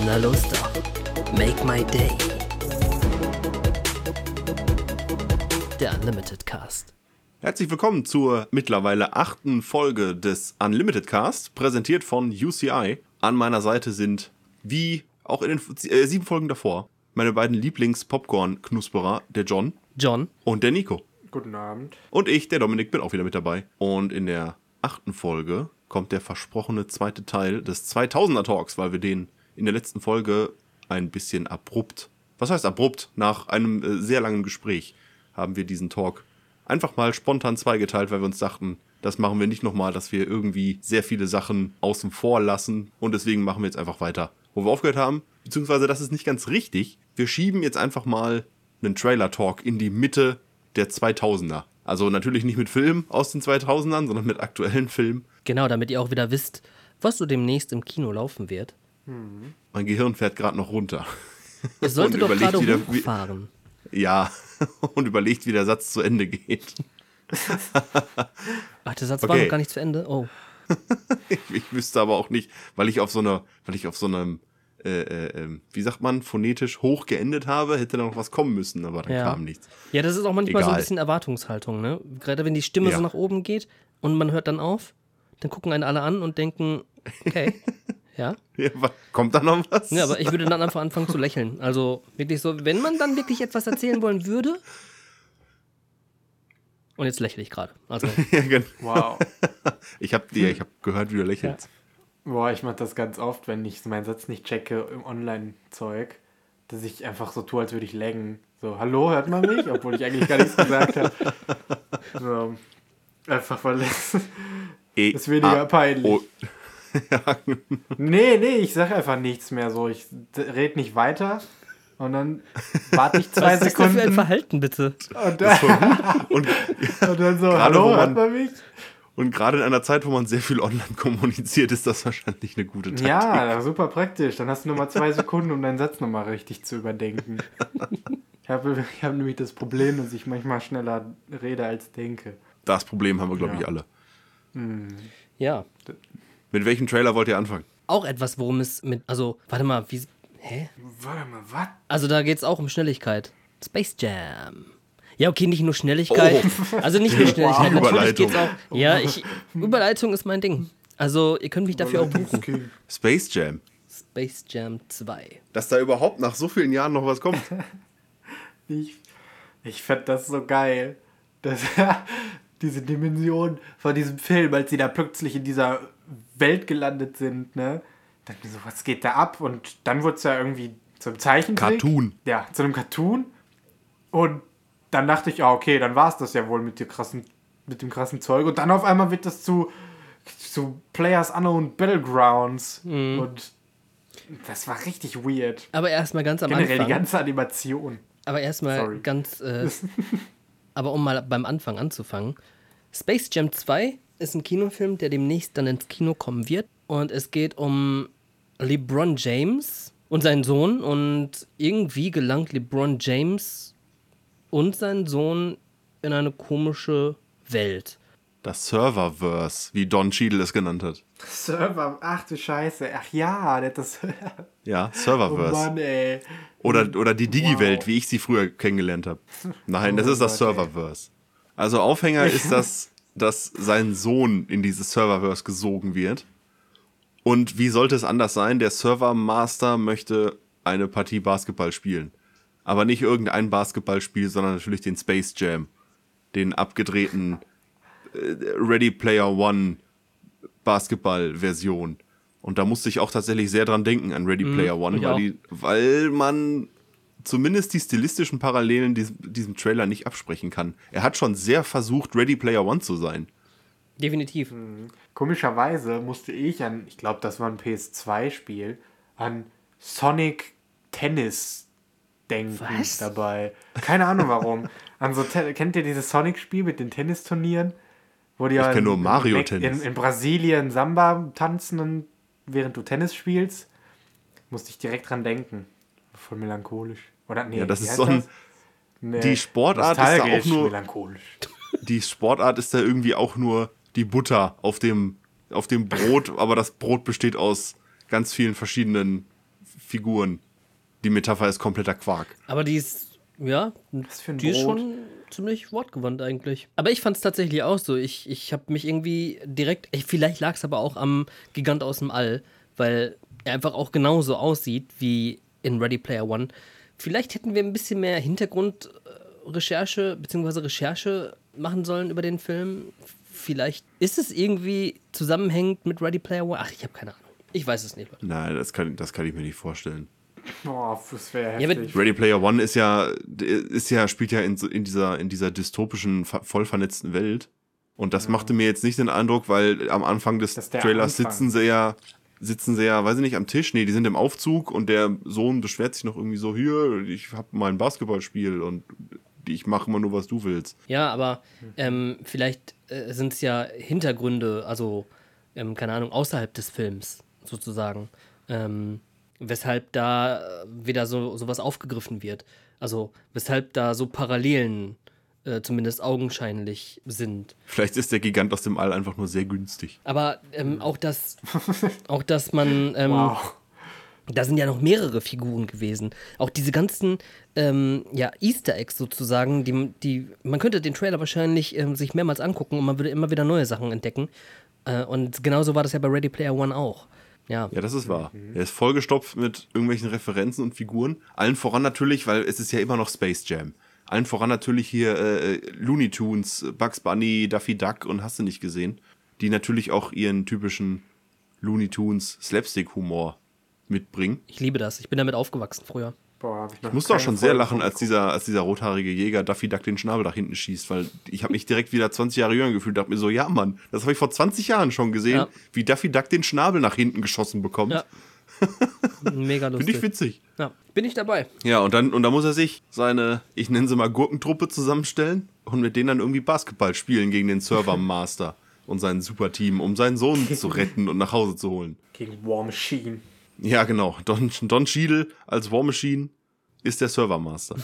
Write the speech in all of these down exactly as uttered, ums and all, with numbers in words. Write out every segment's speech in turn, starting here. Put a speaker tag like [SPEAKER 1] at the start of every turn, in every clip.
[SPEAKER 1] Na los doch. Make my day. Der Unlimited Cast.
[SPEAKER 2] Herzlich willkommen zur mittlerweile achten Folge des Unlimited Cast, präsentiert von U C I. An meiner Seite sind, wie auch in den äh, sieben Folgen davor, meine beiden Lieblings-Popcorn-Knusperer, der John.
[SPEAKER 1] John.
[SPEAKER 2] Und der Nico.
[SPEAKER 3] Guten Abend.
[SPEAKER 2] Und ich, der Dominik, bin auch wieder mit dabei. Und in der achten Folge kommt der versprochene zweite Teil des zweitausender Talks, weil wir den in der letzten Folge ein bisschen abrupt, was heißt abrupt, nach einem äh, sehr langen Gespräch haben wir diesen Talk einfach mal spontan zweigeteilt, weil wir uns dachten, das machen wir nicht nochmal, dass wir irgendwie sehr viele Sachen außen vor lassen und deswegen machen wir jetzt einfach weiter, wo wir aufgehört haben, beziehungsweise das ist nicht ganz richtig. Wir schieben jetzt einfach mal einen Trailer-Talk in die Mitte der zweitausender. Also natürlich nicht mit Filmen aus den zweitausendern, sondern mit aktuellen Filmen.
[SPEAKER 1] Genau, damit ihr auch wieder wisst, was so demnächst im Kino laufen wird.
[SPEAKER 2] Hm. Mein Gehirn fährt gerade noch runter.
[SPEAKER 1] Es sollte doch gerade hochfahren.
[SPEAKER 2] Ja, und überlegt, wie der Satz zu Ende geht.
[SPEAKER 1] Ach, der Satz
[SPEAKER 2] okay.
[SPEAKER 1] war noch gar nicht zu Ende? Oh.
[SPEAKER 2] ich, ich wüsste aber auch nicht, weil ich auf so einer, weil ich auf so einem, äh, äh, wie sagt man, phonetisch hoch geendet habe, hätte da noch was kommen müssen, aber dann
[SPEAKER 1] ja.
[SPEAKER 2] kam nichts.
[SPEAKER 1] Ja, das ist auch manchmal
[SPEAKER 2] Egal.
[SPEAKER 1] so ein bisschen Erwartungshaltung, ne? Gerade wenn die Stimme
[SPEAKER 2] ja.
[SPEAKER 1] so nach oben geht und man hört dann auf, dann gucken einen alle an und denken, okay, ja.
[SPEAKER 2] ja. Kommt da noch was?
[SPEAKER 1] Ja, aber ich würde dann einfach anfangen zu lächeln. Also wirklich so, wenn man dann wirklich etwas erzählen wollen würde. Und jetzt lächle ich gerade. Also.
[SPEAKER 2] ja, genau.
[SPEAKER 3] Wow.
[SPEAKER 2] Ich habe ja, ich hab gehört, wie du lächelst.
[SPEAKER 3] Ja. Boah, ich mache das ganz oft, wenn ich meinen Satz nicht checke im Online-Zeug, dass ich einfach so tue, als würde ich laggen. So, hallo, hört man mich? Obwohl ich eigentlich gar nichts gesagt habe. So, einfach weil es
[SPEAKER 2] E
[SPEAKER 3] ist weniger
[SPEAKER 2] A
[SPEAKER 3] peinlich.
[SPEAKER 2] O ja.
[SPEAKER 3] Nee, nee, ich sag einfach nichts mehr so. Ich red nicht weiter und dann warte ich zwei
[SPEAKER 1] Was
[SPEAKER 3] Sekunden.
[SPEAKER 1] ist das für ein Verhalten, bitte?
[SPEAKER 3] Und dann,
[SPEAKER 2] und,
[SPEAKER 3] und dann so,
[SPEAKER 2] Gerade,
[SPEAKER 3] hallo,
[SPEAKER 2] man,
[SPEAKER 3] hört man mich?
[SPEAKER 2] Und gerade in einer Zeit, wo man sehr viel online kommuniziert, ist das wahrscheinlich eine gute Taktik.
[SPEAKER 3] Ja, super praktisch. Dann hast du nur mal zwei Sekunden, um deinen Satz nochmal richtig zu überdenken. Ich habe ich hab nämlich das Problem, dass ich manchmal schneller rede als denke.
[SPEAKER 2] Das Problem haben wir, glaube
[SPEAKER 3] ja.
[SPEAKER 2] ich, alle.
[SPEAKER 3] Hm.
[SPEAKER 1] Ja.
[SPEAKER 2] Mit welchem Trailer wollt ihr anfangen?
[SPEAKER 1] Auch etwas, worum es mit, also, warte mal, wie, hä?
[SPEAKER 3] Warte mal, was?
[SPEAKER 1] Also da geht es auch um Schnelligkeit. Space Jam. Ja, okay, nicht nur Schnelligkeit. Oh. Also nicht nur Schnelligkeit.
[SPEAKER 2] Wow.
[SPEAKER 1] Natürlich geht's auch. Ja, ich, Überleitung ist mein Ding. Also ihr könnt mich dafür auch buchen.
[SPEAKER 2] Space Jam.
[SPEAKER 1] Space Jam zwei.
[SPEAKER 2] Dass da überhaupt nach so vielen Jahren noch was kommt.
[SPEAKER 3] ich ich fand das so geil. Dass diese Dimension von diesem Film, als sie da plötzlich in dieser Welt gelandet sind, ne? Dann so, was geht da ab? Und dann wurde es ja irgendwie zum Zeichentrick.
[SPEAKER 2] Cartoon.
[SPEAKER 3] Ja, zu einem Cartoon. Und dann dachte ich, ah, okay, dann war es das ja wohl mit, der krassen, mit dem krassen Zeug. Und dann auf einmal wird das zu, zu Players Unknown Battlegrounds. Mhm. Und das war richtig weird.
[SPEAKER 1] Aber erstmal ganz am
[SPEAKER 3] Generell
[SPEAKER 1] Anfang.
[SPEAKER 3] die ganze Animation.
[SPEAKER 1] Aber erstmal ganz, äh, aber um mal beim Anfang anzufangen. Space Jam zwei ist ein Kinofilm, der demnächst dann ins Kino kommen wird. Und es geht um LeBron James und seinen Sohn. Und irgendwie gelangt LeBron James und sein Sohn in eine komische Welt.
[SPEAKER 2] Das Serververse, wie Don Cheadle es genannt hat.
[SPEAKER 3] Server, ach du Scheiße. Ach ja, der hat das...
[SPEAKER 2] Ja, Serververse.
[SPEAKER 3] Oh Mann, ey.
[SPEAKER 2] Oder, oder die Digi-Welt, wow. Wie ich sie früher kennengelernt habe. Nein, das
[SPEAKER 3] oh
[SPEAKER 2] ist das
[SPEAKER 3] Gott,
[SPEAKER 2] Serververse. Ey. Also Aufhänger ist das, dass sein Sohn in dieses Serververse gesogen wird. Und wie sollte es anders sein? Der Servermaster möchte eine Partie Basketball spielen. Aber nicht irgendein Basketballspiel, sondern natürlich den Space Jam. Den abgedrehten äh, Ready Player One Basketball-Version. Und da musste ich auch tatsächlich sehr dran denken, an Ready Player One, weil, die, weil man zumindest die stilistischen Parallelen diesem, diesem Trailer nicht absprechen kann. Er hat schon sehr versucht, Ready Player One zu sein.
[SPEAKER 1] Definitiv.
[SPEAKER 3] Mhm. Komischerweise musste ich an, ich glaube, das war ein P S zwei Spiel, an Sonic Tennis denken
[SPEAKER 1] Was?
[SPEAKER 3] dabei. Keine Ahnung warum. An so, kennt ihr dieses Sonic-Spiel mit den Tennisturnieren? Wo die
[SPEAKER 2] ich
[SPEAKER 3] ja
[SPEAKER 2] kenne nur Mario
[SPEAKER 3] in,
[SPEAKER 2] Tennis.
[SPEAKER 3] In, in Brasilien Samba tanzen, und während du Tennis spielst. Musste ich direkt dran denken. Voll melancholisch. Oder nee,
[SPEAKER 2] ja, das
[SPEAKER 3] wie
[SPEAKER 2] ist
[SPEAKER 3] heißt
[SPEAKER 2] so ein,
[SPEAKER 3] das? Nee,
[SPEAKER 2] die Sportart ist da auch nur
[SPEAKER 3] melancholisch.
[SPEAKER 2] Die Sportart ist da irgendwie auch nur die Butter auf dem auf dem Brot, aber das Brot besteht aus ganz vielen verschiedenen Figuren. Die Metapher ist kompletter Quark.
[SPEAKER 1] Aber die ist, ja,
[SPEAKER 3] Was für ein
[SPEAKER 1] die ist
[SPEAKER 3] Brot.
[SPEAKER 1] schon ziemlich wortgewandt eigentlich. Aber ich fand es tatsächlich auch so. Ich, ich habe mich irgendwie direkt, ich, vielleicht lag es aber auch am Gigant aus dem All, weil er einfach auch genauso aussieht wie in Ready Player One. Vielleicht hätten wir ein bisschen mehr Hintergrundrecherche bzw. Recherche machen sollen über den Film. Vielleicht ist es irgendwie zusammenhängend mit Ready Player One. Ach, ich habe keine Ahnung. Ich weiß es nicht, Leute.
[SPEAKER 2] Nein, das kann, das kann ich mir nicht vorstellen.
[SPEAKER 3] Boah, das wäre
[SPEAKER 1] Ja,
[SPEAKER 3] heftig.
[SPEAKER 2] Ready Player One ist ja, ist ja, spielt ja in, so- in, dieser, in dieser dystopischen, ver- voll vernetzten Welt. Und das machte mir jetzt nicht den Eindruck, weil am Anfang des
[SPEAKER 3] Das ist der
[SPEAKER 2] Trailers
[SPEAKER 3] Anfang.
[SPEAKER 2] sitzen sie ja, sitzen sie ja, weiß ich nicht, am Tisch. Nee, die sind im Aufzug und der Sohn beschwert sich noch irgendwie so, hier, ich hab mal ein Basketballspiel und ich mache immer nur, was du willst.
[SPEAKER 1] Ja, aber ähm, vielleicht äh, sind es ja Hintergründe, also, ähm, keine Ahnung, außerhalb des Films sozusagen. Ähm, weshalb da äh, wieder so sowas aufgegriffen wird. Also, weshalb da so Parallelen äh, zumindest augenscheinlich sind.
[SPEAKER 2] Vielleicht ist der Gigant aus dem All einfach nur sehr günstig.
[SPEAKER 1] Aber ähm, auch, dass, auch, dass man. Ähm,
[SPEAKER 3] Wow.
[SPEAKER 1] Da sind ja noch mehrere Figuren gewesen. Auch diese ganzen ähm, ja, Easter Eggs sozusagen, die, die, man könnte den Trailer wahrscheinlich ähm, sich mehrmals angucken und man würde immer wieder neue Sachen entdecken. Äh, und genauso war das ja bei Ready Player One auch. Ja,
[SPEAKER 2] Ja, das ist wahr. Er ist vollgestopft mit irgendwelchen Referenzen und Figuren. Allen voran natürlich, weil es ist ja immer noch Space Jam. Allen voran natürlich hier äh, Looney Tunes, Bugs Bunny, Daffy Duck und hast du nicht gesehen. Die natürlich auch ihren typischen Looney Tunes Slapstick-Humor mitbringen.
[SPEAKER 1] ich liebe das. Ich bin damit aufgewachsen früher.
[SPEAKER 3] Boah, hab ich noch
[SPEAKER 2] Ich musste auch
[SPEAKER 3] keine
[SPEAKER 2] schon sehr
[SPEAKER 3] Folge
[SPEAKER 2] lachen,
[SPEAKER 3] von
[SPEAKER 2] als dieser, als dieser rothaarige Jäger Daffy Duck den Schnabel nach hinten schießt, weil ich habe mich direkt wieder zwanzig Jahre jünger gefühlt, dachte mir so, ja Mann, das habe ich vor zwanzig Jahren schon gesehen,
[SPEAKER 1] Ja.
[SPEAKER 2] wie Daffy Duck den Schnabel nach hinten geschossen bekommt.
[SPEAKER 1] Ja. Mega
[SPEAKER 2] Finde
[SPEAKER 1] lustig.
[SPEAKER 2] ich witzig.
[SPEAKER 1] Ja, bin ich dabei.
[SPEAKER 2] Ja, und dann, und dann muss er sich seine, ich nenne sie mal Gurkentruppe zusammenstellen und mit denen dann irgendwie Basketball spielen gegen den Server-Master und sein Superteam, um seinen Sohn zu retten und nach Hause zu holen.
[SPEAKER 3] Gegen War Machine.
[SPEAKER 2] Ja, genau. Don, Don Cheadle als War Machine ist der Server-Master.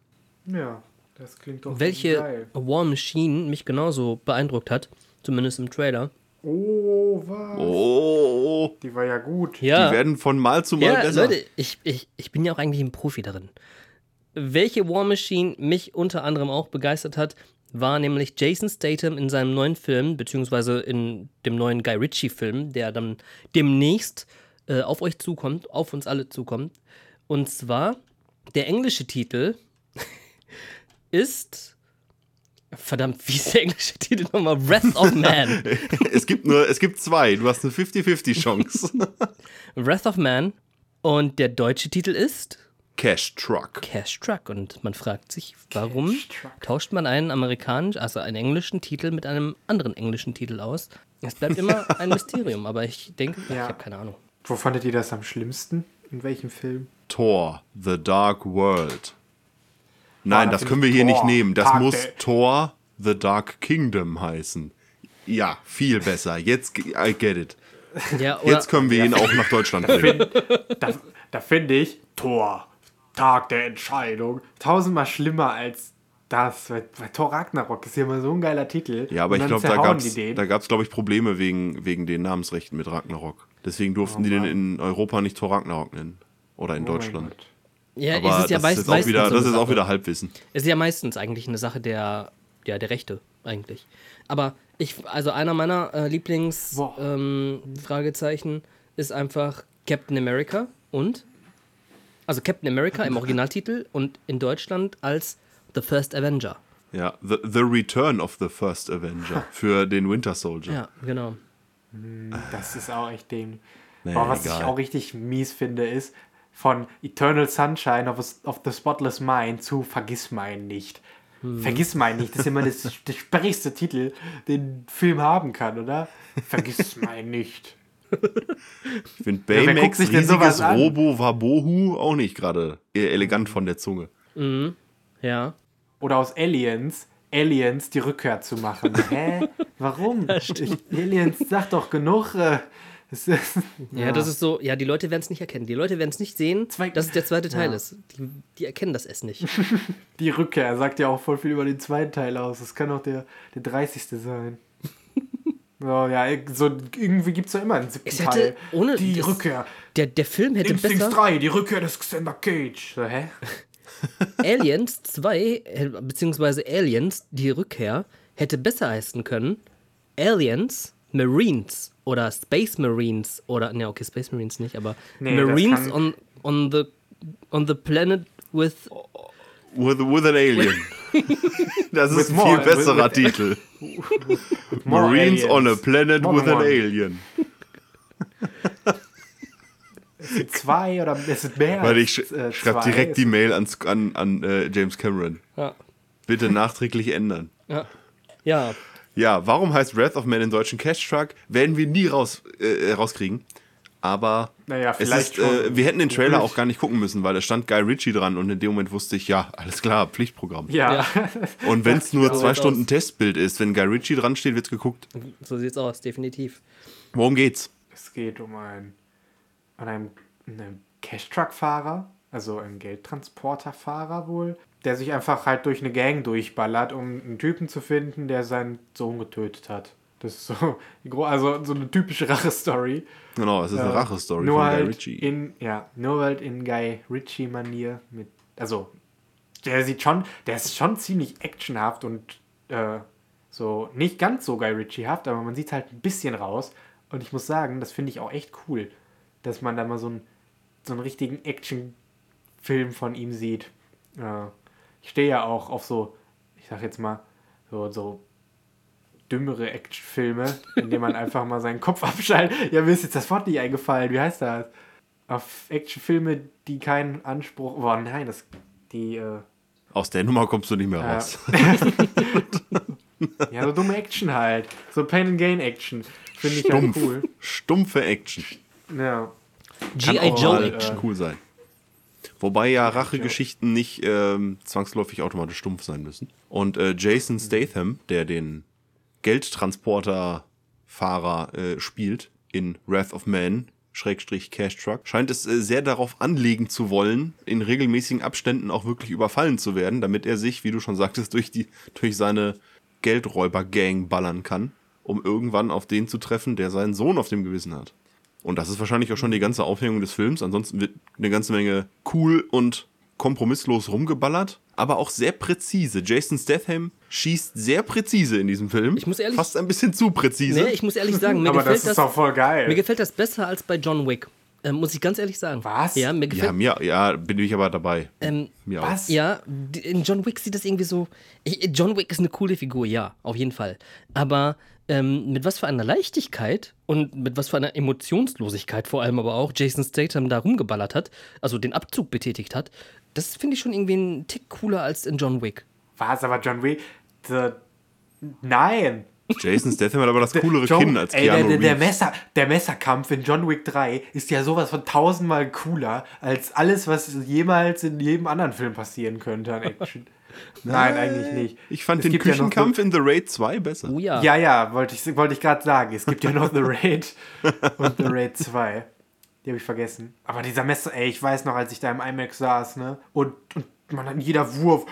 [SPEAKER 3] Ja, das klingt doch
[SPEAKER 1] Welche
[SPEAKER 3] geil.
[SPEAKER 1] War Machine mich genauso beeindruckt hat, zumindest im Trailer.
[SPEAKER 3] Oh, was?
[SPEAKER 2] Oh,
[SPEAKER 3] Die war ja gut.
[SPEAKER 1] Ja.
[SPEAKER 2] die werden von Mal zu Mal
[SPEAKER 1] Ja,
[SPEAKER 2] besser.
[SPEAKER 1] Leute, ich, ich, ich bin ja auch eigentlich ein Profi darin. Welche War Machine mich unter anderem auch begeistert hat, war nämlich Jason Statham in seinem neuen Film, beziehungsweise in dem neuen Guy Ritchie-Film, der dann demnächst äh, auf euch zukommt, auf uns alle zukommt. Und zwar, der englische Titel ist... Verdammt, wie ist der englische Titel nochmal? Wrath of Man.
[SPEAKER 2] Es gibt nur, es gibt zwei. Du hast eine fünfzig fünfzig Chance.
[SPEAKER 1] Wrath of Man. Und der deutsche Titel ist...
[SPEAKER 2] Cash Truck.
[SPEAKER 1] Cash Truck. Und man fragt sich, warum
[SPEAKER 3] Cash Truck.
[SPEAKER 1] tauscht man einen amerikanischen, also einen englischen Titel mit einem anderen englischen Titel aus? Es bleibt immer ein Mysterium, aber ich denke, ach,
[SPEAKER 3] Ja.
[SPEAKER 1] ich habe keine Ahnung.
[SPEAKER 3] Wo fandet ihr das am schlimmsten? In welchem Film?
[SPEAKER 2] Thor, The Dark World. Nein,
[SPEAKER 3] da
[SPEAKER 2] das
[SPEAKER 3] find
[SPEAKER 2] können wir
[SPEAKER 3] ich
[SPEAKER 2] hier
[SPEAKER 3] Thor,
[SPEAKER 2] nicht nehmen. Das
[SPEAKER 3] Tag
[SPEAKER 2] muss
[SPEAKER 3] der-
[SPEAKER 2] Thor, The Dark Kingdom heißen. Ja, viel besser. Jetzt, ge- I get it.
[SPEAKER 1] Ja, oder,
[SPEAKER 2] Jetzt können wir ihn auch nach Deutschland bringen.
[SPEAKER 3] Da, da finde ich Thor, Tag der Entscheidung, tausendmal schlimmer als das. Weil, weil Thor Ragnarok ist ja immer so ein geiler Titel.
[SPEAKER 2] Ja, aber
[SPEAKER 3] Und
[SPEAKER 2] ich
[SPEAKER 3] dann
[SPEAKER 2] glaube, da
[SPEAKER 3] zerhauen
[SPEAKER 2] gab es,
[SPEAKER 3] die den.
[SPEAKER 2] da gab's, glaube ich, Probleme wegen, wegen den Namensrechten mit Ragnarok. Deswegen durften
[SPEAKER 3] Oh
[SPEAKER 2] die den
[SPEAKER 3] Mann.
[SPEAKER 2] in Europa nicht Thor Ragnarok nennen. Oder in
[SPEAKER 3] Oh mein
[SPEAKER 2] Deutschland.
[SPEAKER 3] Gott.
[SPEAKER 1] ja,
[SPEAKER 2] Aber
[SPEAKER 1] es ist ja
[SPEAKER 2] das,
[SPEAKER 1] meist,
[SPEAKER 2] ist jetzt auch
[SPEAKER 1] meistens
[SPEAKER 2] wieder,
[SPEAKER 1] so
[SPEAKER 2] das
[SPEAKER 1] eine
[SPEAKER 2] ist auch
[SPEAKER 1] Sache.
[SPEAKER 2] wieder Halbwissen.
[SPEAKER 1] Es ist ja meistens eigentlich eine Sache der, ja, der Rechte, eigentlich. Aber ich, also einer meiner äh, Lieblings
[SPEAKER 3] Boah.
[SPEAKER 1] ähm, Fragezeichen ist einfach Captain America und also Captain America im Originaltitel und in Deutschland als The First Avenger.
[SPEAKER 2] Ja, the, the Return of the First Avenger für den Winter Soldier.
[SPEAKER 1] Ja, genau.
[SPEAKER 3] Das ist auch echt dem.
[SPEAKER 2] Nee,
[SPEAKER 3] Aber was
[SPEAKER 2] egal.
[SPEAKER 3] ich auch richtig mies finde, ist von Eternal Sunshine of, a, of the Spotless Mind zu Vergiss mein nicht.
[SPEAKER 1] Hm.
[SPEAKER 3] Vergiss mein nicht, das ist immer das, der sperrigste Titel, den ein Film haben kann, oder? Vergiss mein nicht.
[SPEAKER 2] Ich finde
[SPEAKER 3] wer guckt
[SPEAKER 2] Baymax
[SPEAKER 3] sich denn sowas
[SPEAKER 2] riesiges
[SPEAKER 3] an?
[SPEAKER 2] Robo Wabohu auch nicht gerade elegant von der Zunge.
[SPEAKER 1] Ja.
[SPEAKER 3] Oder aus Aliens, Aliens die Rückkehr zu machen. Hä? Warum? Ich, Aliens, sag doch genug. Äh, es ist,
[SPEAKER 1] Ja, das ist so, ja, die Leute werden es nicht erkennen. Die Leute werden es nicht sehen,
[SPEAKER 3] Zwei-
[SPEAKER 1] dass es der zweite Teil
[SPEAKER 3] Ja.
[SPEAKER 1] ist. Die, die erkennen das S nicht.
[SPEAKER 3] Die Rückkehr sagt ja auch voll viel über den zweiten Teil aus. Das kann auch der, der dreißigste sein. So, ja, so, irgendwie gibt es ja immer einen siebten
[SPEAKER 1] Es hätte
[SPEAKER 3] Teil.
[SPEAKER 1] ohne
[SPEAKER 3] die
[SPEAKER 1] das-
[SPEAKER 3] Rückkehr.
[SPEAKER 1] Der, der Film hätte
[SPEAKER 3] Instincts
[SPEAKER 1] besser...
[SPEAKER 3] drei, die Rückkehr des Xander Cage. So, hä?
[SPEAKER 1] Aliens zwei, äh, beziehungsweise Aliens, die Rückkehr, hätte besser heißen können Aliens, Marines oder Space Marines oder, ne, okay, Space Marines nicht, aber
[SPEAKER 3] Nee, das
[SPEAKER 1] Marines
[SPEAKER 3] kann-
[SPEAKER 1] on, on, the, on the planet with...
[SPEAKER 2] With, with an Alien. Das ist
[SPEAKER 3] With
[SPEAKER 2] ein
[SPEAKER 3] more-
[SPEAKER 2] viel besserer
[SPEAKER 3] with-
[SPEAKER 2] Titel.
[SPEAKER 3] More
[SPEAKER 2] Marines on a
[SPEAKER 3] aliens.
[SPEAKER 2] planet
[SPEAKER 3] More
[SPEAKER 2] with
[SPEAKER 3] than
[SPEAKER 2] an
[SPEAKER 3] one.
[SPEAKER 2] Alien.
[SPEAKER 3] Es sind zwei oder es sind mehr
[SPEAKER 2] Weil
[SPEAKER 3] als,
[SPEAKER 2] ich sch
[SPEAKER 3] äh,
[SPEAKER 2] schreibe
[SPEAKER 3] zwei.
[SPEAKER 2] direkt die Mail an, an, an äh, James Cameron.
[SPEAKER 1] Ja,
[SPEAKER 2] Bitte nachträglich ändern.
[SPEAKER 1] ja, ja.
[SPEAKER 2] Ja, warum heißt Wrath of Man im Deutschen Cash Truck? Werden wir nie raus, äh, rauskriegen. Aber
[SPEAKER 3] Naja,
[SPEAKER 2] es
[SPEAKER 3] vielleicht
[SPEAKER 2] ist, äh,
[SPEAKER 3] schon.
[SPEAKER 2] wir hätten den Trailer
[SPEAKER 3] Ruhig.
[SPEAKER 2] auch gar nicht gucken müssen, weil da stand Guy Ritchie dran und in dem Moment wusste ich, ja, alles klar, Pflichtprogramm.
[SPEAKER 3] Ja.
[SPEAKER 2] Und wenn es nur
[SPEAKER 1] so
[SPEAKER 2] zwei
[SPEAKER 1] sieht's
[SPEAKER 2] Stunden
[SPEAKER 1] aus.
[SPEAKER 2] Testbild ist, wenn Guy Ritchie dran steht, wird's geguckt.
[SPEAKER 1] So sieht's aus, definitiv.
[SPEAKER 2] Worum geht's?
[SPEAKER 3] Es geht um einen, an einem, einen Cash-Truck-Fahrer, also einen Geldtransporterfahrer wohl, der sich einfach halt durch eine Gang durchballert, um einen Typen zu finden, der seinen Sohn getötet hat. Das ist so, die gro- also so eine typische Rache-Story.
[SPEAKER 2] Genau, es ist eine
[SPEAKER 3] Äh,
[SPEAKER 2] Rache-Story
[SPEAKER 3] nur
[SPEAKER 2] von Guy
[SPEAKER 3] halt
[SPEAKER 2] Ritchie.
[SPEAKER 3] In, ja, nur halt in Guy Ritchie-Manier mit, also, der sieht schon, der ist schon ziemlich actionhaft und äh, so, nicht ganz so Guy Ritchie-haft, aber man sieht halt ein bisschen raus. Und ich muss sagen, das finde ich auch echt cool, dass man da mal so, ein, so einen richtigen Action-Film von ihm sieht. Äh, ich stehe ja auch auf so, ich sag jetzt mal, so, so dümmere Actionfilme, in denen man einfach mal seinen Kopf abschaltet. Ja, mir ist jetzt das Wort nicht eingefallen. Wie heißt das? Auf Actionfilme, die keinen Anspruch... Boah, nein, das... Die, äh,
[SPEAKER 2] Aus der Nummer kommst du nicht mehr
[SPEAKER 3] Ja.
[SPEAKER 2] raus.
[SPEAKER 3] ja, so dumme Action halt. So Pain-and-Gain-Action. Finde ich
[SPEAKER 2] Stumpf.
[SPEAKER 3] halt cool.
[SPEAKER 2] Stumpfe Action.
[SPEAKER 3] Ja.
[SPEAKER 1] G I.
[SPEAKER 2] Kann auch
[SPEAKER 1] Joe
[SPEAKER 2] mal
[SPEAKER 1] Action.
[SPEAKER 2] cool sein. Wobei ja Rachegeschichten nicht ähm, zwangsläufig automatisch stumpf sein müssen. Und äh, Jason Statham, der den Geldtransporter-Fahrer äh, spielt in Wrath of Man, Schrägstrich Cash Truck, scheint es äh, sehr darauf anlegen zu wollen, in regelmäßigen Abständen auch wirklich überfallen zu werden, damit er sich, wie du schon sagtest, durch, die, durch seine Geldräuber-Gang ballern kann, um irgendwann auf den zu treffen, der seinen Sohn auf dem Gewissen hat. Und das ist wahrscheinlich auch schon die ganze Aufhängung des Films. Ansonsten wird eine ganze Menge cool und kompromisslos rumgeballert, aber auch sehr präzise. Jason Statham schießt sehr präzise in diesem Film.
[SPEAKER 1] Ich muss ehrlich-
[SPEAKER 2] Fast ein bisschen zu präzise.
[SPEAKER 1] Nee, ich muss ehrlich sagen, mir
[SPEAKER 3] Aber
[SPEAKER 1] gefällt
[SPEAKER 3] das ist
[SPEAKER 1] das,
[SPEAKER 3] doch voll geil.
[SPEAKER 1] mir gefällt das besser als bei John Wick. Ähm, muss ich ganz ehrlich sagen.
[SPEAKER 3] Was?
[SPEAKER 1] Ja, mir
[SPEAKER 2] ja,
[SPEAKER 1] gefällt...
[SPEAKER 2] mir, ja, bin ich aber dabei.
[SPEAKER 1] Ähm,
[SPEAKER 2] Mir
[SPEAKER 3] was?
[SPEAKER 1] Ja, d- in John Wick sieht das irgendwie so. Ich, John Wick ist eine coole Figur, ja, auf jeden Fall. Aber ähm, mit was für einer Leichtigkeit und mit was für einer Emotionslosigkeit vor allem aber auch Jason Statham da rumgeballert hat, also den Abzug betätigt hat, das finde ich schon irgendwie einen Tick cooler als in John Wick.
[SPEAKER 3] Was, aber John Wick... The, nein.
[SPEAKER 2] auch. Jason Statham hat aber das coolere
[SPEAKER 3] John-
[SPEAKER 2] Kinn als
[SPEAKER 3] ey, der,
[SPEAKER 2] Keanu
[SPEAKER 3] der, der,
[SPEAKER 2] Reeves.
[SPEAKER 3] Messer, der Messerkampf in John Wick drei ist ja sowas von tausendmal cooler als alles, was jemals in jedem anderen Film passieren könnte an Action. Nein, eigentlich nicht.
[SPEAKER 2] Ich fand
[SPEAKER 3] Es
[SPEAKER 2] den
[SPEAKER 3] gibt ja noch
[SPEAKER 2] Küchenkampf in The Raid zwei besser.
[SPEAKER 1] Oh ja.
[SPEAKER 3] Ja, ja, wollte ich, wollte ich gerade sagen. Es gibt ja noch The Raid und The Raid zwei. Die habe ich vergessen. Aber dieser Messer, ey, ich weiß noch, als ich da im IMAX saß, ne? Und, und man an jeder Wurf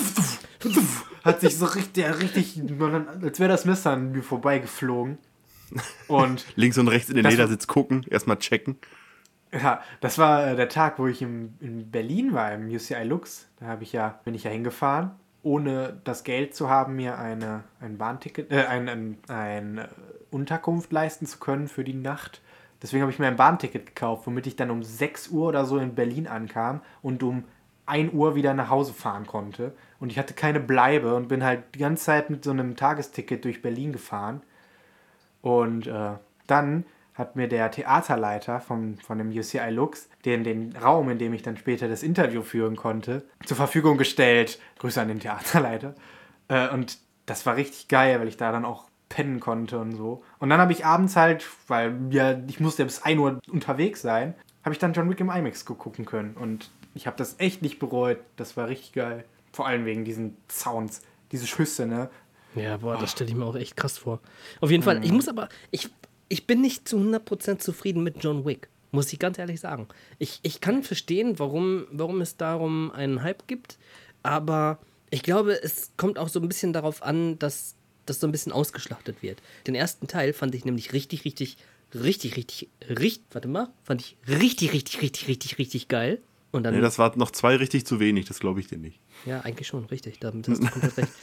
[SPEAKER 3] hat sich so richtig, richtig man, als wäre das Messer an mir vorbeigeflogen. Und
[SPEAKER 2] Links und rechts in den
[SPEAKER 3] Das-
[SPEAKER 2] Ledersitz gucken, erstmal checken.
[SPEAKER 3] ja, das war äh, der Tag, wo ich im, in Berlin war, im U C I Lux. Da habe ich ja, bin ich ja hingefahren, ohne das Geld zu haben, mir eine, ein Bahnticket, äh, ein, ein, ein äh, Unterkunft leisten zu können für die Nacht. Deswegen habe ich mir ein Bahnticket gekauft, womit ich dann um sechs Uhr oder so in Berlin ankam und um ein Uhr wieder nach Hause fahren konnte. Und ich hatte keine Bleibe und bin halt die ganze Zeit mit so einem Tagesticket durch Berlin gefahren. Und äh, dann hat mir der Theaterleiter vom, von dem U C I Lux den, den Raum, in dem ich dann später das Interview führen konnte, zur Verfügung gestellt. Grüße an den Theaterleiter. Äh, und das war richtig geil, weil ich da dann auch pennen konnte und so. Und dann habe ich abends halt, weil ja, ich musste ja bis ein Uhr unterwegs sein, habe ich dann John Wick im IMAX gucken können. Und ich habe das echt nicht bereut. Das war richtig geil. Vor allem wegen diesen Sounds, diese Schüsse, ne?
[SPEAKER 1] Ja, boah, das stelle ich mir auch echt krass vor. Auf jeden Fall, ich muss aber, ich, ich bin nicht zu hundert Prozent zufrieden mit John Wick, muss ich ganz ehrlich sagen. Ich, ich kann verstehen, warum, warum es darum einen Hype gibt, aber ich glaube, es kommt auch so ein bisschen darauf an, dass das so ein bisschen ausgeschlachtet wird. Den ersten Teil fand ich nämlich richtig, richtig, richtig, richtig, richtig, warte mal, fand ich richtig, richtig, richtig, richtig, richtig geil. Und dann,
[SPEAKER 2] Nee, das war noch zwei richtig zu wenig, das glaube ich dir nicht.
[SPEAKER 1] ja, eigentlich schon, richtig, damit hast du komplett recht.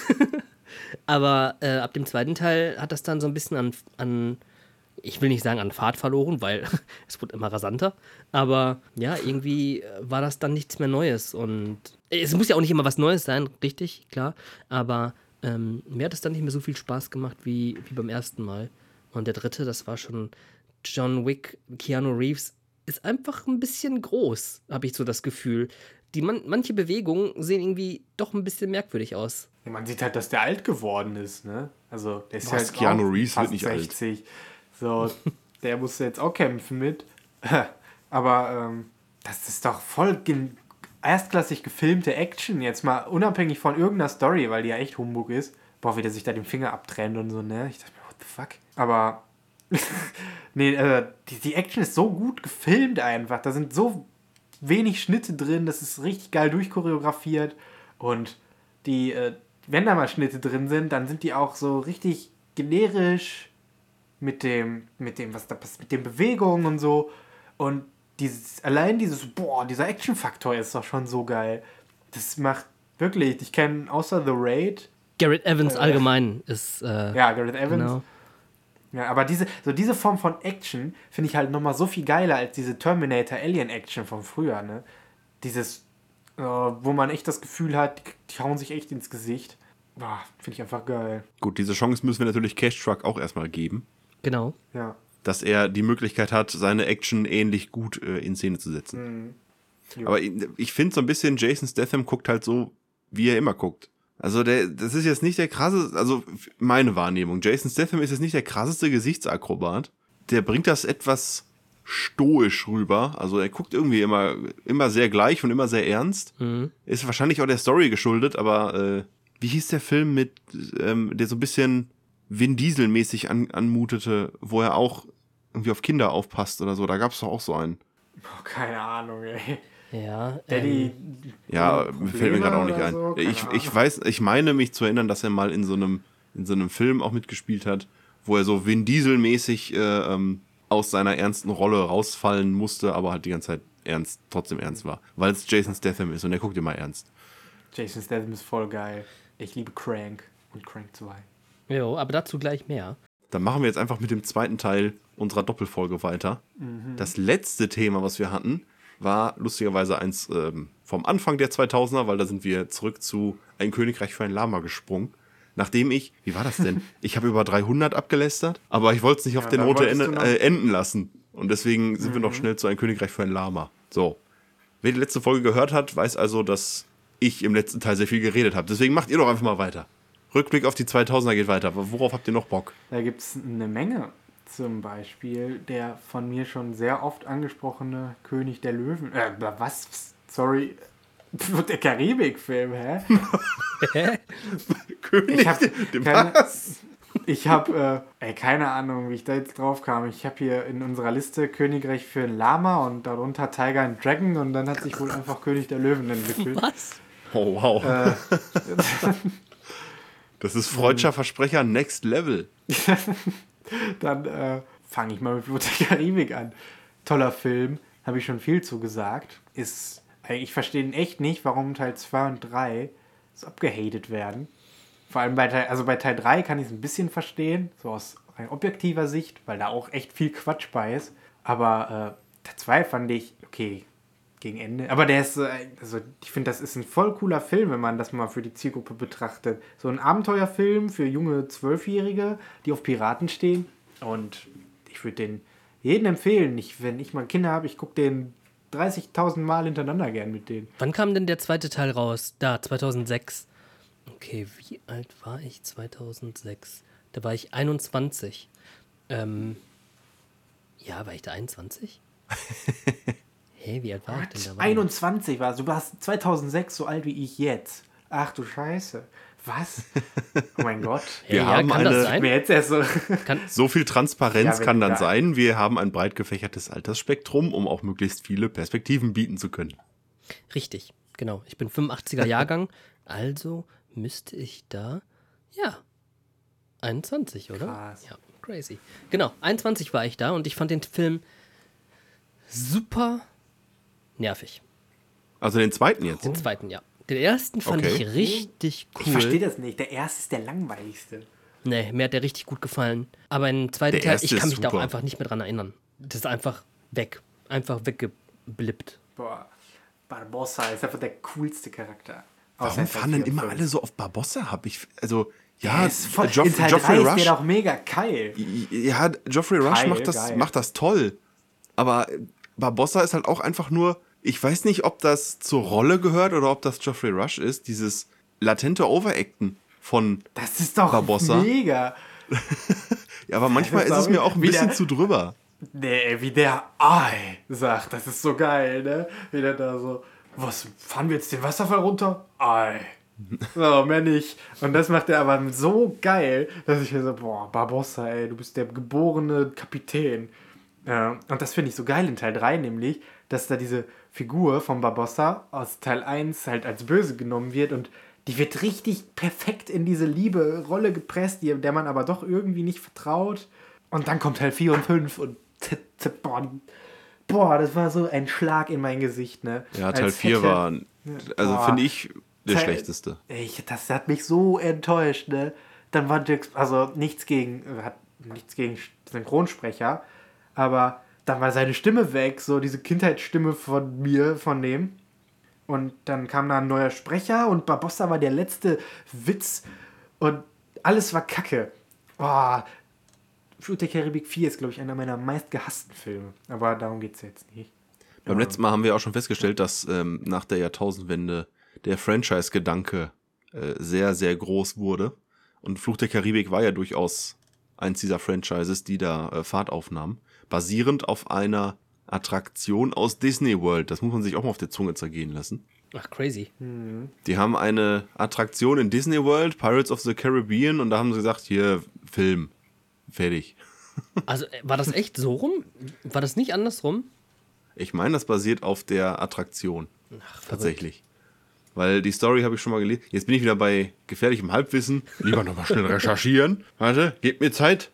[SPEAKER 1] Aber äh, ab dem zweiten Teil hat das dann so ein bisschen an, an, ich will nicht sagen an Fahrt verloren, weil es wurde immer rasanter. Aber ja, irgendwie war das dann nichts mehr Neues. Und es muss ja auch nicht immer was Neues sein, richtig, klar. Aber ähm, mir hat es dann nicht mehr so viel Spaß gemacht wie, wie beim ersten Mal. Und der dritte, das war schon John Wick, Keanu Reeves, ist einfach ein bisschen groß, habe ich so das Gefühl. Die man, manche Bewegungen sehen irgendwie doch ein bisschen merkwürdig aus.
[SPEAKER 3] Ja, man sieht halt, dass der alt geworden ist, ne? Also, der ist
[SPEAKER 2] Was,
[SPEAKER 3] halt
[SPEAKER 2] Keanu
[SPEAKER 3] auch
[SPEAKER 2] Reeves
[SPEAKER 3] fast
[SPEAKER 2] wird nicht alt.
[SPEAKER 3] sechzig. So, der musste jetzt auch kämpfen mit. Aber ähm, das ist doch voll gen- erstklassig gefilmte Action. Jetzt mal unabhängig von irgendeiner Story, weil die ja echt Humbug ist. Boah, wie der sich da den Finger abtrennt und so, ne? Ich dachte mir, what the fuck? Aber nee, äh, die, die Action ist so gut gefilmt einfach. Da sind so wenig Schnitte drin, das ist richtig geil durchchoreografiert. Und die, äh, wenn da mal Schnitte drin sind, dann sind die auch so richtig generisch mit dem, mit dem, was da passiert, mit den Bewegungen und so. Und dieses, allein dieses, boah, dieser Action-Faktor ist doch schon so geil. Das macht wirklich, ich kenne außer The Raid.
[SPEAKER 1] Gareth Evans
[SPEAKER 3] Äh,
[SPEAKER 1] allgemein ist. Äh,
[SPEAKER 3] Ja, Gareth Evans.
[SPEAKER 1] Genau.
[SPEAKER 3] Ja, aber diese, so diese Form von Action finde ich halt nochmal so viel geiler als diese Terminator-Alien-Action von früher, ne? Dieses, äh, wo man echt das Gefühl hat, die, die hauen sich echt ins Gesicht. Boah, finde ich einfach geil.
[SPEAKER 2] Gut, diese Chance müssen wir natürlich Cash Truck auch erstmal geben,
[SPEAKER 1] Genau.
[SPEAKER 3] Ja.
[SPEAKER 2] dass er die Möglichkeit hat, seine Action ähnlich gut äh, in Szene zu setzen.
[SPEAKER 3] Jo.
[SPEAKER 2] Aber ich, ich finde so ein bisschen, Jason Statham guckt halt so, wie er immer guckt. Also der, das ist jetzt nicht der krasseste, also meine Wahrnehmung, Jason Statham ist jetzt nicht der krasseste Gesichtsakrobat. Der bringt das etwas stoisch rüber. Also er guckt irgendwie immer, immer sehr gleich und immer sehr ernst.
[SPEAKER 1] Mhm.
[SPEAKER 2] Ist wahrscheinlich auch der Story geschuldet, aber äh, wie hieß der Film mit, ähm, der so ein bisschen Vin Diesel-mäßig an, anmutete, wo er auch irgendwie auf Kinder aufpasst oder so. Da gab es doch auch so einen.
[SPEAKER 3] Oh, keine Ahnung, ey.
[SPEAKER 1] Ja.
[SPEAKER 3] Daddy.
[SPEAKER 1] Ähm,
[SPEAKER 2] Ja,
[SPEAKER 3] Probleme
[SPEAKER 2] fällt mir gerade auch nicht
[SPEAKER 3] oder
[SPEAKER 2] ein.
[SPEAKER 3] so? Keine
[SPEAKER 2] Ich, ich
[SPEAKER 3] Ahnung.
[SPEAKER 2] weiß, ich meine mich zu erinnern, dass er mal in so einem, in so einem Film auch mitgespielt hat, wo er so Vin Diesel-mäßig äh, ähm, aus seiner ernsten Rolle rausfallen musste, aber halt die ganze Zeit ernst, trotzdem ernst war. Weil es Jason Statham ist und er guckt immer ernst.
[SPEAKER 3] Jason Statham ist voll geil. Ich liebe Crank und Crank zwei.
[SPEAKER 1] jo, aber dazu gleich mehr.
[SPEAKER 2] Dann machen wir jetzt einfach mit dem zweiten Teil unserer Doppelfolge weiter. Das letzte Thema, was wir hatten, war lustigerweise eins ähm, vom Anfang der zweitausender, weil da sind wir zurück zu Ein Königreich für ein Lama gesprungen. Nachdem ich, wie war das denn? Ich habe über dreihundert abgelästert, aber ich wollte es nicht auf
[SPEAKER 3] Ja,
[SPEAKER 2] der
[SPEAKER 3] dann
[SPEAKER 2] Note
[SPEAKER 3] wolltest
[SPEAKER 2] ende,
[SPEAKER 3] du noch-
[SPEAKER 2] äh, enden lassen. Und deswegen sind wir noch schnell zu Ein Königreich für ein Lama. So. Wer die letzte Folge gehört hat, weiß also, dass ich im letzten Teil sehr viel geredet habe. Deswegen macht ihr doch einfach mal weiter. Rückblick auf die zweitausender geht weiter. Worauf habt ihr noch Bock?
[SPEAKER 3] Da gibt es eine Menge. Zum Beispiel der von mir schon sehr oft angesprochene König der Löwen. Äh, was? Sorry. Der Karibik-Film, hä?
[SPEAKER 2] König,
[SPEAKER 3] Ich hab
[SPEAKER 2] dem
[SPEAKER 3] keine-
[SPEAKER 2] was?
[SPEAKER 3] Ich habe, äh, ey, keine Ahnung, wie ich da jetzt drauf kam. Ich habe hier in unserer Liste Königreich für ein Lama und darunter Tiger and Dragon und dann hat sich wohl einfach König der Löwen entwickelt.
[SPEAKER 1] Was?
[SPEAKER 2] Oh, wow.
[SPEAKER 3] Äh,
[SPEAKER 2] Das ist freudscher Versprecher Next Level.
[SPEAKER 3] dann äh, fange ich mal mit Fluch der Karibik an. Toller Film, habe ich schon viel zu gesagt. Ist, ich verstehe echt nicht, warum Teil zwei und drei so abgehatet werden. Vor allem bei Teil, also bei Teil drei kann ich es ein bisschen verstehen, so aus rein objektiver Sicht, weil da auch echt viel Quatsch bei ist. Aber äh, Teil zwei fand ich, okay, gegen Ende. Aber der ist, äh, also ich finde, das ist ein voll cooler Film, wenn man das mal für die Zielgruppe betrachtet. So ein Abenteuerfilm für junge Zwölfjährige, die auf Piraten stehen. Und ich würde den jedem empfehlen. Ich, wenn ich mal Kinder habe, ich gucke den dreißigtausend Mal hintereinander gern mit denen.
[SPEAKER 1] Wann kam denn der zweite Teil raus? Da, zweitausendsechs. Okay, wie alt war ich zweitausendsechs? Da war ich einundzwanzig. Ähm, ja, war ich da einundzwanzig? Hey, wie alt war ich denn da? Warte mal.
[SPEAKER 3] einundzwanzig warst du. Du warst zweitausendsechs so alt wie ich jetzt. Ach du Scheiße. Was? Oh mein Gott.
[SPEAKER 1] Hey,
[SPEAKER 2] Wir
[SPEAKER 1] ja,
[SPEAKER 2] haben
[SPEAKER 1] kann
[SPEAKER 2] eine-
[SPEAKER 1] das sein?
[SPEAKER 3] Mir jetzt erst so.
[SPEAKER 1] Kann,
[SPEAKER 2] So viel Transparenz
[SPEAKER 3] Ja, wenn
[SPEAKER 2] kann
[SPEAKER 3] du
[SPEAKER 2] dann
[SPEAKER 3] da-
[SPEAKER 2] sein. Wir haben ein breit gefächertes Altersspektrum, um auch möglichst viele Perspektiven bieten zu können.
[SPEAKER 1] richtig, genau. Ich bin fünfundachtziger Jahrgang, also müsste ich da, ja, einundzwanzig, oder?
[SPEAKER 3] Krass.
[SPEAKER 1] Ja, crazy. Genau, einundzwanzig war ich da und ich fand den Film super nervig.
[SPEAKER 2] Also den zweiten jetzt?
[SPEAKER 1] Den zweiten, ja. Den ersten fand
[SPEAKER 2] Okay.
[SPEAKER 1] ich richtig cool.
[SPEAKER 3] Ich verstehe das nicht. Der erste ist der langweiligste.
[SPEAKER 1] Nee, mir hat der richtig gut gefallen. Aber im zweiten
[SPEAKER 2] Der
[SPEAKER 1] Teil,
[SPEAKER 2] erste
[SPEAKER 1] ich kann
[SPEAKER 2] ist
[SPEAKER 1] mich da auch
[SPEAKER 2] super.
[SPEAKER 1] einfach nicht mehr dran erinnern. Das ist einfach weg. Einfach weggeblippt.
[SPEAKER 3] Boah, Barbossa ist einfach der coolste Charakter. Außer
[SPEAKER 2] Warum
[SPEAKER 3] in Teil
[SPEAKER 2] fahren denn
[SPEAKER 3] vier und
[SPEAKER 2] immer
[SPEAKER 3] fünf.
[SPEAKER 2] alle so auf Barbossa? Hab ich, also, ja,
[SPEAKER 3] Der ist voll,
[SPEAKER 2] Joff,
[SPEAKER 3] in Teil
[SPEAKER 2] Geoffrey
[SPEAKER 3] drei
[SPEAKER 2] Rush,
[SPEAKER 3] ist der doch mega geil.
[SPEAKER 2] ja, Geoffrey Rush
[SPEAKER 3] Geil,
[SPEAKER 2] macht, das,
[SPEAKER 3] geil.
[SPEAKER 2] macht das toll. Aber Barbossa ist halt auch einfach nur, ich weiß nicht, ob das zur Rolle gehört oder ob das Geoffrey Rush ist, dieses latente Overacten von,
[SPEAKER 3] Das ist doch
[SPEAKER 2] Barbossa.
[SPEAKER 3] mega.
[SPEAKER 2] ja, aber manchmal
[SPEAKER 3] ist
[SPEAKER 2] ist es
[SPEAKER 3] auch
[SPEAKER 2] mir auch ein
[SPEAKER 3] wieder-
[SPEAKER 2] bisschen zu drüber.
[SPEAKER 3] Nee, wie der Ei sagt, das ist so geil, ne? Wie der da so, was, fahren wir jetzt den Wasserfall runter? Ei. So, mehr nicht. Und das macht er aber so geil, dass ich mir so, boah, Barbossa, ey, du bist der geborene Kapitän. Ja, und das finde ich so geil in Teil drei, nämlich, dass da diese Figur von Barbossa aus Teil eins halt als böse genommen wird und die wird richtig perfekt in diese Liebe-Rolle gepresst, die, der man aber doch irgendwie nicht vertraut. Und dann kommt Teil vier und fünf und t- t- boah, boah, das war so ein Schlag in mein Gesicht, ne?
[SPEAKER 2] Ja, Teil
[SPEAKER 3] Als
[SPEAKER 2] vier
[SPEAKER 3] hätte-
[SPEAKER 2] war, also
[SPEAKER 3] Boah.
[SPEAKER 2] finde ich, der
[SPEAKER 3] Teil-
[SPEAKER 2] schlechteste.
[SPEAKER 3] Ich, das hat mich so enttäuscht, ne? Dann war Jack, also nichts gegen, hat nichts gegen Synchronsprecher, aber dann war seine Stimme weg, so diese Kindheitsstimme von mir, von dem. Und dann kam da ein neuer Sprecher und Barbossa war der letzte Witz und alles war Kacke. Boah, Fluch der Karibik vier ist, glaube ich, einer meiner meistgehassten Filme. Aber darum geht es jetzt nicht.
[SPEAKER 2] Beim letzten Mal haben wir auch schon festgestellt, dass ähm, nach der Jahrtausendwende der Franchise-Gedanke äh, sehr, sehr groß wurde. Und Fluch der Karibik war ja durchaus eins dieser Franchises, die da äh, Fahrt aufnahmen. Basierend auf einer Attraktion aus Disney World. Das muss man sich auch mal auf der Zunge zergehen lassen.
[SPEAKER 1] Ach, crazy.
[SPEAKER 2] Die haben eine Attraktion in Disney World, Pirates of the Caribbean, und da haben sie gesagt, hier, Film. Fertig.
[SPEAKER 1] Also, äh, war das echt so rum? War das nicht andersrum?
[SPEAKER 2] Ich meine, das basiert auf der Attraktion.
[SPEAKER 1] Ach,
[SPEAKER 2] Tatsächlich. Weil die Story habe ich schon mal gelesen. Jetzt bin ich wieder bei gefährlichem Halbwissen. Lieber nochmal schnell recherchieren. Warte, gebt mir Zeit.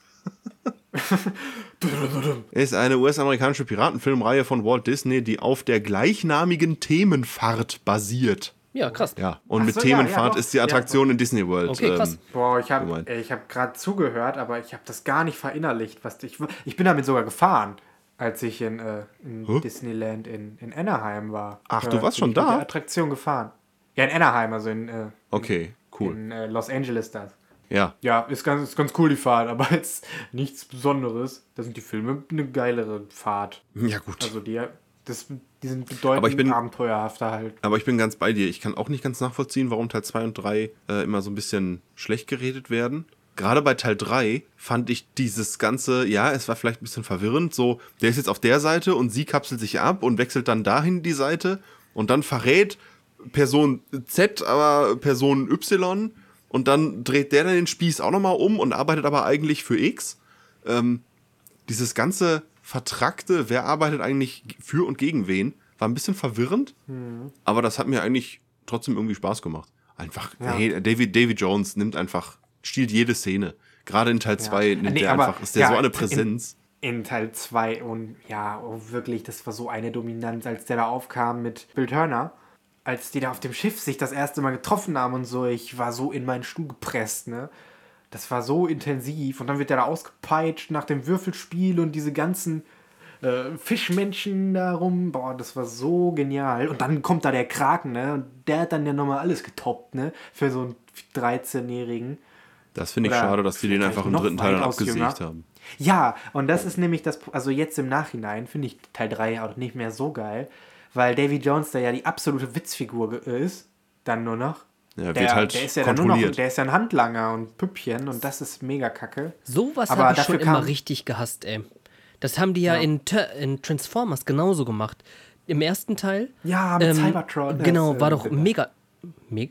[SPEAKER 2] Ist eine U S-amerikanische Piratenfilmreihe von Walt Disney, die auf der gleichnamigen Themenfahrt basiert.
[SPEAKER 1] Ja, krass.
[SPEAKER 2] Ja, und
[SPEAKER 3] Ach
[SPEAKER 2] mit
[SPEAKER 3] so, ja, ja,
[SPEAKER 2] Themenfahrt
[SPEAKER 3] doch.
[SPEAKER 2] ist die Attraktion in Disney World.
[SPEAKER 1] Okay, krass.
[SPEAKER 2] Ähm,
[SPEAKER 3] Boah, ich habe
[SPEAKER 2] gemeint.
[SPEAKER 3] ich hab gerade zugehört, aber ich habe das gar nicht verinnerlicht. Was ich, ich bin damit sogar gefahren, als ich in, äh, in
[SPEAKER 2] Hä?
[SPEAKER 3] Disneyland in, in Anaheim war.
[SPEAKER 2] Ach,
[SPEAKER 3] Äh,
[SPEAKER 2] du warst
[SPEAKER 3] bin
[SPEAKER 2] schon
[SPEAKER 3] ich mit
[SPEAKER 2] da?
[SPEAKER 3] der Attraktion gefahren. Ja, in Anaheim, also in, äh,
[SPEAKER 2] okay, cool.
[SPEAKER 3] in äh, Los Angeles das.
[SPEAKER 2] Ja,
[SPEAKER 3] Ja, ist ganz, ist ganz cool die Fahrt, aber jetzt nichts Besonderes. Da sind die Filme eine geilere Fahrt.
[SPEAKER 2] ja gut.
[SPEAKER 3] Also die, das, die sind bedeutend
[SPEAKER 2] Aber ich bin-
[SPEAKER 3] abenteuerhafter halt.
[SPEAKER 2] Aber ich bin ganz bei dir. Ich kann auch nicht ganz nachvollziehen, warum Teil zwei und drei äh, immer so ein bisschen schlecht geredet werden. Gerade bei Teil drei fand ich dieses ganze, ja, es war vielleicht ein bisschen verwirrend, so, der ist jetzt auf der Seite und sie kapselt sich ab und wechselt dann dahin die Seite und dann verrät Person Z, aber Person Y und dann dreht der dann den Spieß auch nochmal um und arbeitet aber eigentlich für X. Ähm, dieses ganze Vertrackte, wer arbeitet eigentlich für und gegen wen, war ein bisschen verwirrend, aber das hat mir eigentlich trotzdem irgendwie Spaß gemacht. Einfach,
[SPEAKER 3] Ja.
[SPEAKER 2] hey, David, David Jones nimmt einfach, stiehlt jede Szene. Gerade in Teil zwei nimmt
[SPEAKER 3] Nee,
[SPEAKER 2] der
[SPEAKER 3] aber-
[SPEAKER 2] einfach, ist der
[SPEAKER 3] ja,
[SPEAKER 2] so eine
[SPEAKER 3] in-
[SPEAKER 2] Präsenz.
[SPEAKER 3] In Teil zwei und ja, oh, wirklich, das war so eine Dominanz, als der da aufkam mit Bill Turner. Als die da auf dem Schiff sich das erste Mal getroffen haben und so, ich war so in meinen Stuhl gepresst, ne? Das war so intensiv und dann wird der da ausgepeitscht nach dem Würfelspiel und diese ganzen äh, Fischmenschen da rum. Boah, das war so genial. Und dann kommt da der Kraken, ne? Und der hat dann ja nochmal alles getoppt, ne? Für so einen dreizehnjährigen.
[SPEAKER 2] Das finde ich
[SPEAKER 3] oder
[SPEAKER 2] schade, dass die den
[SPEAKER 3] vielleicht
[SPEAKER 2] einfach im
[SPEAKER 3] noch
[SPEAKER 2] dritten Teil dann
[SPEAKER 3] weitaus
[SPEAKER 2] abgesägt
[SPEAKER 3] jünger.
[SPEAKER 2] haben.
[SPEAKER 3] Ja, und das ist nämlich das, also jetzt im Nachhinein finde ich Teil drei auch nicht mehr so geil, weil Davy Jones da ja die absolute Witzfigur ge- ist, dann nur noch.
[SPEAKER 2] Ja, wird
[SPEAKER 3] Der,
[SPEAKER 2] halt
[SPEAKER 3] der ist ja dann nur noch,
[SPEAKER 2] kontrolliert.
[SPEAKER 3] der ist ja ein Handlanger und Püppchen und das ist mega kacke.
[SPEAKER 1] Sowas
[SPEAKER 3] Aber
[SPEAKER 1] habe ich
[SPEAKER 3] dafür
[SPEAKER 1] schon immer
[SPEAKER 3] kam-
[SPEAKER 1] richtig gehasst, ey. Das haben die ja,
[SPEAKER 3] Ja.
[SPEAKER 1] In, Ter- in Transformers genauso gemacht. Im ersten Teil.
[SPEAKER 3] Ja, mit Cybertron.
[SPEAKER 1] Genau,
[SPEAKER 3] das,
[SPEAKER 1] war
[SPEAKER 3] äh,
[SPEAKER 1] doch mega. Me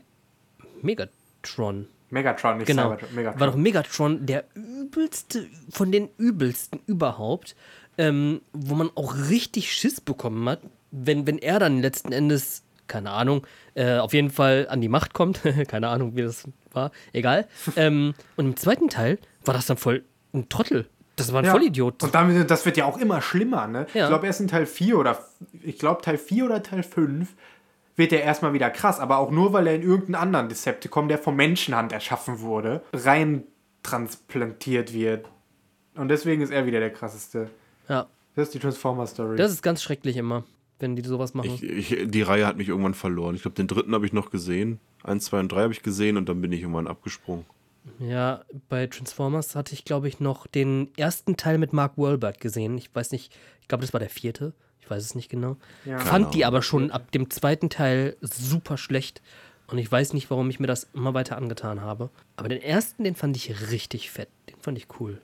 [SPEAKER 1] Megatron.
[SPEAKER 3] Megatron, nicht
[SPEAKER 1] Genau.
[SPEAKER 3] Cybertron. Megatron.
[SPEAKER 1] War doch Megatron der übelste von den übelsten überhaupt. Ähm, wo man auch richtig Schiss bekommen hat, wenn, wenn er dann letzten Endes keine Ahnung, äh, auf jeden Fall an die Macht kommt. Keine Ahnung, wie das war. Egal. ähm, und im zweiten Teil war das dann voll ein Trottel. Das war ein
[SPEAKER 3] Ja.
[SPEAKER 1] Vollidiot.
[SPEAKER 3] Und damit, das wird ja auch immer schlimmer, ne?
[SPEAKER 1] Ja.
[SPEAKER 3] Ich glaube, erst in Teil vier oder ich glaube Teil vier oder Teil fünf wird er erstmal wieder krass, aber auch nur, weil er in irgendeinen anderen Decepticon, der von Menschenhand erschaffen wurde, rein transplantiert wird. Und deswegen ist er wieder der krasseste.
[SPEAKER 1] Ja.
[SPEAKER 3] Das ist die Transformer-Story.
[SPEAKER 1] Das ist ganz schrecklich immer, wenn die sowas machen.
[SPEAKER 2] Ich, ich, die Reihe hat mich irgendwann verloren. Ich glaube, den dritten habe ich noch gesehen. Eins, zwei und drei habe ich gesehen und dann bin ich irgendwann abgesprungen.
[SPEAKER 1] Ja, bei Transformers hatte ich, glaube ich, noch den ersten Teil mit Mark Wahlberg gesehen. Ich weiß nicht, ich glaube, das war der vierte. Ich weiß es nicht genau.
[SPEAKER 3] Ja.
[SPEAKER 1] Fand die
[SPEAKER 2] Keine
[SPEAKER 1] aber schon ab dem zweiten Teil super schlecht. Und ich weiß nicht, warum ich mir das immer weiter angetan habe. Aber den ersten, den fand ich richtig fett. Den fand ich cool.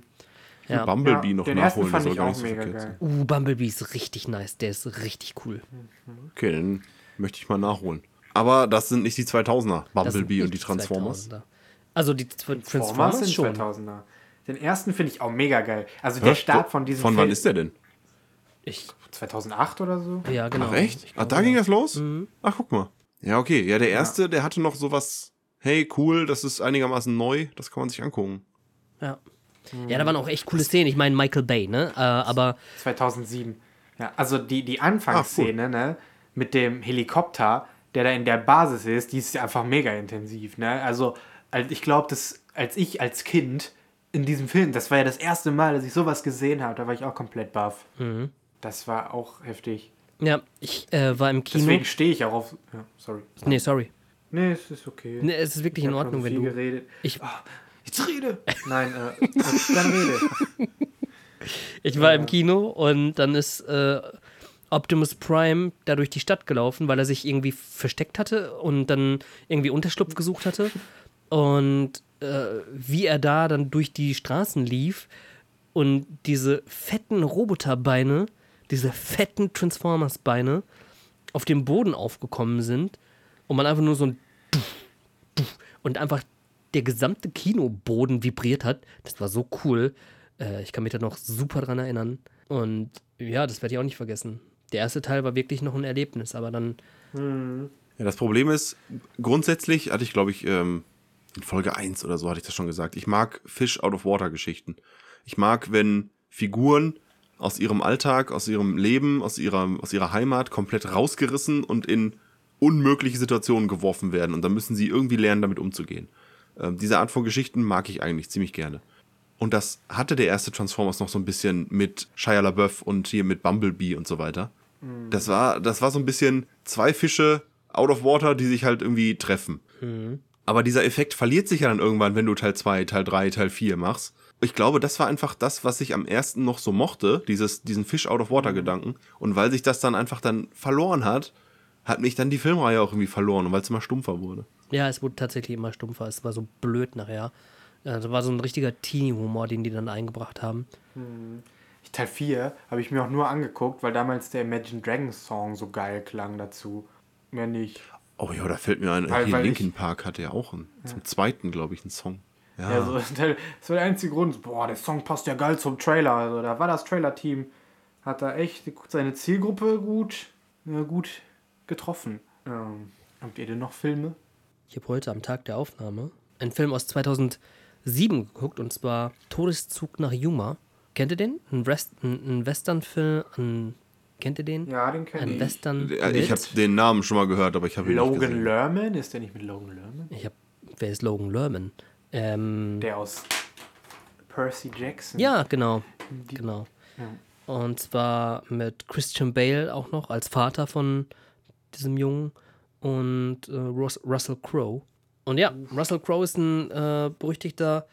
[SPEAKER 1] Ja.
[SPEAKER 2] Bumblebee
[SPEAKER 3] Ja,
[SPEAKER 2] noch
[SPEAKER 3] den ersten
[SPEAKER 2] nachholen, der
[SPEAKER 3] fand
[SPEAKER 2] soll
[SPEAKER 3] ich
[SPEAKER 2] gar
[SPEAKER 3] auch
[SPEAKER 2] nicht so
[SPEAKER 3] mega
[SPEAKER 2] verkehrt
[SPEAKER 3] geil.
[SPEAKER 2] sein.
[SPEAKER 1] Uh, Bumblebee ist richtig nice. Der ist richtig cool.
[SPEAKER 2] Okay, den möchte ich mal nachholen. Aber das sind nicht die zweitausender,
[SPEAKER 1] Das sind
[SPEAKER 2] Bumblebee
[SPEAKER 1] nicht
[SPEAKER 2] und die Transformers.
[SPEAKER 1] zweitausender. Also die Transformers,
[SPEAKER 3] Transformers sind
[SPEAKER 1] schon.
[SPEAKER 3] zweitausender. Den ersten finde ich auch mega geil. Also der
[SPEAKER 2] Hä?
[SPEAKER 3] Start von diesem
[SPEAKER 2] Von wann
[SPEAKER 3] Film-
[SPEAKER 2] ist der denn?
[SPEAKER 1] Ich,
[SPEAKER 3] zweitausendacht oder so?
[SPEAKER 1] ja, genau.
[SPEAKER 2] Ach echt?
[SPEAKER 1] Ich
[SPEAKER 2] Ah,
[SPEAKER 1] glaube,
[SPEAKER 2] da
[SPEAKER 1] ja.
[SPEAKER 2] ging das los? Ach, guck mal. Ja, okay. Ja, der erste, der hatte noch sowas, hey, cool, das ist einigermaßen neu, das kann man sich angucken.
[SPEAKER 1] Ja. Ja, da waren auch echt coole Szenen. Ich meine Michael Bay, ne? Äh, aber
[SPEAKER 3] zweitausendsieben. Ja, also die, die Anfangsszene, ne, mit dem Helikopter, der da in der Basis ist, die ist einfach mega intensiv, ne? Also, als ich glaube, dass als ich als Kind in diesem Film, das war ja das erste Mal, dass ich sowas gesehen habe, da war ich auch komplett baff. Das war auch heftig.
[SPEAKER 1] ja, ich äh, war im Kino.
[SPEAKER 3] Deswegen stehe ich auch auf. Ja, sorry.
[SPEAKER 1] Nee, sorry.
[SPEAKER 3] Nee, es ist okay.
[SPEAKER 1] Nee, es ist wirklich
[SPEAKER 3] Ich
[SPEAKER 1] in
[SPEAKER 3] hab
[SPEAKER 1] Ordnung,
[SPEAKER 3] schon
[SPEAKER 1] wenn
[SPEAKER 3] viel
[SPEAKER 1] du.
[SPEAKER 3] geredet.
[SPEAKER 1] Ich,
[SPEAKER 3] Ah, jetzt rede! Nein, äh, dann rede.
[SPEAKER 1] ich war im Kino und dann ist äh, Optimus Prime da durch die Stadt gelaufen, weil er sich irgendwie versteckt hatte und dann irgendwie Unterschlupf gesucht hatte. Und äh, wie er da dann durch die Straßen lief und diese fetten Roboterbeine, diese fetten Transformers-Beine auf dem Boden aufgekommen sind und man einfach nur so ein und einfach der gesamte Kinoboden vibriert hat. Das war so cool. Äh, ich kann mich da noch super dran erinnern. Und ja, das werde ich auch nicht vergessen. Der erste Teil war wirklich noch ein Erlebnis, aber dann,
[SPEAKER 2] Ja, das Problem ist, grundsätzlich hatte ich, glaube ich, ähm, in Folge eins oder so hatte ich das schon gesagt, ich mag Fish-out-of-water-Geschichten. Ich mag, wenn Figuren aus ihrem Alltag, aus ihrem Leben, aus ihrer, aus ihrer Heimat komplett rausgerissen und in unmögliche Situationen geworfen werden. Und dann müssen sie irgendwie lernen, damit umzugehen. Ähm, diese Art von Geschichten mag ich eigentlich ziemlich gerne. Und das hatte der erste Transformers noch so ein bisschen mit Shia LaBeouf und hier mit Bumblebee und so weiter. Das war, das war so ein bisschen zwei Fische out of water, die sich halt irgendwie treffen. Aber dieser Effekt verliert sich ja dann irgendwann, wenn du Teil zwei, Teil drei, Teil vier machst. Ich glaube, das war einfach das, was ich am ersten noch so mochte, dieses, diesen Fish-out-of-water-Gedanken. Und weil sich das dann einfach dann verloren hat, hat mich dann die Filmreihe auch irgendwie verloren, und weil es immer stumpfer wurde.
[SPEAKER 1] ja, es wurde tatsächlich immer stumpfer. Es war so blöd nachher. Ja, das war so ein richtiger Teenie-Humor, den die dann eingebracht haben.
[SPEAKER 3] Teil vier habe ich mir auch nur angeguckt, weil damals der Imagine Dragons Song so geil klang dazu. Mehr nicht.
[SPEAKER 2] Oh ja, da fällt mir ein,
[SPEAKER 3] Weil-
[SPEAKER 2] hier
[SPEAKER 3] weil
[SPEAKER 2] Linkin
[SPEAKER 3] ich-
[SPEAKER 2] Park hatte ja auch einen, zum zweiten, glaube ich, einen Song. Ja,
[SPEAKER 3] Ja, so, das war der einzige Grund. Boah, der Song passt ja geil zum Trailer. Also, da war das Trailer-Team, hat da echt seine Zielgruppe gut, äh, gut getroffen. Ähm, habt ihr denn noch Filme?
[SPEAKER 1] Ich habe heute am Tag der Aufnahme einen Film aus zweitausendsieben geguckt, und zwar Todeszug nach Yuma. Kennt ihr den? Ein, West, ein, ein Western-Film. Ein, kennt ihr den?
[SPEAKER 3] Ja, den kenne
[SPEAKER 1] Ein
[SPEAKER 3] ich.
[SPEAKER 1] Western.
[SPEAKER 2] Ja, ich habe
[SPEAKER 1] mit-
[SPEAKER 2] den Namen schon mal gehört, aber ich habe ihn nicht
[SPEAKER 3] Logan
[SPEAKER 2] gesehen.
[SPEAKER 3] Lerman? Ist der nicht mit Logan Lerman?
[SPEAKER 1] Ich hab, wer ist Logan Lerman? Ähm,
[SPEAKER 3] Der aus Percy Jackson.
[SPEAKER 1] ja, genau.
[SPEAKER 3] Die-
[SPEAKER 1] Genau.
[SPEAKER 3] Ja.
[SPEAKER 1] Und zwar mit Christian Bale auch noch als Vater von diesem Jungen und äh, Rus Russell Crowe. Und ja, Russell Crowe ist ein äh, berüchtigter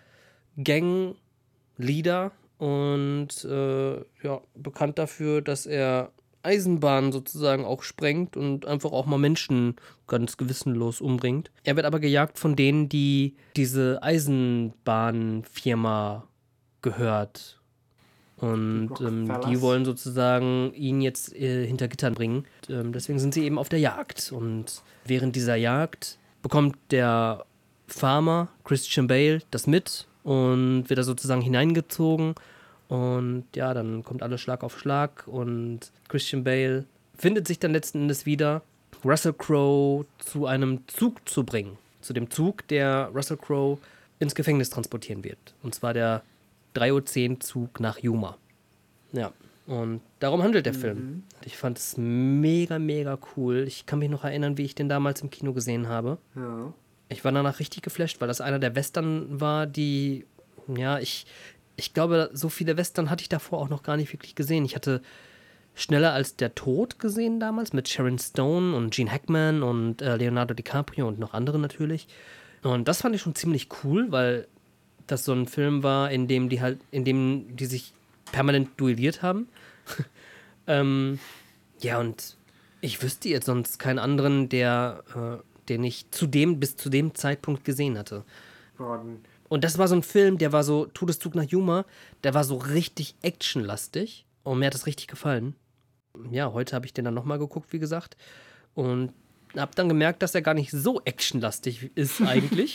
[SPEAKER 1] Gang-Leader und äh, ja, bekannt dafür, dass er Eisenbahnen sozusagen auch sprengt und einfach auch mal Menschen ganz gewissenlos umbringt. Er wird aber gejagt von denen, die diese Eisenbahnfirma gehört. Und ähm, die
[SPEAKER 3] Rockefellers.
[SPEAKER 1] wollen sozusagen ihn jetzt äh, hinter Gittern bringen. Und, ähm, deswegen sind sie eben auf der Jagd. Und während dieser Jagd bekommt der Farmer Christian Bale das mit und wird da sozusagen hineingezogen. Und ja, dann kommt alles Schlag auf Schlag und Christian Bale findet sich dann letzten Endes wieder Russell Crowe zu einem Zug zu bringen. Zu dem Zug, der Russell Crowe ins Gefängnis transportieren wird. Und zwar der drei Uhr zehn Zug nach Yuma. Ja, und darum handelt der mhm. Film. Ich fand es mega, mega cool. Ich kann mich noch erinnern, wie ich den damals im Kino gesehen habe.
[SPEAKER 3] Ja.
[SPEAKER 1] Ich war danach richtig geflasht, weil das einer der Western war, die, ja, ich, ich glaube, so viele Western hatte ich davor auch noch gar nicht wirklich gesehen. Ich hatte Schneller als der Tod gesehen damals mit Sharon Stone und Gene Hackman und äh, Leonardo DiCaprio und noch andere natürlich. Und das fand ich schon ziemlich cool, weil das so ein Film war, in dem die halt, in dem die sich permanent duelliert haben. ähm, ja, und ich wüsste jetzt sonst keinen anderen, der, äh, den ich zu dem, bis zu dem Zeitpunkt gesehen hatte. Und das war so ein Film, der war so, Todeszug nach Yuma, der war so richtig actionlastig. Und mir hat das richtig gefallen. Ja, heute habe ich den dann nochmal geguckt, wie gesagt. Und habe dann gemerkt, dass er gar nicht so actionlastig ist eigentlich.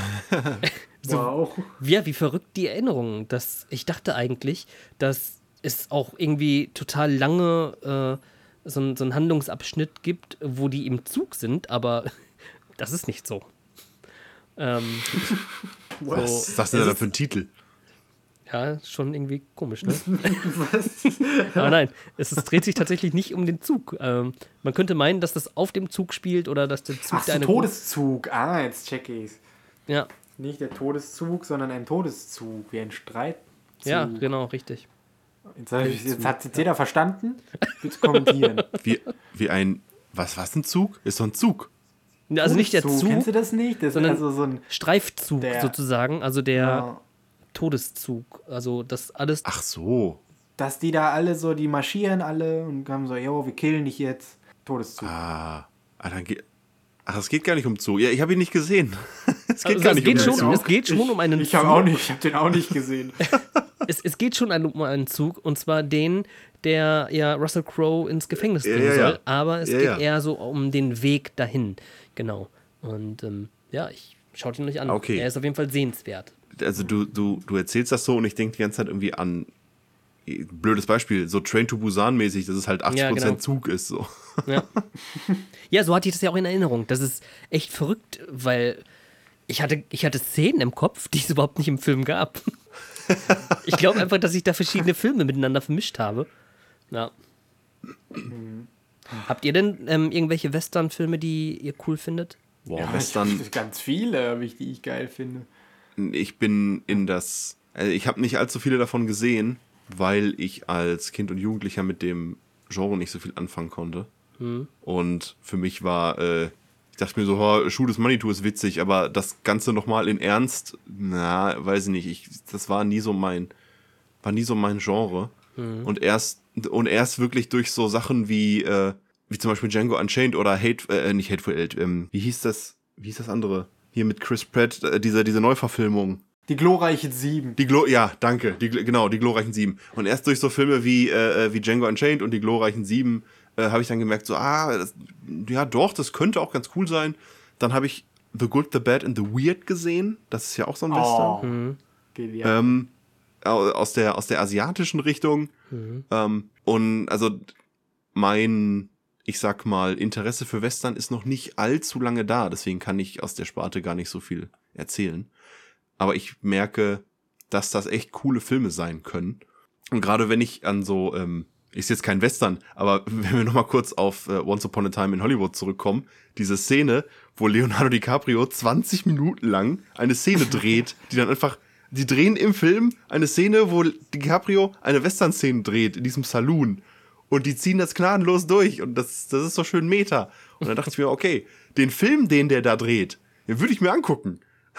[SPEAKER 1] so,
[SPEAKER 3] wow.
[SPEAKER 1] Ja, wie verrückt die Erinnerungen. Das, ich dachte eigentlich, dass es auch irgendwie total lange äh, so, ein, so einen Handlungsabschnitt gibt, wo die im Zug sind, aber das ist nicht so. Ähm,
[SPEAKER 2] Was ist das denn da für ein Titel?
[SPEAKER 1] Ja, schon irgendwie komisch, ne? Aber nein, es, es dreht sich tatsächlich nicht um den Zug. Ähm, man könnte meinen, dass das auf dem Zug spielt oder dass der Zug...
[SPEAKER 3] Ach so, Todeszug. Ah, jetzt check ich's.
[SPEAKER 1] Ja.
[SPEAKER 3] Nicht der Todeszug, sondern ein Todeszug, wie ein Streitzug.
[SPEAKER 1] Ja, genau, richtig.
[SPEAKER 3] Jetzt, ich, jetzt hat jetzt jeder verstanden? Bitte kommentieren.
[SPEAKER 2] Wie, wie ein... Was, was ein Zug? Ist doch ein Zug.
[SPEAKER 1] Also nicht der Zug.
[SPEAKER 3] Kennst du das nicht? Das
[SPEAKER 1] sondern
[SPEAKER 3] ist also so ein
[SPEAKER 1] Streifzug
[SPEAKER 3] der,
[SPEAKER 1] sozusagen. Also der...
[SPEAKER 3] Ja.
[SPEAKER 1] Todeszug, also das alles...
[SPEAKER 2] Ach so.
[SPEAKER 3] Dass die da alle so, die marschieren alle und haben so, jo, wir killen dich jetzt. Todeszug.
[SPEAKER 2] Ah, ah dann geht... Ach, es geht gar nicht um Zug. Ja, ich habe ihn nicht gesehen. Es geht
[SPEAKER 1] also
[SPEAKER 2] gar
[SPEAKER 1] es
[SPEAKER 2] nicht
[SPEAKER 1] geht
[SPEAKER 2] um
[SPEAKER 1] schon,
[SPEAKER 2] Zug.
[SPEAKER 1] Es geht schon
[SPEAKER 3] ich,
[SPEAKER 1] um einen
[SPEAKER 3] ich
[SPEAKER 1] Zug.
[SPEAKER 3] Hab auch nicht, ich habe den auch nicht gesehen.
[SPEAKER 1] es, es geht schon um einen Zug, und zwar den, der ja Russell Crowe ins Gefängnis
[SPEAKER 2] Ja,
[SPEAKER 1] bringen
[SPEAKER 2] ja,
[SPEAKER 1] soll,
[SPEAKER 2] ja.
[SPEAKER 1] aber es
[SPEAKER 2] Ja,
[SPEAKER 1] geht
[SPEAKER 2] ja.
[SPEAKER 1] eher so um den Weg dahin. Genau. Und ähm, ja, ich schaut ihn euch an.
[SPEAKER 2] Okay.
[SPEAKER 1] Er ist auf jeden Fall sehenswert.
[SPEAKER 2] Also du, du, du erzählst das so und ich denke die ganze Zeit irgendwie an, blödes Beispiel, so Train to Busan mäßig, dass es halt achtzig Prozent
[SPEAKER 1] Ja, genau.
[SPEAKER 2] Zug ist. So.
[SPEAKER 1] Ja. ja, so hatte ich das ja auch in Erinnerung. Das ist echt verrückt, weil ich hatte, ich hatte Szenen im Kopf, die es überhaupt nicht im Film gab. Ich glaube einfach, dass ich da verschiedene Filme miteinander vermischt habe. Ja. Habt ihr denn ähm, irgendwelche Western-Filme, die ihr cool findet?
[SPEAKER 2] Boah,
[SPEAKER 3] Ja,
[SPEAKER 2] Western,
[SPEAKER 3] ich, ganz viele, hab ich, die ich geil finde.
[SPEAKER 2] ich bin in das, also ich habe nicht allzu viele davon gesehen, weil ich als Kind und Jugendlicher mit dem Genre nicht so viel anfangen konnte.
[SPEAKER 1] Hm.
[SPEAKER 2] Und für mich war, äh, ich dachte mir so, oh, Schuh des Manitou ist witzig, aber das Ganze nochmal in Ernst, na, weiß ich nicht, ich, das war nie so mein, war nie so mein Genre.
[SPEAKER 1] Hm.
[SPEAKER 2] Und erst, und erst wirklich durch so Sachen wie, äh, wie zum Beispiel Django Unchained oder Hate, äh, nicht Hateful Eight, ähm, wie hieß das, wie hieß das andere? Hier mit Chris Pratt, äh, diese, diese Neuverfilmung.
[SPEAKER 3] Die glorreichen Sieben.
[SPEAKER 2] Die Glo ja, danke, die, genau, die glorreichen Sieben. Und erst durch so Filme wie, äh, wie Django Unchained und die glorreichen Sieben äh, habe ich dann gemerkt, so, ah, das, ja doch, das könnte auch ganz cool sein. Dann habe ich The Good, The Bad and The Weird gesehen. Das ist ja auch so ein Western.
[SPEAKER 3] Oh,
[SPEAKER 1] Hm.
[SPEAKER 3] genial.
[SPEAKER 2] Ähm, au- aus der, aus der asiatischen Richtung.
[SPEAKER 1] Mhm.
[SPEAKER 2] Ähm, und also mein, ich sag mal, Interesse für Western ist noch nicht allzu lange da. Deswegen kann ich aus der Sparte gar nicht so viel erzählen. Aber ich merke, dass das echt coole Filme sein können. Und gerade wenn ich an so, ähm, ist jetzt kein Western, aber wenn wir nochmal kurz auf äh, Once Upon a Time in Hollywood zurückkommen, diese Szene, wo Leonardo DiCaprio zwanzig Minuten lang eine Szene dreht, die dann einfach, die drehen im Film eine Szene, wo DiCaprio eine Western-Szene dreht, in diesem Saloon. Und die ziehen das gnadenlos durch. Und das, das ist so schön Meta. Und dann dachte ich mir, okay, den Film, den der da dreht, den würde ich mir angucken.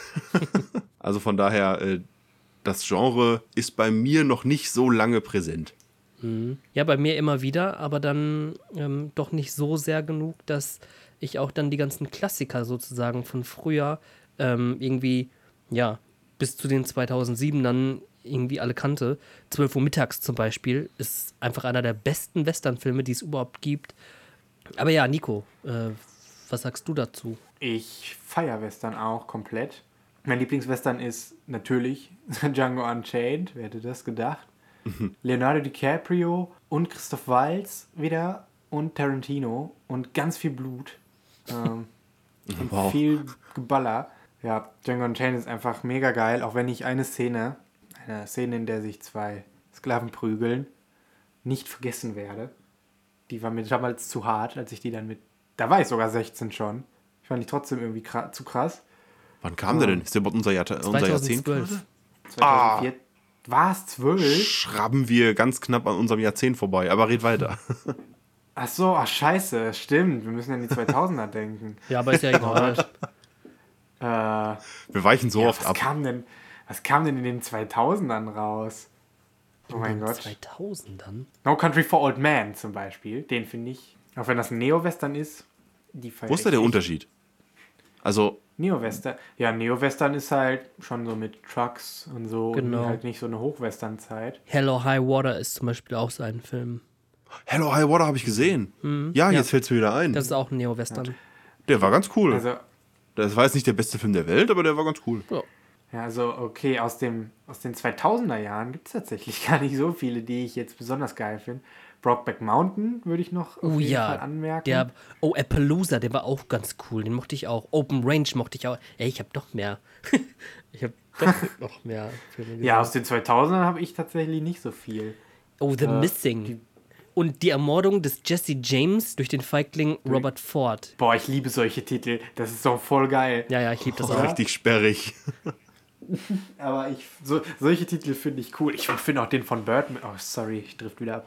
[SPEAKER 2] Also von daher, äh, das Genre ist bei mir noch nicht so lange präsent.
[SPEAKER 1] Mhm. Ja, bei mir immer wieder, aber dann ähm, doch nicht so sehr genug, dass ich auch dann die ganzen Klassiker sozusagen von früher ähm, irgendwie, ja, bis zu den zweitausendsieben dann irgendwie alle kannte. zwölf Uhr mittags zum Beispiel ist einfach einer der besten Westernfilme, die es überhaupt gibt. Aber ja, Nico, äh, was sagst du dazu?
[SPEAKER 3] Ich feier Western auch komplett. Mein Lieblingswestern ist natürlich Django Unchained. Wer hätte das gedacht? Leonardo DiCaprio und Christoph Waltz wieder und Tarantino und ganz viel Blut. Ähm, und
[SPEAKER 2] Wow.
[SPEAKER 3] viel Geballer. Ja, Django Unchained ist einfach mega geil, auch wenn ich eine Szene, eine Szene, in der sich zwei Sklaven prügeln, nicht vergessen werde. Die war mir damals zu hart, als ich die dann mit... Da war ich sogar sechzehn schon. Ich fand die trotzdem irgendwie kra- zu krass.
[SPEAKER 2] Wann kam der denn? Ist der überhaupt unser, Jahr, unser Jahrzehnt?
[SPEAKER 1] zweitausendzwölf.
[SPEAKER 3] zweitausendvier. War es zwölf?
[SPEAKER 2] Schraben wir ganz knapp an unserem Jahrzehnt vorbei, aber red weiter.
[SPEAKER 3] Ach so, ach scheiße, stimmt. Wir müssen an die zweitausender denken.
[SPEAKER 1] Ja, aber ist ja egal.
[SPEAKER 3] Äh, ja,
[SPEAKER 2] Wir weichen so oft
[SPEAKER 3] was
[SPEAKER 2] ab.
[SPEAKER 3] kam denn, was kam denn in den zweitausendern raus? Oh mein Gott.
[SPEAKER 1] zweitausendern?
[SPEAKER 3] No Country for Old Men zum Beispiel. Den finde ich, auch wenn das ein Neo-Western ist, die feier
[SPEAKER 2] Wo ist
[SPEAKER 3] ich
[SPEAKER 2] da der
[SPEAKER 3] echt.
[SPEAKER 2] Unterschied? Also,
[SPEAKER 3] Neo-Western. Ja, Neo-Western ist halt schon so mit Trucks und so.
[SPEAKER 1] Genau.
[SPEAKER 3] Und halt nicht so eine Hochwestern-Zeit.
[SPEAKER 1] Hell or High Water ist zum Beispiel auch so ein Film.
[SPEAKER 2] Hello High Water habe ich gesehen. Ja, jetzt fällt es mir wieder ein.
[SPEAKER 1] Das ist auch ein Neo-Western.
[SPEAKER 2] Der war ganz cool.
[SPEAKER 3] Also,
[SPEAKER 2] Das war jetzt nicht der beste Film der Welt, aber der war ganz cool.
[SPEAKER 1] Ja.
[SPEAKER 3] ja, also okay, aus, dem, aus den zweitausender Jahren gibt es tatsächlich gar nicht so viele, die ich jetzt besonders geil finde. Brokeback Mountain würde ich noch auf
[SPEAKER 1] Oh
[SPEAKER 3] jeden
[SPEAKER 1] ja,
[SPEAKER 3] Fall anmerken.
[SPEAKER 1] der, oh, Appaloosa, der war auch ganz cool. Den mochte ich auch. Open Range mochte ich auch. Ey, ich habe doch mehr. ich habe doch noch mehr Filme gesehen.
[SPEAKER 3] ja, aus den zweitausendern habe ich tatsächlich nicht so viel.
[SPEAKER 1] Oh, The
[SPEAKER 3] Äh,
[SPEAKER 1] Missing.
[SPEAKER 3] die-
[SPEAKER 1] Und die Ermordung des Jesse James durch den Feigling Robert Ford.
[SPEAKER 3] Boah, ich liebe solche Titel. Das ist doch voll geil.
[SPEAKER 1] Ja, ja, ich liebe das
[SPEAKER 2] Oh,
[SPEAKER 1] auch.
[SPEAKER 2] richtig sperrig.
[SPEAKER 3] Aber ich, so, solche Titel finde ich cool. Ich finde auch den von Birdman. Oh, sorry, ich drift wieder ab.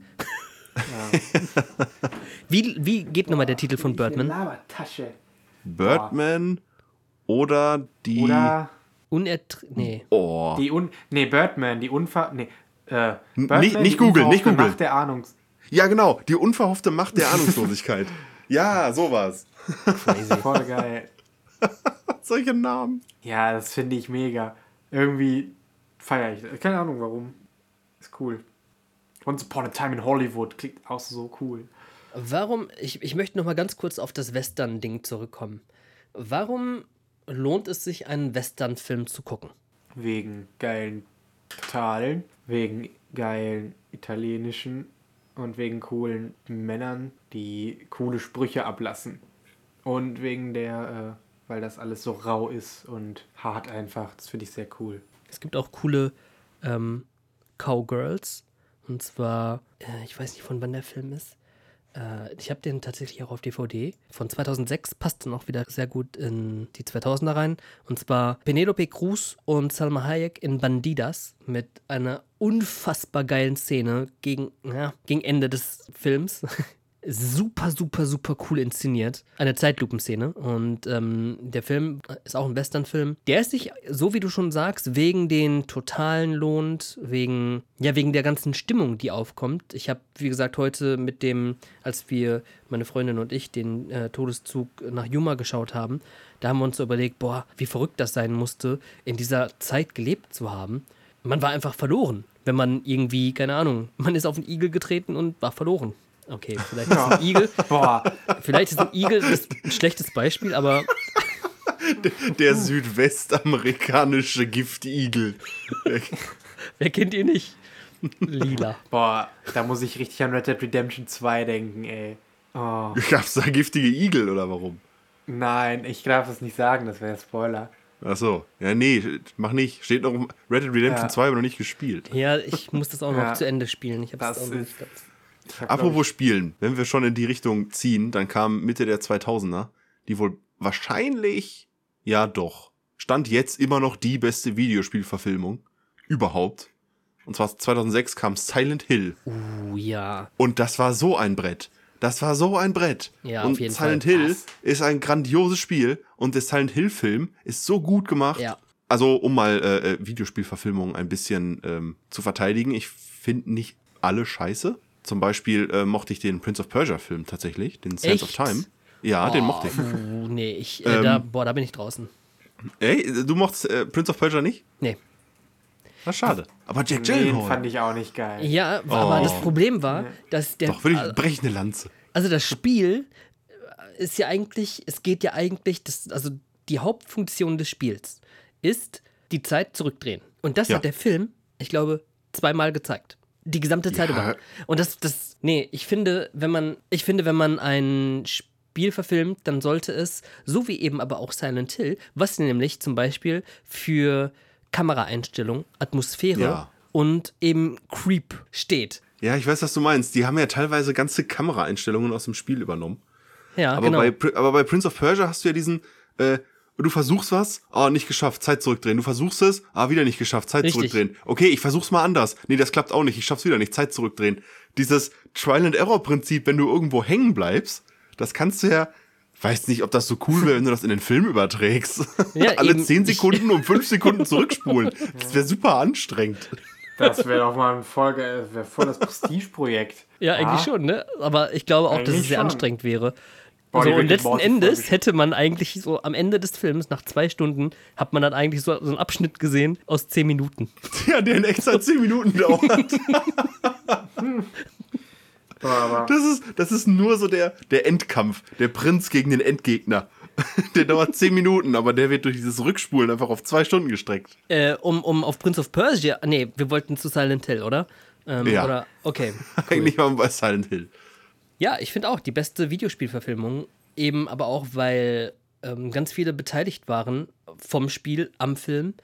[SPEAKER 1] Wie, wie geht nochmal der Titel von Birdman?
[SPEAKER 3] Labertasche.
[SPEAKER 2] Birdman oder die.
[SPEAKER 3] Oder
[SPEAKER 1] Unertr... Nee.
[SPEAKER 2] Oh.
[SPEAKER 3] die Un... Nee, Birdman, die Unver... Nee, äh,
[SPEAKER 2] N-
[SPEAKER 3] Birdman,
[SPEAKER 2] nicht- nicht
[SPEAKER 3] die
[SPEAKER 2] googeln, nicht
[SPEAKER 3] unverhoffte
[SPEAKER 2] googeln.
[SPEAKER 3] Macht der Ahnungs...
[SPEAKER 2] Ja, genau. Die unverhoffte Macht der Ahnungslosigkeit. Ja, sowas.
[SPEAKER 1] Crazy.
[SPEAKER 3] Voll geil.
[SPEAKER 2] Solche Namen.
[SPEAKER 3] Ja, das finde ich mega. Irgendwie feiere ich das. Keine Ahnung warum. Ist cool. Once Upon a Time in Hollywood klingt auch so cool.
[SPEAKER 1] Warum, ich, ich möchte nochmal ganz kurz auf das Western-Ding zurückkommen. Warum lohnt es sich, einen Western-Film zu gucken?
[SPEAKER 3] Wegen geilen Totalen, wegen geilen italienischen und wegen coolen Männern, die coole Sprüche ablassen. Und wegen der, äh, weil das alles so rau ist und hart einfach. Das finde ich sehr cool.
[SPEAKER 1] Es gibt auch coole ähm, Cowgirls. Und zwar, äh, ich weiß nicht, von wann der Film ist. Äh, ich habe den tatsächlich auch auf D V D. Von zweitausendsechs, passt dann auch wieder sehr gut in die zweitausender rein. Und zwar Penelope Cruz und Salma Hayek in Bandidas mit einer unfassbar geilen Szene gegen, ja, gegen Ende des Films. Super, super, super cool inszeniert. Eine Zeitlupenszene. Und ähm, der Film ist auch ein Western-Film. Der ist sich, so wie du schon sagst, wegen den Totalen lohnt, wegen, ja, wegen der ganzen Stimmung, die aufkommt. Ich habe, wie gesagt, heute mit dem, als wir, meine Freundin und ich, den äh, Todeszug nach Yuma geschaut haben, da haben wir uns so überlegt, boah, wie verrückt das sein musste, in dieser Zeit gelebt zu haben. Man war einfach verloren, wenn man irgendwie, keine Ahnung, man ist auf einen Igel getreten und war verloren. Okay, vielleicht ist ein Igel,
[SPEAKER 3] Boah,
[SPEAKER 1] vielleicht ist ein Igel das ein schlechtes Beispiel, aber
[SPEAKER 2] Der südwestamerikanische Giftigel.
[SPEAKER 1] wer kennt ihn nicht? Lila.
[SPEAKER 3] boah, da muss ich richtig an Red Dead Redemption zwei denken, ey. Oh,
[SPEAKER 2] Gab's da giftige Igel oder warum?
[SPEAKER 3] nein, ich darf es nicht sagen, das wäre Spoiler.
[SPEAKER 2] Ach so. Ja, nee, mach nicht. Steht noch Red Dead Redemption
[SPEAKER 3] Ja.
[SPEAKER 2] zwei, aber noch nicht gespielt.
[SPEAKER 1] Ja, ich muss das auch noch
[SPEAKER 3] Ja.
[SPEAKER 1] zu Ende spielen. Ich habe
[SPEAKER 3] Das
[SPEAKER 1] das auch noch
[SPEAKER 3] ist-
[SPEAKER 1] nicht ganz.
[SPEAKER 3] Ich hab, glaub
[SPEAKER 2] Apropos Spielen, wenn wir schon in die Richtung ziehen, dann kam Mitte der zweitausender, die wohl wahrscheinlich, ja doch, Stand jetzt immer noch die beste Videospielverfilmung überhaupt. Und zwar zweitausendsechs kam Silent Hill.
[SPEAKER 1] Uh, ja.
[SPEAKER 2] Und das war so ein Brett. Das war so ein Brett.
[SPEAKER 1] Ja,
[SPEAKER 2] und
[SPEAKER 1] auf jeden
[SPEAKER 2] Silent
[SPEAKER 1] Fall.
[SPEAKER 2] Hill
[SPEAKER 3] Was?
[SPEAKER 2] ist ein grandioses Spiel und der Silent Hill-Film ist so gut gemacht.
[SPEAKER 1] Ja.
[SPEAKER 2] Also, um mal äh, äh, Videospielverfilmungen ein bisschen ähm, zu verteidigen, ich finde nicht alle scheiße. Zum Beispiel äh, mochte ich den Prince of Persia-Film tatsächlich, den Sands of
[SPEAKER 1] Echt?
[SPEAKER 2] Time. Ja, den mochte ich.
[SPEAKER 1] Uh, nee, ich, äh,
[SPEAKER 2] Ähm,
[SPEAKER 1] da, boah, da bin ich draußen.
[SPEAKER 2] Ey, du mochtest äh, Prince of Persia nicht?
[SPEAKER 1] Nee.
[SPEAKER 2] Na, schade. Aber Jack
[SPEAKER 3] Den
[SPEAKER 2] Gyllenhaal.
[SPEAKER 3] fand ich auch nicht geil.
[SPEAKER 1] Ja, aber
[SPEAKER 2] Oh.
[SPEAKER 1] das Problem war, dass der.
[SPEAKER 2] Doch, will ich, brech eine Lanze.
[SPEAKER 1] Also das Spiel ist ja eigentlich, es geht ja eigentlich, das, also die Hauptfunktion des Spiels ist die Zeit zurückdrehen. Und das
[SPEAKER 2] Ja.
[SPEAKER 1] hat der Film, ich glaube, zweimal gezeigt. Die gesamte Zeit
[SPEAKER 2] Ja.
[SPEAKER 1] über. Und das, das, nee, ich finde, wenn man, ich finde, wenn man ein Spiel verfilmt, dann sollte es, so wie eben aber auch Silent Hill, was nämlich zum Beispiel für Kameraeinstellung, Atmosphäre
[SPEAKER 2] Ja.
[SPEAKER 1] und eben Creep steht.
[SPEAKER 2] Ja, ich weiß, was du meinst. Die haben ja teilweise ganze Kameraeinstellungen aus dem Spiel übernommen.
[SPEAKER 1] Ja,
[SPEAKER 2] Aber,
[SPEAKER 1] genau.
[SPEAKER 2] bei, Pri- aber bei Prince of Persia hast du ja diesen, äh, du versuchst was, ah, nicht geschafft, Zeit zurückdrehen. Du versuchst es, ah, wieder nicht geschafft, Zeit
[SPEAKER 1] Richtig.
[SPEAKER 2] zurückdrehen. Okay, ich versuch's mal anders. Nee, das klappt auch nicht, ich schaff's wieder nicht, Zeit zurückdrehen. Dieses Trial-and-Error-Prinzip, wenn du irgendwo hängen bleibst, das kannst du ja, weiß nicht, ob das so cool wäre, wenn du das in den Film überträgst.
[SPEAKER 1] Ja,
[SPEAKER 2] Alle
[SPEAKER 1] eben.
[SPEAKER 2] zehn Sekunden um fünf Sekunden zurückspulen. Das wäre super anstrengend.
[SPEAKER 3] Das wäre doch mal ein voll, geil- wär voll das Prestigeprojekt.
[SPEAKER 1] Ja, eigentlich schon, ne? Aber ich glaube auch, dass es
[SPEAKER 3] Eigentlich
[SPEAKER 1] sehr
[SPEAKER 3] schon.
[SPEAKER 1] anstrengend wäre.
[SPEAKER 3] Boah, die
[SPEAKER 1] so, und
[SPEAKER 3] Rick and
[SPEAKER 1] letzten
[SPEAKER 3] Morty
[SPEAKER 1] Endes
[SPEAKER 3] Folge.
[SPEAKER 1] hätte man eigentlich so am Ende des Films, nach zwei Stunden, hat man dann eigentlich so, so einen Abschnitt gesehen aus zehn Minuten.
[SPEAKER 2] Ja, der in extra zehn Minuten dauert.
[SPEAKER 3] Boah, aber
[SPEAKER 2] Das ist, das ist nur so der, der Endkampf, der Prinz gegen den Endgegner. Der dauert zehn Minuten, aber der wird durch dieses Rückspulen einfach auf zwei Stunden gestreckt.
[SPEAKER 1] Äh, um, um auf Prince of Persia, nee, wir wollten zu Silent Hill, oder? Ähm,
[SPEAKER 2] Ja.
[SPEAKER 1] Oder, okay.
[SPEAKER 2] Eigentlich waren wir bei Silent Hill.
[SPEAKER 1] Ja, ich finde auch die beste Videospielverfilmung, eben aber auch, weil ähm, ganz viele beteiligt waren vom Spiel am Film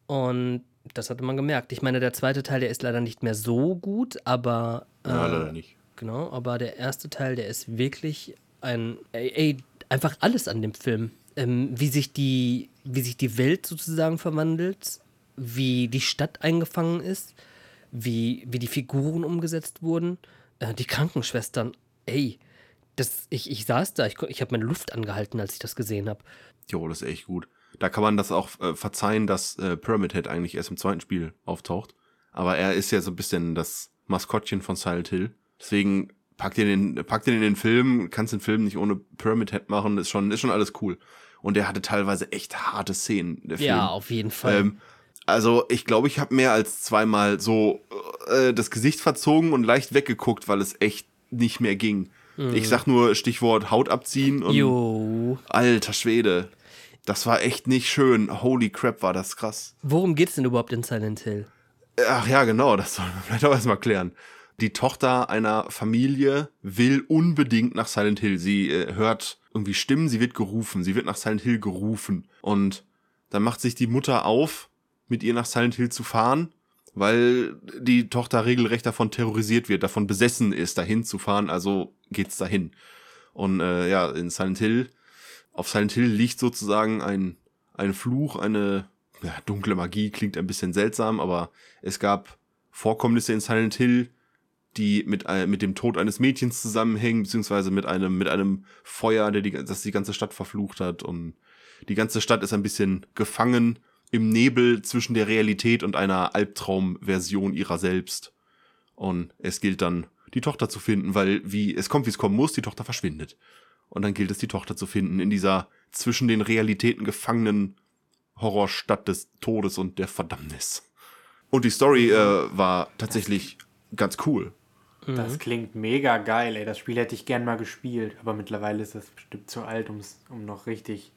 [SPEAKER 1] und das hatte man gemerkt. Ich meine, der zweite Teil, der ist leider nicht mehr so gut, aber äh,
[SPEAKER 2] Ja, leider nicht.
[SPEAKER 1] genau, aber der erste Teil, der ist wirklich ein, ey, ey einfach alles an dem Film. Ähm, wie sich die, wie sich die Welt sozusagen verwandelt, wie die Stadt eingefangen ist, wie, wie die Figuren umgesetzt wurden, äh, die Krankenschwestern, ey, das, ich, ich saß da, ich, ko- ich habe meine Luft angehalten, als ich das gesehen habe.
[SPEAKER 2] Jo, das ist echt gut. Da kann man das auch äh, verzeihen, dass äh, Pyramid Head eigentlich erst im zweiten Spiel auftaucht. Aber er ist ja so ein bisschen das Maskottchen von Silent Hill. Deswegen packt ihn in, packt ihn in den Film, kannst den Film nicht ohne Pyramid Head machen, ist schon, ist schon alles cool. Und der hatte teilweise echt harte Szenen, der Film.
[SPEAKER 1] Ja, auf jeden Fall.
[SPEAKER 2] Ähm, also ich glaube, ich habe mehr als zweimal so äh, das Gesicht verzogen und leicht weggeguckt, weil es echt nicht mehr ging. Ich sag nur Stichwort Haut abziehen und
[SPEAKER 1] Jo.
[SPEAKER 2] alter Schwede. Das war echt nicht schön. Holy crap, war das krass.
[SPEAKER 1] Worum geht's denn überhaupt in Silent Hill?
[SPEAKER 2] Ach ja, genau, das sollen wir vielleicht auch erstmal klären. Die Tochter einer Familie will unbedingt nach Silent Hill. Sie äh, hört irgendwie Stimmen, sie wird gerufen. Sie wird nach Silent Hill gerufen. Und dann macht sich die Mutter auf, mit ihr nach Silent Hill zu fahren, weil die Tochter regelrecht davon terrorisiert wird, davon besessen ist, dahin zu fahren. Also geht's dahin. Und äh, ja, in Silent Hill, auf Silent Hill liegt sozusagen ein, ein Fluch, eine ja, dunkle Magie, klingt ein bisschen seltsam, aber es gab Vorkommnisse in Silent Hill, die mit, äh, mit dem Tod eines Mädchens zusammenhängen, beziehungsweise mit einem, mit einem Feuer, der die, das die ganze Stadt verflucht hat. Und die ganze Stadt ist ein bisschen gefangen im Nebel zwischen der Realität und einer Albtraumversion ihrer selbst. Und es gilt dann, die Tochter zu finden, weil wie es kommt, wie es kommen muss, die Tochter verschwindet. Und dann gilt es, die Tochter zu finden in dieser zwischen den Realitäten gefangenen Horrorstadt des Todes und der Verdammnis. Und die Story äh, war tatsächlich ganz cool.
[SPEAKER 3] das klingt mega geil, ey. Das Spiel hätte ich gern mal gespielt. Aber mittlerweile ist das bestimmt zu alt, um's, um noch richtig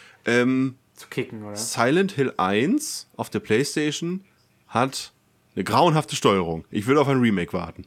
[SPEAKER 2] Ähm,
[SPEAKER 3] zu kicken, oder?
[SPEAKER 2] Silent Hill eins auf der PlayStation hat eine grauenhafte Steuerung. Ich will auf ein Remake warten.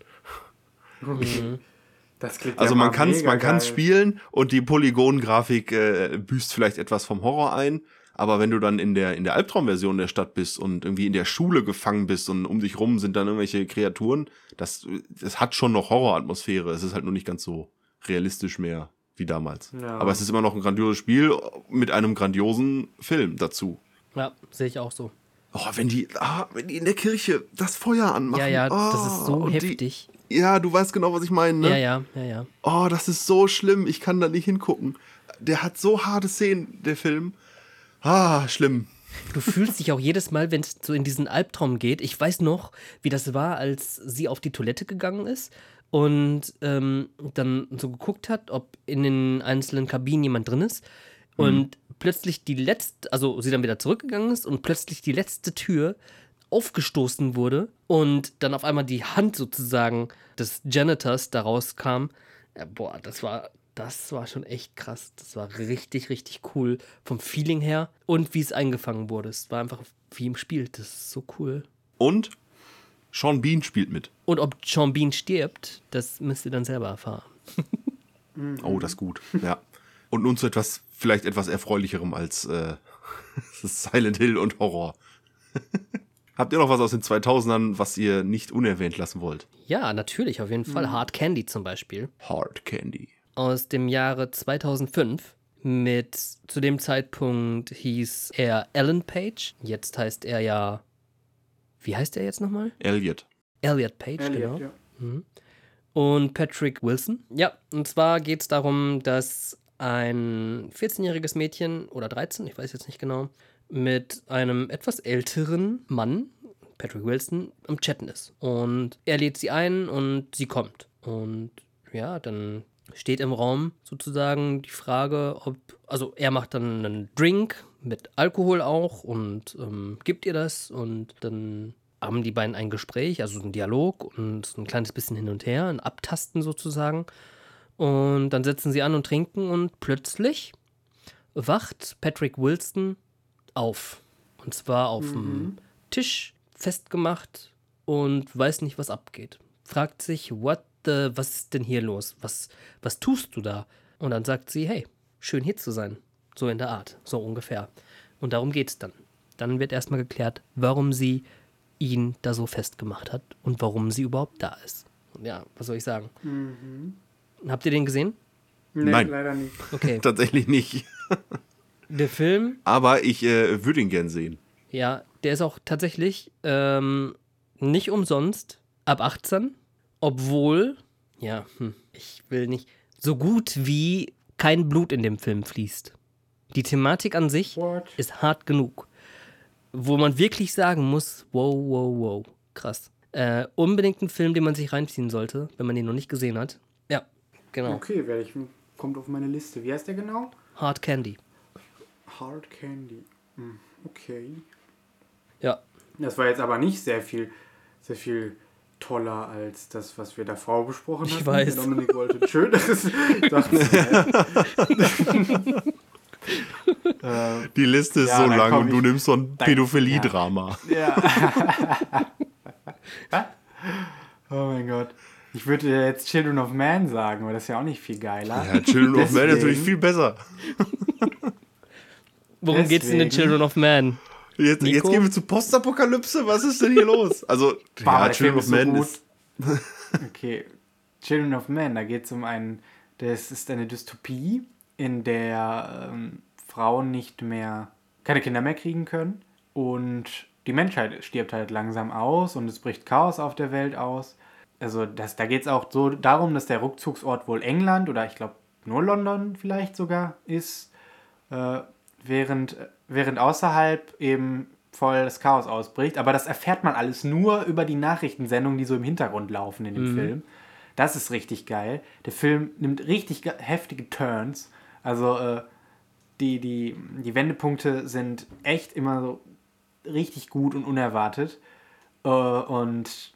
[SPEAKER 3] Das klingt
[SPEAKER 2] Also
[SPEAKER 3] ja
[SPEAKER 2] man
[SPEAKER 3] mal
[SPEAKER 2] kann es
[SPEAKER 3] mega
[SPEAKER 2] man kann's
[SPEAKER 3] geil.
[SPEAKER 2] spielen und die Polygon-Grafik äh, büßt vielleicht etwas vom Horror ein, aber wenn du dann in der in der Albtraumversion der Stadt bist und irgendwie in der Schule gefangen bist und um dich rum sind dann irgendwelche Kreaturen, das, das hat schon noch Horroratmosphäre. Es ist halt nur nicht ganz so realistisch mehr wie damals.
[SPEAKER 3] Ja.
[SPEAKER 2] Aber es ist immer noch ein grandioses Spiel mit einem grandiosen Film dazu.
[SPEAKER 1] Ja, sehe ich auch so.
[SPEAKER 2] Oh, wenn die, ah, wenn die in der Kirche das Feuer anmachen.
[SPEAKER 1] Ja, ja, das
[SPEAKER 2] oh,
[SPEAKER 1] ist so
[SPEAKER 2] und
[SPEAKER 1] heftig.
[SPEAKER 2] Die, ja, du weißt genau, was ich meine, ne?
[SPEAKER 1] Ja, ja, ja, ja.
[SPEAKER 2] Oh, das ist so schlimm. Ich kann da nicht hingucken. Der hat so harte Szenen, der Film. Ah, schlimm.
[SPEAKER 1] Du fühlst dich auch jedes Mal, wenn es so in diesen Albtraum geht. Ich weiß noch, wie das war, als sie auf die Toilette gegangen ist und ähm, dann so geguckt hat, ob in den einzelnen Kabinen jemand drin ist. Und plötzlich die letzte, also sie dann wieder zurückgegangen ist und plötzlich die letzte Tür aufgestoßen wurde und dann auf einmal die Hand sozusagen des Janitors da rauskam. Ja, boah, das war, das war schon echt krass. Das war richtig, richtig cool vom Feeling her und wie es eingefangen wurde. Es war einfach wie im Spiel. Das ist so cool.
[SPEAKER 2] Und Sean Bean spielt mit.
[SPEAKER 1] Und ob Sean Bean stirbt, das müsst ihr dann selber erfahren.
[SPEAKER 2] Oh, das ist gut, ja. Und nun zu etwas, vielleicht etwas Erfreulicherem als äh, Silent Hill und Horror. Habt ihr noch was aus den zweitausendern, was ihr nicht unerwähnt lassen wollt?
[SPEAKER 1] Ja, natürlich, auf jeden Fall. Mhm. Hard Candy zum Beispiel.
[SPEAKER 2] Hard Candy.
[SPEAKER 1] Aus dem Jahre zweitausendfünf. Mit, zu dem Zeitpunkt hieß er Alan Page. Jetzt heißt er ja, wie heißt er jetzt nochmal?
[SPEAKER 2] Elliot.
[SPEAKER 1] Elliot Page,
[SPEAKER 3] Elliot,
[SPEAKER 1] genau.
[SPEAKER 3] ja.
[SPEAKER 1] Mhm. Und Patrick Wilson. Ja, und zwar geht es darum, dass ein vierzehnjähriges Mädchen oder dreizehn, ich weiß jetzt nicht genau, mit einem etwas älteren Mann, Patrick Wilson, am Chatten ist. Und er lädt sie ein und sie kommt. Und ja, dann steht im Raum sozusagen die Frage, ob, also er macht dann einen Drink mit Alkohol auch und ähm, gibt ihr das und dann haben die beiden ein Gespräch, also einen Dialog und ein kleines bisschen hin und her, ein Abtasten sozusagen. Und dann setzen sie an und trinken und plötzlich wacht Patrick Wilson auf. Und zwar auf mhm. dem Tisch festgemacht und weiß nicht, was abgeht. Fragt sich, what the, was ist denn hier los? Was, was tust du da? Und dann sagt sie, hey, schön hier zu sein. So in der Art, so ungefähr. Und darum geht's dann. Dann wird erstmal geklärt, warum sie ihn da so festgemacht hat und warum sie überhaupt da ist. Und ja, was soll ich sagen?
[SPEAKER 3] Mhm.
[SPEAKER 1] Habt ihr den gesehen?
[SPEAKER 3] Nee,
[SPEAKER 2] Nein,
[SPEAKER 3] leider nicht.
[SPEAKER 1] Okay.
[SPEAKER 2] Tatsächlich nicht.
[SPEAKER 1] Der Film,
[SPEAKER 2] Aber ich äh, würde ihn gern sehen.
[SPEAKER 1] ja, der ist auch tatsächlich ähm, nicht umsonst ab achtzehn, obwohl, ja, hm, ich will nicht, so gut wie kein Blut in dem Film fließt. Die Thematik an sich
[SPEAKER 3] What?
[SPEAKER 1] ist hart genug. Wo man wirklich sagen muss, wow, wow, wow, krass. Äh, unbedingt ein Film, den man sich reinziehen sollte, wenn man den noch nicht gesehen hat. Ja, genau.
[SPEAKER 3] Okay, werde ich, kommt auf meine Liste. Wie heißt der genau?
[SPEAKER 1] Hard Candy.
[SPEAKER 3] Hard Candy. Hm, okay.
[SPEAKER 1] Ja.
[SPEAKER 3] Das war jetzt aber nicht sehr viel, sehr viel toller als das, was wir davor besprochen
[SPEAKER 1] Ich
[SPEAKER 3] hatten.
[SPEAKER 1] weiß.
[SPEAKER 3] Der Dominik wollte ein schöneres. Ich dachte, äh,
[SPEAKER 2] Die Liste ist
[SPEAKER 3] Ja,
[SPEAKER 2] so
[SPEAKER 3] dann
[SPEAKER 2] lang
[SPEAKER 3] komm
[SPEAKER 2] und du
[SPEAKER 3] ich-
[SPEAKER 2] nimmst so ein
[SPEAKER 3] dann-
[SPEAKER 2] Pädophilie-Drama.
[SPEAKER 3] ja. Oh mein Gott. Ich würde jetzt Children of Man sagen, aber das ist ja auch nicht viel geiler.
[SPEAKER 2] Ja, Children of Man ist natürlich
[SPEAKER 3] Deswegen-
[SPEAKER 2] viel besser.
[SPEAKER 1] Worum geht's in den
[SPEAKER 3] Deswegen-
[SPEAKER 1] Children of Man?
[SPEAKER 2] Jetzt, jetzt
[SPEAKER 1] Nico?
[SPEAKER 2] gehen wir zu Postapokalypse. Was ist denn hier los? Also,
[SPEAKER 3] Boah,
[SPEAKER 2] ja,
[SPEAKER 3] der Film
[SPEAKER 2] Children of
[SPEAKER 3] ist so
[SPEAKER 2] Man
[SPEAKER 3] gut.
[SPEAKER 2] ist.
[SPEAKER 3] Okay, Children of Man, da geht es um einen, das ist eine Dystopie, in der ähm, Frauen nicht mehr, keine Kinder mehr kriegen können und die Menschheit stirbt halt langsam aus und es bricht Chaos auf der Welt aus. Also das, da geht es auch so darum, dass der Rückzugsort wohl England oder ich glaube nur London vielleicht sogar ist, äh, während, während außerhalb eben voll das Chaos ausbricht. Aber das erfährt man alles nur über die Nachrichtensendungen, die so im Hintergrund laufen in dem
[SPEAKER 1] Mhm.
[SPEAKER 3] Film. Das ist richtig geil. Der Film nimmt richtig ge- heftige Turns. Also äh, die, die, die Wendepunkte sind echt immer so richtig gut und unerwartet. Äh, und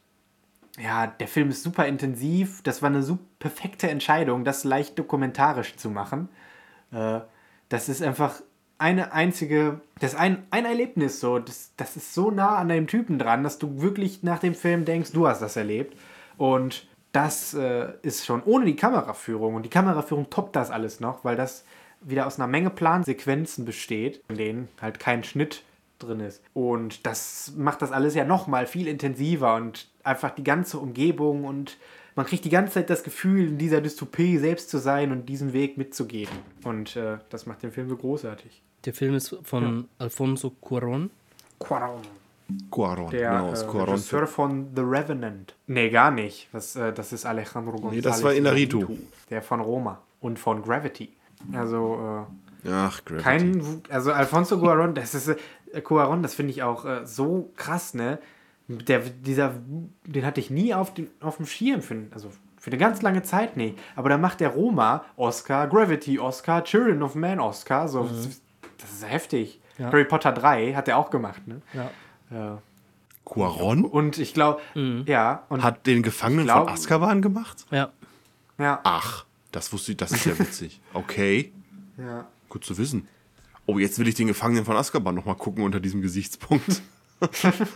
[SPEAKER 3] ja, der Film ist super intensiv. Das war eine super perfekte Entscheidung, das leicht dokumentarisch zu machen. Äh, das ist einfach eine einzige, das ist ein, ein Erlebnis so. Das, das ist so nah an deinem Typen dran, dass du wirklich nach dem Film denkst, du hast das erlebt. Und das äh, ist schon ohne die Kameraführung. Und die Kameraführung toppt das alles noch, weil das wieder aus einer Menge Plansequenzen besteht, in denen halt kein Schnitt drin ist. Und das macht das alles ja nochmal viel intensiver und einfach die ganze Umgebung und man kriegt die ganze Zeit das Gefühl, in dieser Dystopie selbst zu sein und diesen Weg mitzugehen. Und äh, das macht den Film so großartig.
[SPEAKER 1] Der Film ist von Alfonso Cuarón.
[SPEAKER 3] Cuarón.
[SPEAKER 2] Cuarón.
[SPEAKER 3] Der
[SPEAKER 2] genau,
[SPEAKER 3] äh,
[SPEAKER 2] aus Cuarón.
[SPEAKER 3] Regisseur von The Revenant. Nee, gar nicht. Das, äh, das ist Alejandro González.
[SPEAKER 2] Nee, das war Inarritu.
[SPEAKER 3] Der von Roma und von Gravity. Also, äh,
[SPEAKER 2] Ach, Gravity.
[SPEAKER 3] kein, also Alfonso Cuarón, das ist, äh, Cuarón, das finde ich auch äh, so krass, ne? Der, dieser, den hatte ich nie auf, den, auf dem Schirm, für, also für eine ganz lange Zeit, nee. Aber da macht der Roma Oscar, Gravity Oscar, Children of Man Oscar, so,
[SPEAKER 1] Mhm.
[SPEAKER 3] das ist heftig.
[SPEAKER 1] Ja.
[SPEAKER 3] Harry Potter drei hat er auch gemacht, ne?
[SPEAKER 1] Ja.
[SPEAKER 3] Ja.
[SPEAKER 2] Cuarón
[SPEAKER 3] Und ich glaube,
[SPEAKER 1] Mhm.
[SPEAKER 3] ja. Und
[SPEAKER 2] hat den Gefangenen
[SPEAKER 3] Ich glaub-
[SPEAKER 2] von Azkaban gemacht?
[SPEAKER 1] Ja.
[SPEAKER 3] ja,
[SPEAKER 2] Ach, das wusste ich, das ist ja witzig. Okay,
[SPEAKER 3] ja.
[SPEAKER 2] gut zu wissen. Oh, jetzt will ich den Gefangenen von Azkaban nochmal gucken unter diesem Gesichtspunkt.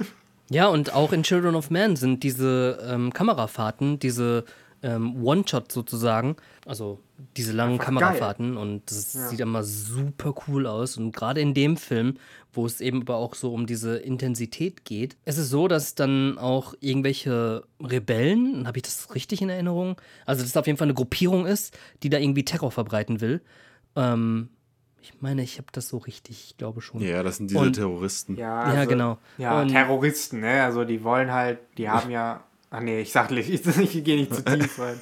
[SPEAKER 1] Ja, und auch in Children of Man sind diese ähm, Kamerafahrten, diese ähm, One-Shot sozusagen, also diese langen
[SPEAKER 3] Einfach
[SPEAKER 1] Kamerafahrten und das
[SPEAKER 3] Ja.
[SPEAKER 1] sieht immer super cool aus. Und gerade in dem Film, wo es eben aber auch so um diese Intensität geht, ist es so, dass dann auch irgendwelche Rebellen, habe ich das richtig in Erinnerung? Also, dass es auf jeden Fall eine Gruppierung ist, die da irgendwie Terror verbreiten will. Ähm, ich meine, ich habe das so richtig, ich glaube schon.
[SPEAKER 2] Ja, das sind diese
[SPEAKER 1] Und-
[SPEAKER 2] Terroristen.
[SPEAKER 3] Ja,
[SPEAKER 1] Ja, genau.
[SPEAKER 3] Ja,
[SPEAKER 1] Und-
[SPEAKER 3] Terroristen, ne? Also die wollen halt, die haben ja. Ach nee, ich sag nicht, ich, ich gehe nicht zu tief rein.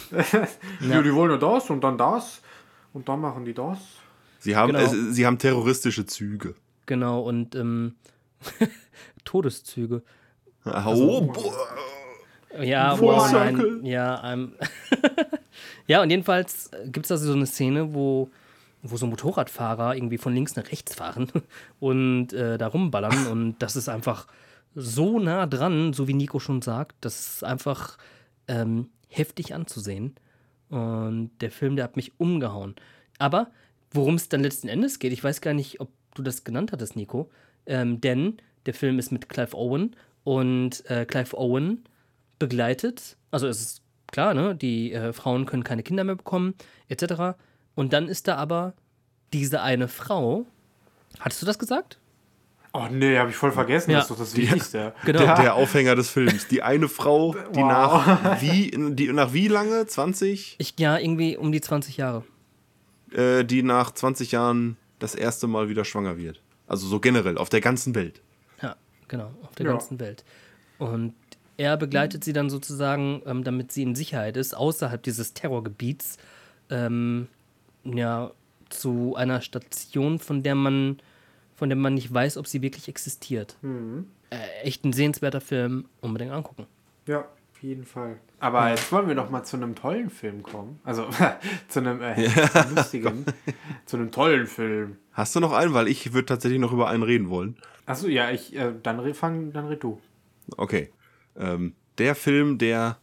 [SPEAKER 3] ja. Die wollen nur das und dann das und dann machen die das.
[SPEAKER 2] Sie haben,
[SPEAKER 1] Genau.
[SPEAKER 2] äh, sie haben terroristische Züge.
[SPEAKER 1] Genau, und ähm, Todeszüge.
[SPEAKER 2] oh, boah.
[SPEAKER 1] Ja,
[SPEAKER 2] Full
[SPEAKER 1] wow,
[SPEAKER 2] Circle.
[SPEAKER 1] nein. Ja, ähm. ja, und jedenfalls gibt es also so eine Szene, wo, wo so Motorradfahrer irgendwie von links nach rechts fahren und äh, da rumballern. Und das ist einfach so nah dran, so wie Nico schon sagt, das ist einfach ähm, heftig anzusehen. Und der Film, der hat mich umgehauen. Aber worum es dann letzten Endes geht, ich weiß gar nicht, ob du das genannt hattest, Nico, ähm, denn der Film ist mit Clive Owen und äh, Clive Owen begleitet, also es ist klar, ne, die äh, Frauen können keine Kinder mehr bekommen, et cetera. Und dann ist da aber diese eine Frau, hattest du das gesagt?
[SPEAKER 3] Oh nee, habe ich voll vergessen,
[SPEAKER 1] Ja.
[SPEAKER 3] das ist doch das Wichtigste.
[SPEAKER 1] Genau.
[SPEAKER 2] Der, der Aufhänger des Films. Die eine Frau, die
[SPEAKER 3] Wow.
[SPEAKER 2] nach wie, die nach wie lange? zwanzig?
[SPEAKER 1] Ich, ja, irgendwie um die zwanzig Jahre.
[SPEAKER 2] Äh, die nach zwanzig Jahren das erste Mal wieder schwanger wird. Also so generell, auf der ganzen Welt.
[SPEAKER 1] Ja, genau, auf der
[SPEAKER 3] Ja.
[SPEAKER 1] ganzen Welt. Und er begleitet sie dann sozusagen, ähm, damit sie in Sicherheit ist, außerhalb dieses Terrorgebiets, ähm, ja, zu einer Station, von der man, von der man nicht weiß, ob sie wirklich existiert. Äh, echt ein sehenswerter Film, unbedingt angucken.
[SPEAKER 3] Ja, auf jeden Fall. Aber jetzt wollen wir doch mal zu einem tollen Film kommen. Also zu einem äh, lustigen, zu einem tollen Film.
[SPEAKER 2] Hast du noch einen? Weil ich würde tatsächlich noch über einen reden wollen.
[SPEAKER 3] Achso, ja, ich, äh, dann red, fang, dann red du.
[SPEAKER 2] Okay. Ähm, der Film, der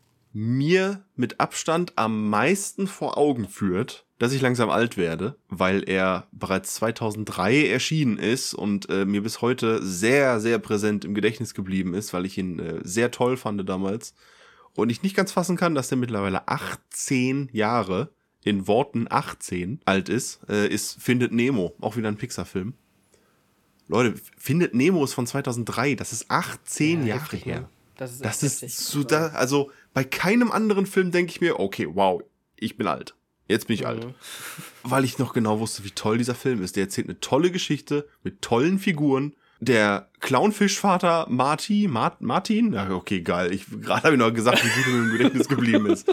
[SPEAKER 2] mir mit Abstand am meisten vor Augen führt, dass ich langsam alt werde, weil er bereits zweitausenddrei erschienen ist und äh, mir bis heute sehr, sehr präsent im Gedächtnis geblieben ist, weil ich ihn äh, sehr toll fand damals. Und ich nicht ganz fassen kann, dass der mittlerweile achtzehn Jahre, in Worten achtzehn, alt ist, äh, ist Findet Nemo, auch wieder ein Pixar-Film. Leute, Findet Nemo ist von zweitausenddrei, das ist achtzehn
[SPEAKER 1] Ja,
[SPEAKER 2] Jahre
[SPEAKER 1] heftig,
[SPEAKER 2] her.
[SPEAKER 1] ne? Das ist,
[SPEAKER 2] Das
[SPEAKER 1] echt
[SPEAKER 2] ist
[SPEAKER 1] heftig.
[SPEAKER 2] so da, also bei keinem anderen Film denke ich mir, okay, wow, ich bin alt. Jetzt bin ich alt. Weil ich noch genau wusste, wie toll dieser Film ist. Der erzählt eine tolle Geschichte mit tollen Figuren. Der Clownfischvater Marty, Mart, Martin, ja, okay, geil. Ich gerade habe ich noch gesagt, wie gut er mir im Gedächtnis geblieben ist.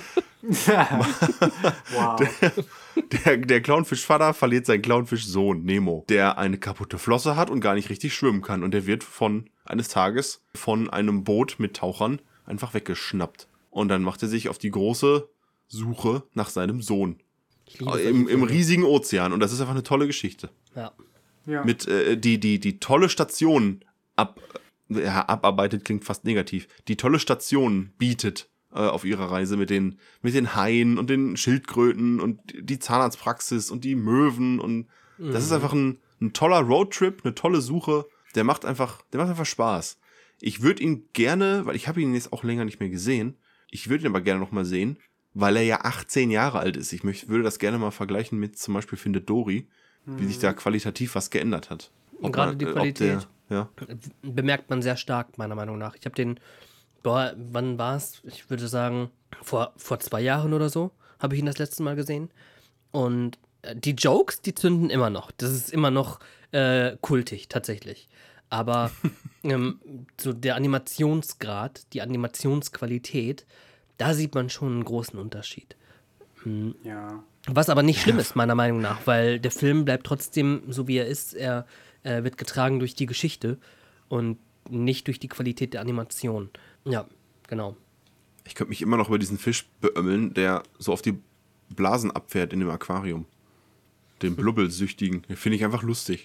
[SPEAKER 3] Wow.
[SPEAKER 2] Der, der Clownfischvater verliert seinen Clownfischsohn Nemo, der eine kaputte Flosse hat und gar nicht richtig schwimmen kann. Und der wird von eines Tages von einem Boot mit Tauchern einfach weggeschnappt. Und dann macht er sich auf die große Suche nach seinem Sohn.
[SPEAKER 1] Ich liebe solche
[SPEAKER 2] Im, Im
[SPEAKER 1] Filme.
[SPEAKER 2] riesigen Ozean. Und das ist einfach eine tolle Geschichte.
[SPEAKER 1] Ja.
[SPEAKER 3] Ja.
[SPEAKER 2] Mit äh, die, die, die tolle Station ab, ja, abarbeitet, klingt fast negativ. Die tolle Station bietet äh, auf ihrer Reise mit den, mit den Haien und den Schildkröten und die Zahnarztpraxis und die Möwen. Und das ist einfach ein, ein toller Roadtrip, eine tolle Suche. Der macht einfach, der macht einfach Spaß. Ich würde ihn gerne, weil ich habe ihn jetzt auch länger nicht mehr gesehen, ich würde ihn aber gerne noch mal sehen, weil er ja achtzehn Jahre alt ist. Ich möchte, würde das gerne mal vergleichen mit zum Beispiel Findet Dory, wie sich da qualitativ was geändert hat.
[SPEAKER 1] Und gerade die
[SPEAKER 2] ob
[SPEAKER 1] Qualität.
[SPEAKER 2] Der, ja.
[SPEAKER 1] bemerkt man sehr stark, meiner Meinung nach. Ich habe den, boah, wann war es? Ich würde sagen, vor, vor zwei Jahren oder so habe ich ihn das letzte Mal gesehen. Und äh, die Jokes, die zünden immer noch. Das ist immer noch äh, kultig, tatsächlich. Aber ähm, so der Animationsgrad, die Animationsqualität, da sieht man schon einen großen Unterschied.
[SPEAKER 3] Ja.
[SPEAKER 1] Was aber nicht schlimm ist, meiner Meinung nach, weil der Film bleibt trotzdem so, wie er ist. Er äh, wird getragen durch die Geschichte und nicht durch die Qualität der Animation. Ja, genau.
[SPEAKER 2] Ich könnte mich immer noch über diesen Fisch beömmeln, der so auf die Blasen abfährt in dem Aquarium. Den Blubbelsüchtigen. Den finde ich einfach lustig.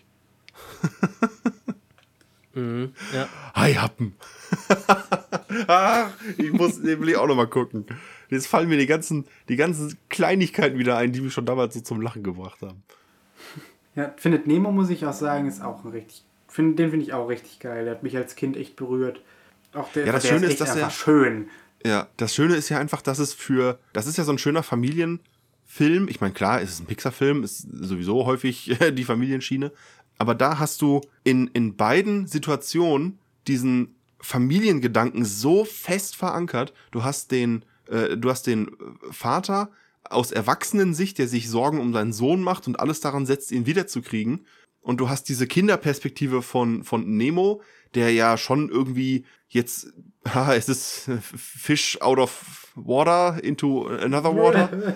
[SPEAKER 1] Mhm, ja.
[SPEAKER 2] Haihappen. Ach, ich muss, den will ich auch noch mal gucken. Jetzt fallen mir die ganzen, die ganzen Kleinigkeiten wieder ein, die mich schon damals so zum Lachen gebracht haben.
[SPEAKER 3] Ja, Findet Nemo, muss ich auch sagen, ist auch ein richtig Find, den finde ich auch richtig geil. Der hat mich als Kind echt berührt. Auch der,
[SPEAKER 2] Ja, das
[SPEAKER 3] der
[SPEAKER 2] Schöne
[SPEAKER 3] ist,
[SPEAKER 2] ist,
[SPEAKER 3] echt
[SPEAKER 2] dass er-
[SPEAKER 3] einfach schön.
[SPEAKER 2] Ja, das Schöne ist ja einfach, dass es für, das ist ja so ein schöner Familienfilm. Ich meine, klar, es ist ein Pixar-Film, ist sowieso häufig die Familienschiene. Aber da hast du in, in beiden Situationen diesen Familiengedanken so fest verankert. Du hast den, äh, du hast den Vater aus Erwachsenensicht, der sich Sorgen um seinen Sohn macht und alles daran setzt, ihn wiederzukriegen. Und du hast diese Kinderperspektive von, von Nemo, der ja schon irgendwie jetzt, haha, es ist Fish out of water into another water,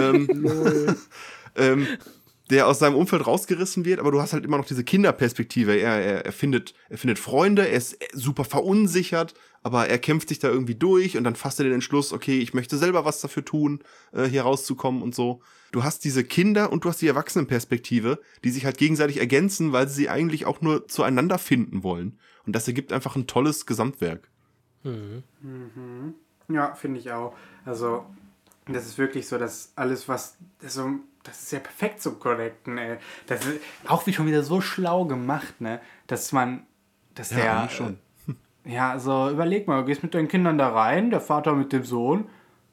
[SPEAKER 2] ähm, ähm, der aus seinem Umfeld rausgerissen wird, aber du hast halt immer noch diese Kinderperspektive. Er, er, er, findet, er findet Freunde, er ist super verunsichert, aber er kämpft sich da irgendwie durch und dann fasst er den Entschluss, okay, ich möchte selber was dafür tun, äh, hier rauszukommen und so. Du hast diese Kinder- und du hast die Erwachsenenperspektive, die sich halt gegenseitig ergänzen, weil sie eigentlich auch nur zueinander finden wollen. Und das ergibt einfach ein tolles Gesamtwerk.
[SPEAKER 1] Mhm.
[SPEAKER 3] Mhm. Ja, finde ich auch. Also, das ist wirklich so, dass alles, was. Das, so, das ist ja perfekt zum Connecten, ey. Das ist auch wie schon wieder so schlau gemacht, ne? Dass man. Dass
[SPEAKER 2] Ja,
[SPEAKER 3] der.
[SPEAKER 2] eigentlich schon.
[SPEAKER 3] Äh, ja, also überleg mal, du gehst mit deinen Kindern da rein, der Vater mit dem Sohn.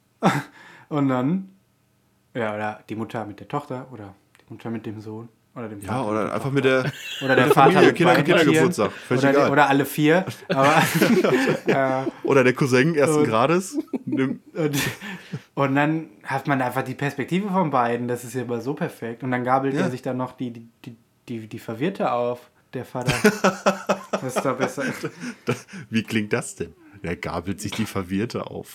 [SPEAKER 3] Und dann. Ja, oder die Mutter mit der Tochter oder die Mutter mit dem Sohn. Oder dem Vater
[SPEAKER 2] Ja,
[SPEAKER 3] mit
[SPEAKER 2] oder
[SPEAKER 3] der
[SPEAKER 2] einfach
[SPEAKER 3] Tochter.
[SPEAKER 2] mit der,
[SPEAKER 3] Oder der
[SPEAKER 2] mit der
[SPEAKER 3] Vater
[SPEAKER 2] Familie,
[SPEAKER 3] mit
[SPEAKER 2] Kinder,
[SPEAKER 3] beiden
[SPEAKER 2] Kindergeburtstag.
[SPEAKER 3] Tieren.
[SPEAKER 2] Völlig
[SPEAKER 3] Oder,
[SPEAKER 2] egal.
[SPEAKER 3] oder alle vier. Aber, äh,
[SPEAKER 2] Oder der Cousin ersten
[SPEAKER 3] Und-
[SPEAKER 2] Grades. Nimm-
[SPEAKER 3] und, und dann hat man einfach die Perspektive von beiden. Das ist ja immer so perfekt. Und dann gabelt
[SPEAKER 2] Ja.
[SPEAKER 3] er sich dann noch die, die, die, die, die Verwirrte auf, der Vater. Das ist doch besser.
[SPEAKER 2] Wie klingt das denn? Der gabelt sich die Verwirrte auf.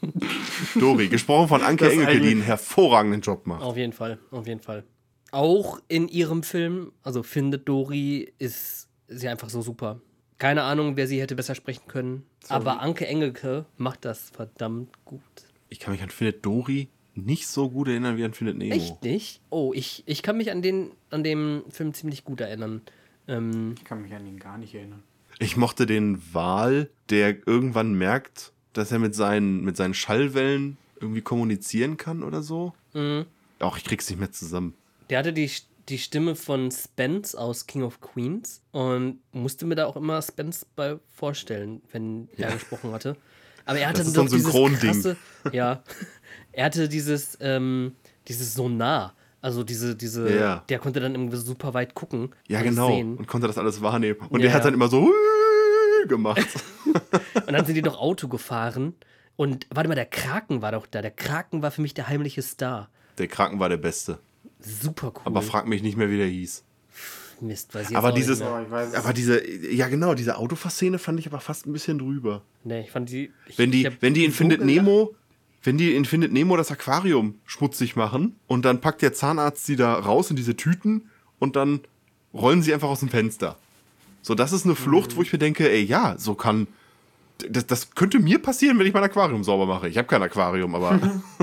[SPEAKER 2] Dori, gesprochen von Anke
[SPEAKER 3] Das
[SPEAKER 2] Engelke, die
[SPEAKER 3] eigentlich-
[SPEAKER 2] einen hervorragenden Job macht.
[SPEAKER 1] Auf jeden Fall, auf jeden Fall. Auch in ihrem Film, also Findet Dory, ist sie einfach so super. Keine Ahnung, wer sie hätte besser sprechen können. Aber Anke Engelke macht das verdammt gut.
[SPEAKER 2] Ich kann mich an Findet Dory nicht so gut erinnern wie an Findet Nemo.
[SPEAKER 1] Echt nicht? Oh, ich, ich kann mich an den, an den Film ziemlich gut erinnern. Ähm,
[SPEAKER 3] Ich kann mich an ihn gar nicht erinnern.
[SPEAKER 2] Ich mochte den Wal, der irgendwann merkt, dass er mit seinen, mit seinen Schallwellen irgendwie kommunizieren kann oder so.
[SPEAKER 1] mh.
[SPEAKER 2] Auch ich krieg's nicht mehr zusammen.
[SPEAKER 1] Der hatte die, die Stimme von Spence aus King of Queens und musste mir da auch immer Spence bei vorstellen, wenn er
[SPEAKER 2] Ja.
[SPEAKER 1] gesprochen hatte. Aber er hatte
[SPEAKER 2] Das ist
[SPEAKER 1] doch
[SPEAKER 2] so ein
[SPEAKER 1] dieses
[SPEAKER 2] Synchronding.
[SPEAKER 1] krasse, ja, er hatte dieses, ähm, dieses Sonar, also diese, diese,
[SPEAKER 2] Ja.
[SPEAKER 1] der konnte dann irgendwie super weit gucken.
[SPEAKER 2] Ja,
[SPEAKER 1] und
[SPEAKER 2] genau.
[SPEAKER 1] Sehen.
[SPEAKER 2] Und konnte das alles wahrnehmen. Und
[SPEAKER 1] Ja,
[SPEAKER 2] der hat
[SPEAKER 1] ja.
[SPEAKER 2] dann immer so gemacht.
[SPEAKER 1] Und dann sind die doch Auto gefahren und warte mal, der Kraken war doch da. Der Kraken war für mich der heimliche Star.
[SPEAKER 2] Der Kraken war der Beste.
[SPEAKER 1] Super cool.
[SPEAKER 2] Aber frag mich nicht mehr, wie der hieß.
[SPEAKER 1] Mist, weiß ich jetzt
[SPEAKER 2] Aber
[SPEAKER 1] auch nicht
[SPEAKER 2] dieses,
[SPEAKER 1] mehr.
[SPEAKER 3] Oh, ich weiß es
[SPEAKER 2] aber diese, ja genau, diese Autofahrszene fand ich aber fast ein bisschen drüber.
[SPEAKER 1] Nee, ich fand die. Ich,
[SPEAKER 2] Wenn die,
[SPEAKER 1] ich hab
[SPEAKER 2] wenn die in
[SPEAKER 1] so
[SPEAKER 2] Findet
[SPEAKER 1] gelacht.
[SPEAKER 2] Nemo, wenn die in Findet Nemo das Aquarium schmutzig machen und dann packt der Zahnarzt sie da raus in diese Tüten und dann rollen sie einfach aus dem Fenster. So, das ist eine Flucht, wo ich mir denke, ey, ja, so kann, das, das könnte mir passieren, wenn ich mein Aquarium sauber mache. Ich habe kein Aquarium, aber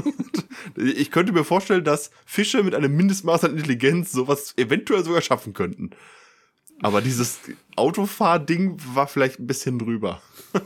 [SPEAKER 2] ich könnte mir vorstellen, dass Fische mit einem Mindestmaß an Intelligenz sowas eventuell sogar schaffen könnten. Aber dieses Autofahrding war vielleicht ein bisschen drüber.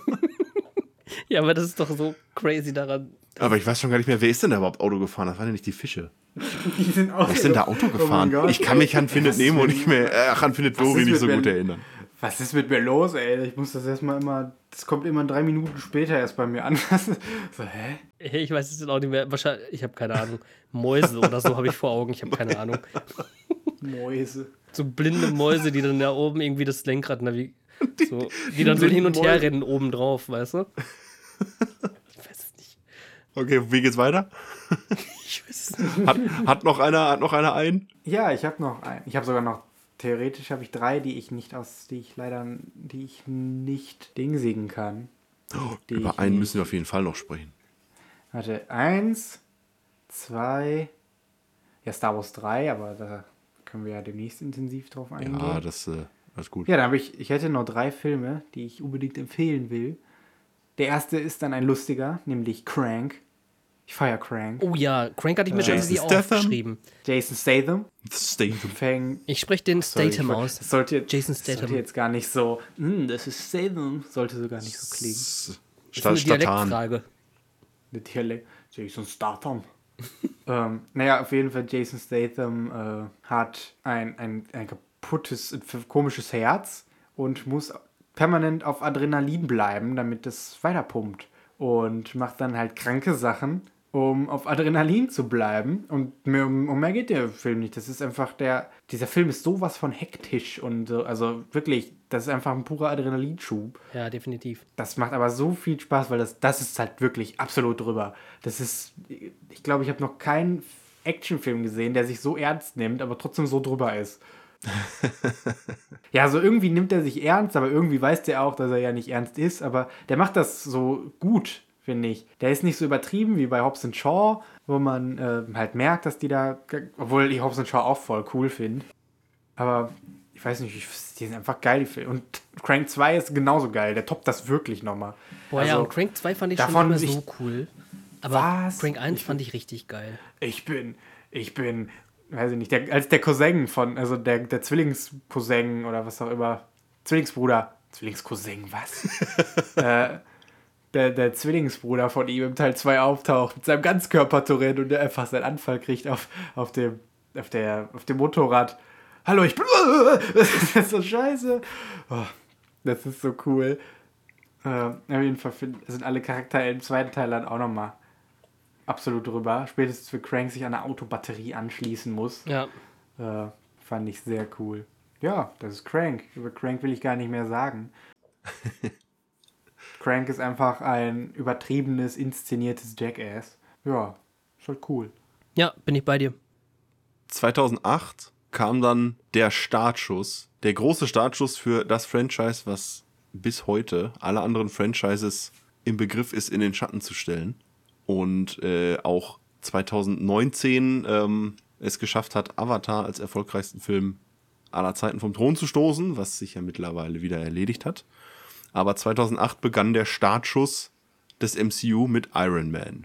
[SPEAKER 1] Ja, aber das ist doch so crazy daran.
[SPEAKER 2] Aber ich weiß schon gar nicht mehr, wer ist denn da überhaupt Auto gefahren? Das waren ja nicht die Fische.
[SPEAKER 3] Die sind auch
[SPEAKER 2] Wer ist denn da Auto gefahren?
[SPEAKER 3] Oh mein Gott.
[SPEAKER 2] Ich kann mich an Findet
[SPEAKER 3] Was ist
[SPEAKER 2] Nemo
[SPEAKER 3] mit-
[SPEAKER 2] nicht mehr, äh, ach, an Findet
[SPEAKER 3] Was
[SPEAKER 2] Dory
[SPEAKER 3] ist
[SPEAKER 2] nicht
[SPEAKER 3] mit
[SPEAKER 2] so gut
[SPEAKER 3] Berlin?
[SPEAKER 2] erinnern.
[SPEAKER 3] Was ist mit mir los, ey? Ich muss das erstmal immer. Das kommt immer drei Minuten später erst bei mir an. So, hä?
[SPEAKER 1] Ich weiß es auch nicht mehr. Wahrscheinlich, ich habe keine Ahnung. Mäuse oder so habe ich vor Augen. Ich habe keine Ahnung.
[SPEAKER 3] Mäuse.
[SPEAKER 1] So blinde Mäuse, die dann da oben irgendwie das Lenkrad navi so, die dann so hin und her
[SPEAKER 2] blinden Mäuse.
[SPEAKER 1] rennen oben drauf, weißt du? Ich weiß es nicht.
[SPEAKER 2] Okay, wie geht's weiter?
[SPEAKER 1] Ich weiß es nicht.
[SPEAKER 2] Hat, hat noch einer, hat noch einer einen?
[SPEAKER 3] Ja, ich habe noch einen. Ich habe sogar noch. Theoretisch habe ich drei, die ich nicht aus, die ich leider, die ich nicht dingsiegen kann. Die ich
[SPEAKER 2] Über einen
[SPEAKER 3] nicht-
[SPEAKER 2] müssen wir auf jeden Fall noch sprechen.
[SPEAKER 3] Warte, eins, zwei, ja, Star Wars drei, aber da können wir ja demnächst intensiv drauf eingehen.
[SPEAKER 2] Ja, das, äh, alles gut.
[SPEAKER 3] Ja, dann habe ich, ich hätte noch drei Filme, die ich unbedingt empfehlen will. Der erste ist dann ein lustiger, nämlich Crank. Ich feiere Crank.
[SPEAKER 1] Oh ja, Crank hatte ich mir
[SPEAKER 2] Jason
[SPEAKER 1] tatsächlich auch
[SPEAKER 2] Statham?
[SPEAKER 1] aufgeschrieben.
[SPEAKER 3] Jason Statham
[SPEAKER 2] Statham.
[SPEAKER 3] fängt.
[SPEAKER 1] Ich spreche den
[SPEAKER 3] Sorry,
[SPEAKER 1] Statham
[SPEAKER 3] ich-
[SPEAKER 1] aus.
[SPEAKER 3] Das sollte,
[SPEAKER 1] Jason
[SPEAKER 3] das sollte
[SPEAKER 1] Statham.
[SPEAKER 3] jetzt gar nicht so. "Hm, das ist Statham. Sollte so gar nicht so klingen.
[SPEAKER 1] Das ist
[SPEAKER 2] Statt,
[SPEAKER 1] eine
[SPEAKER 2] Statan.
[SPEAKER 1] Dialektfrage.
[SPEAKER 3] Der Dialekt. Jason Statham. ähm, naja, auf jeden Fall, Jason Statham äh, hat ein, ein, ein kaputtes, ein komisches Herz und muss permanent auf Adrenalin bleiben, damit es weiterpumpt. Und macht dann halt kranke Sachen, um auf Adrenalin zu bleiben. Und mehr, um, um mehr geht der Film nicht. Das ist einfach der, dieser Film ist sowas von hektisch und so, also wirklich, das ist einfach ein purer Adrenalinschub.
[SPEAKER 1] Ja, definitiv.
[SPEAKER 3] Das macht aber so viel Spaß, weil das, das ist halt wirklich absolut drüber. Das ist, ich glaube, ich habe noch keinen Actionfilm gesehen, der sich so ernst nimmt, aber trotzdem so drüber ist. Ja, so irgendwie nimmt er sich ernst, aber irgendwie weiß der auch, dass er ja nicht ernst ist, aber der macht das so gut, finde ich. Der ist nicht so übertrieben wie bei Hobbs and Shaw, wo man äh, halt merkt, dass die da, obwohl ich Hobbs and Shaw auch voll cool finde, aber ich weiß nicht, ich, die sind einfach geil, die Filme. Und Crank zwei ist genauso geil, der toppt das wirklich nochmal.
[SPEAKER 1] Boah,
[SPEAKER 3] also,
[SPEAKER 1] ja, und Crank zwei fand ich schon
[SPEAKER 3] davon
[SPEAKER 1] immer
[SPEAKER 3] ich,
[SPEAKER 1] so cool, aber
[SPEAKER 3] was?
[SPEAKER 1] Crank eins
[SPEAKER 3] ich,
[SPEAKER 1] fand ich richtig geil.
[SPEAKER 3] Ich bin, ich bin... weiß ich nicht, der, als der Cousin von, also der, der Zwillingscousin oder was auch immer, Zwillingsbruder, Zwillingscousin, was? äh, der, der Zwillingsbruder von ihm im Teil zwei auftaucht mit seinem Ganzkörperturett und der einfach seinen Anfall kriegt auf, auf, dem, auf, der, auf dem Motorrad. Hallo, ich bin... Das ist so scheiße. Oh, das ist so cool. Äh, auf jeden Fall sind alle Charaktere im zweiten Teil dann auch nochmal absolut drüber. Spätestens für Crank sich an eine Autobatterie anschließen muss.
[SPEAKER 1] Ja.
[SPEAKER 3] Äh, fand ich sehr cool. Ja, das ist Crank. Über Crank will ich gar nicht mehr sagen. Crank ist einfach ein übertriebenes, inszeniertes Jackass. Ja, ist halt cool.
[SPEAKER 1] Ja, bin ich bei dir.
[SPEAKER 2] zweitausendacht kam dann der Startschuss, der große Startschuss für das Franchise, was bis heute alle anderen Franchises im Begriff ist, in den Schatten zu stellen. Und äh, auch zweitausendneunzehn ähm, es geschafft hat, Avatar als erfolgreichsten Film aller Zeiten vom Thron zu stoßen, was sich ja mittlerweile wieder erledigt hat. Aber zweitausendacht begann der Startschuss des M C U mit Iron Man.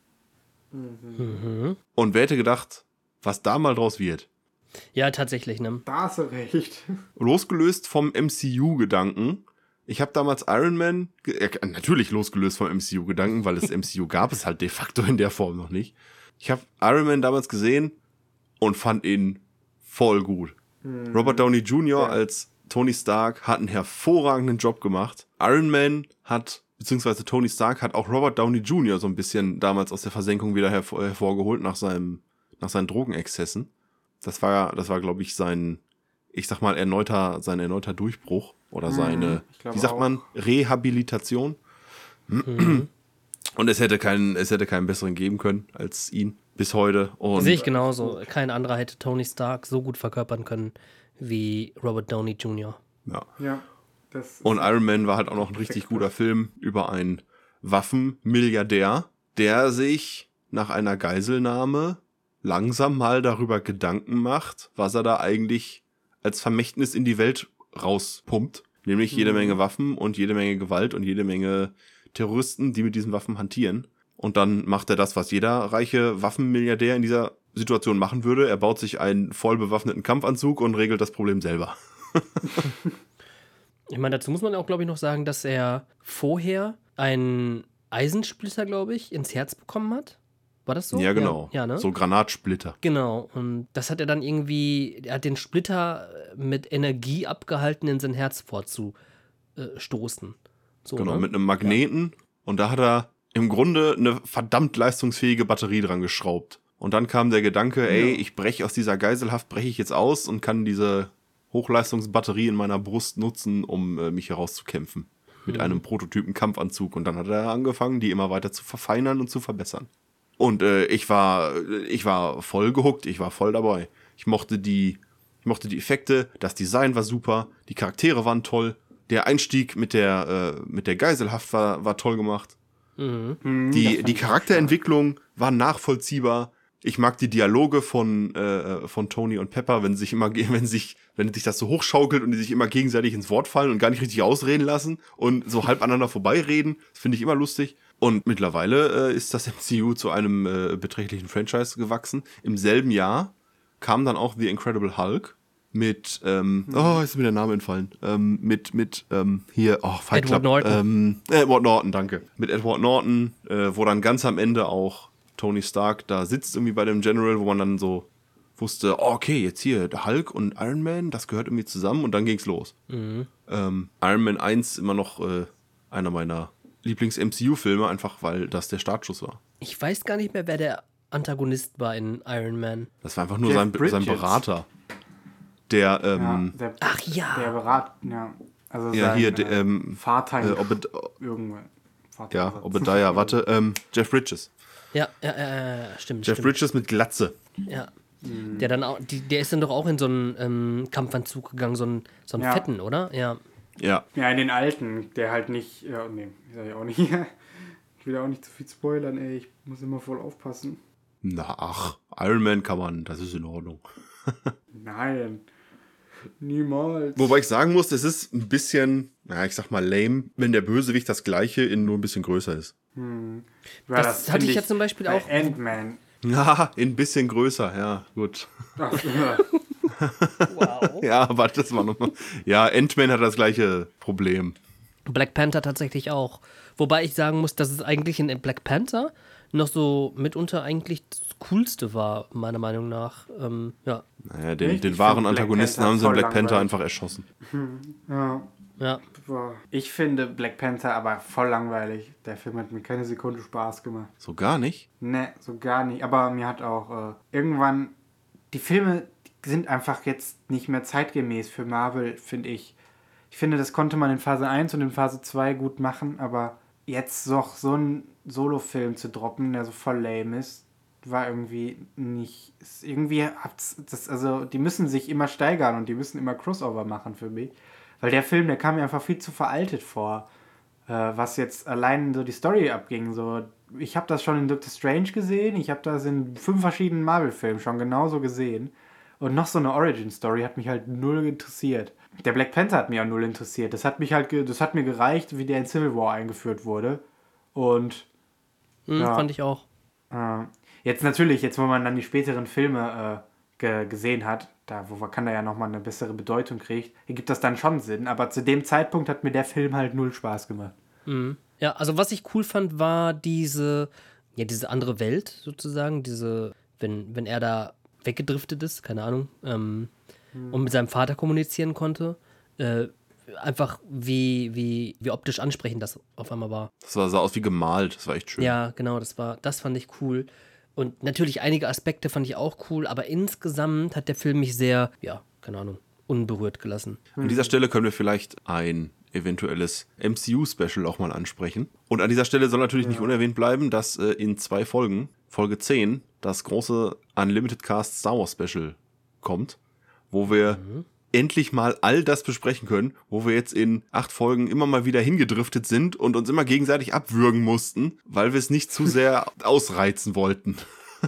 [SPEAKER 1] Mhm.
[SPEAKER 2] Und wer hätte gedacht, was da mal draus wird?
[SPEAKER 1] Ja, tatsächlich, ne?
[SPEAKER 3] Da hast du recht.
[SPEAKER 2] Losgelöst vom M C U-Gedanken. Ich habe damals Iron Man, ge- äh, natürlich losgelöst vom M C U-Gedanken, weil das M C U gab es halt de facto in der Form noch nicht. Ich habe Iron Man damals gesehen und fand ihn voll gut. Mhm. Robert Downey Junior Ja. als Tony Stark hat einen hervorragenden Job gemacht. Iron Man hat, beziehungsweise Tony Stark hat auch Robert Downey Junior so ein bisschen damals aus der Versenkung wieder hervor, hervorgeholt nach seinem, nach seinen Drogenexzessen. Das war, das war, glaube ich, sein, ich sag mal, erneuter, sein erneuter Durchbruch oder seine, wie sagt man, Rehabilitation. Mhm. Und es hätte keinen, es hätte keinen besseren geben können als ihn bis heute. Und
[SPEAKER 1] sehe ich genauso. Kein anderer hätte Tony Stark so gut verkörpern können wie Robert Downey Junior
[SPEAKER 2] Ja.
[SPEAKER 3] Ja. Das
[SPEAKER 2] Und Iron Man war halt auch noch ein richtig guter Film über einen Waffenmilliardär, der sich nach einer Geiselnahme langsam mal darüber Gedanken macht, was er da eigentlich als Vermächtnis in die Welt rauspumpt. Nämlich jede
[SPEAKER 3] Mhm.
[SPEAKER 2] Menge Waffen und jede Menge Gewalt und jede Menge Terroristen, die mit diesen Waffen hantieren. Und dann macht er das, was jeder reiche Waffenmilliardär in dieser Situation machen würde. Er baut sich einen voll bewaffneten Kampfanzug und regelt das Problem selber.
[SPEAKER 1] Ich meine, dazu muss man auch, glaube ich, noch sagen, dass er vorher einen Eisensplitter, glaube ich, ins Herz bekommen hat. War das so?
[SPEAKER 2] Ja, genau.
[SPEAKER 1] Ja, ja, ne?
[SPEAKER 2] So Granatsplitter.
[SPEAKER 1] Genau. Und das hat er dann irgendwie, er hat den Splitter mit Energie abgehalten, in sein Herz vorzustoßen. So,
[SPEAKER 2] Genau,
[SPEAKER 1] ne?
[SPEAKER 2] mit einem Magneten. Ja. Und da hat er im Grunde eine verdammt leistungsfähige Batterie dran geschraubt. Und dann kam der Gedanke, ey,
[SPEAKER 3] Ja.
[SPEAKER 2] ich breche aus dieser Geiselhaft, breche ich jetzt aus und kann diese Hochleistungsbatterie in meiner Brust nutzen, um äh, mich herauszukämpfen. Mit
[SPEAKER 1] Mhm.
[SPEAKER 2] einem Prototypen Kampfanzug. Und dann hat er angefangen, die immer weiter zu verfeinern und zu verbessern. Und äh, ich war ich war voll gehuckt, ich war voll dabei. Ich mochte die ich mochte die Effekte, das Design war super, die Charaktere waren toll, der Einstieg mit der äh, mit der Geiselhaft war war toll gemacht.
[SPEAKER 1] Mhm.
[SPEAKER 3] Mhm, das
[SPEAKER 2] Die
[SPEAKER 3] fand
[SPEAKER 2] die
[SPEAKER 3] ich
[SPEAKER 2] Charakterentwicklung war nachvollziehbar. Ich mag die Dialoge von äh, von Tony und Pepper, wenn sich immer wenn sich wenn sich das so hochschaukelt und die sich immer gegenseitig ins Wort fallen und gar nicht richtig ausreden lassen und so halb aneinander vorbeireden. Das finde ich immer lustig. Und mittlerweile äh, ist das M C U zu einem äh, beträchtlichen Franchise gewachsen. Im selben Jahr kam dann auch The Incredible Hulk mit, ähm, oh, ist mir der Name entfallen, ähm, mit, mit, ähm, hier, oh, Fight
[SPEAKER 1] Edward
[SPEAKER 2] Club.
[SPEAKER 1] Norton.
[SPEAKER 2] Ähm, Edward Norton, danke. Mit Edward Norton, äh, wo dann ganz am Ende auch Tony Stark da sitzt irgendwie bei dem General, wo man dann so wusste, oh, okay, jetzt hier der Hulk und Iron Man, das gehört irgendwie zusammen und dann ging's los.
[SPEAKER 1] Mhm.
[SPEAKER 2] Ähm, Iron Man eins immer noch äh, einer meiner Lieblings-M C U-Filme, einfach weil das der Startschuss war.
[SPEAKER 1] Ich weiß gar nicht mehr, wer der Antagonist war in Iron Man.
[SPEAKER 2] Das war einfach nur
[SPEAKER 3] Jeff
[SPEAKER 2] sein, sein
[SPEAKER 3] Bridges.
[SPEAKER 2] Berater. Der, ähm,
[SPEAKER 3] Ja, der,
[SPEAKER 1] Ach ja.
[SPEAKER 3] Der Berat, ja. Also
[SPEAKER 2] ja,
[SPEAKER 3] sein,
[SPEAKER 2] hier,
[SPEAKER 3] äh,
[SPEAKER 2] der, ähm,
[SPEAKER 3] Vater.
[SPEAKER 2] äh, Obed
[SPEAKER 3] irgendwann. Vater
[SPEAKER 2] ja, Obadiah, warte, ähm, Jeff Bridges.
[SPEAKER 1] Ja, ja, ja, ja, stimmt.
[SPEAKER 2] Jeff
[SPEAKER 1] stimmt.
[SPEAKER 2] Bridges mit Glatze.
[SPEAKER 1] Ja. Der dann auch, die, der ist dann doch auch in so einen ähm, Kampfanzug gegangen, so einen, so einen
[SPEAKER 3] Ja.
[SPEAKER 1] fetten, oder? Ja.
[SPEAKER 2] Ja.
[SPEAKER 3] Ja, in den alten, der halt nicht. Ja, nee, ich sag ja auch nicht. Ich will ja auch nicht zu viel spoilern, ey. Ich muss immer voll aufpassen.
[SPEAKER 2] Na, ach, Iron Man kann man, das ist in Ordnung.
[SPEAKER 3] Nein. Niemals.
[SPEAKER 2] Wobei ich sagen muss, es ist ein bisschen, naja, ich sag mal lame, wenn der Bösewicht das gleiche in nur ein bisschen größer ist.
[SPEAKER 3] Ja,
[SPEAKER 1] Das hatte
[SPEAKER 3] find
[SPEAKER 1] ich ja zum Beispiel
[SPEAKER 3] bei
[SPEAKER 1] auch-
[SPEAKER 3] Ant-Man.
[SPEAKER 2] Ja, ein bisschen größer, ja, gut.
[SPEAKER 3] Ach, ja.
[SPEAKER 1] Wow.
[SPEAKER 2] Ja, aber das war nochmal. Ja, Ant-Man hat das gleiche Problem.
[SPEAKER 1] Black Panther tatsächlich auch. Wobei ich sagen muss, dass es eigentlich in Black Panther noch so mitunter eigentlich das Coolste war, meiner Meinung nach. Ähm, ja.
[SPEAKER 2] Naja, den,
[SPEAKER 3] Echt?
[SPEAKER 2] den
[SPEAKER 3] Ich
[SPEAKER 2] wahren
[SPEAKER 3] find Black
[SPEAKER 2] Antagonisten
[SPEAKER 3] Panther
[SPEAKER 2] haben sie in
[SPEAKER 3] voll
[SPEAKER 2] Black Panther
[SPEAKER 3] langweilig.
[SPEAKER 2] einfach erschossen.
[SPEAKER 3] ja.
[SPEAKER 1] Ja.
[SPEAKER 3] Boah. Ich finde Black Panther aber voll langweilig. Der Film hat mir keine Sekunde Spaß gemacht.
[SPEAKER 2] So gar nicht.
[SPEAKER 3] Ne, so gar nicht. Aber mir hat auch äh, irgendwann. Die Filme sind einfach jetzt nicht mehr zeitgemäß für Marvel, finde ich. Ich finde, das konnte man in Phase eins und in Phase zwei gut machen, aber jetzt noch so einen Solo-Film zu droppen, der so voll lame ist, war irgendwie nicht. Ist irgendwie hat's das, also die müssen sich immer steigern und die müssen immer Crossover machen für mich. Weil der Film, der kam mir einfach viel zu veraltet vor. Äh, was jetzt allein so die Story abging. So, ich habe das schon in Doctor Strange gesehen, ich habe das in fünf verschiedenen Marvel-Filmen schon genauso gesehen. Und noch so eine Origin-Story hat mich halt null interessiert. Der Black Panther hat mich auch null interessiert. Das hat mich halt, ge- das hat mir gereicht, wie der in Civil War eingeführt wurde. Und
[SPEAKER 1] Hm,
[SPEAKER 3] Ja.
[SPEAKER 1] fand ich auch.
[SPEAKER 3] äh, jetzt natürlich, jetzt wo man dann die späteren Filme äh, ge- gesehen hat, da wo Wakanda ja nochmal eine bessere Bedeutung kriegt, ergibt das dann schon Sinn. Aber zu dem Zeitpunkt hat mir der Film halt null Spaß gemacht.
[SPEAKER 1] Mhm. Ja, also was ich cool fand, war diese, ja, diese andere Welt sozusagen, diese, wenn, wenn er da weggedriftet ist, keine Ahnung, ähm, und mit seinem Vater kommunizieren konnte, äh, einfach wie, wie, wie optisch ansprechend das auf einmal war.
[SPEAKER 2] Das sah, sah aus wie gemalt, das war echt schön.
[SPEAKER 1] Ja, genau, das war, das fand ich cool. Und natürlich einige Aspekte fand ich auch cool, aber insgesamt hat der Film mich sehr, ja, keine Ahnung, unberührt gelassen.
[SPEAKER 2] An dieser Stelle können wir vielleicht ein eventuelles M C U-Special auch mal ansprechen. Und an dieser Stelle soll natürlich nicht unerwähnt bleiben, dass äh, in zwei Folgen, Folge zehn, das große Unlimited Cast Star Wars Special kommt, wo wir endlich mal all das besprechen können, wo wir jetzt in acht Folgen immer mal wieder hingedriftet sind und uns immer gegenseitig abwürgen mussten, weil wir es nicht zu sehr ausreizen wollten.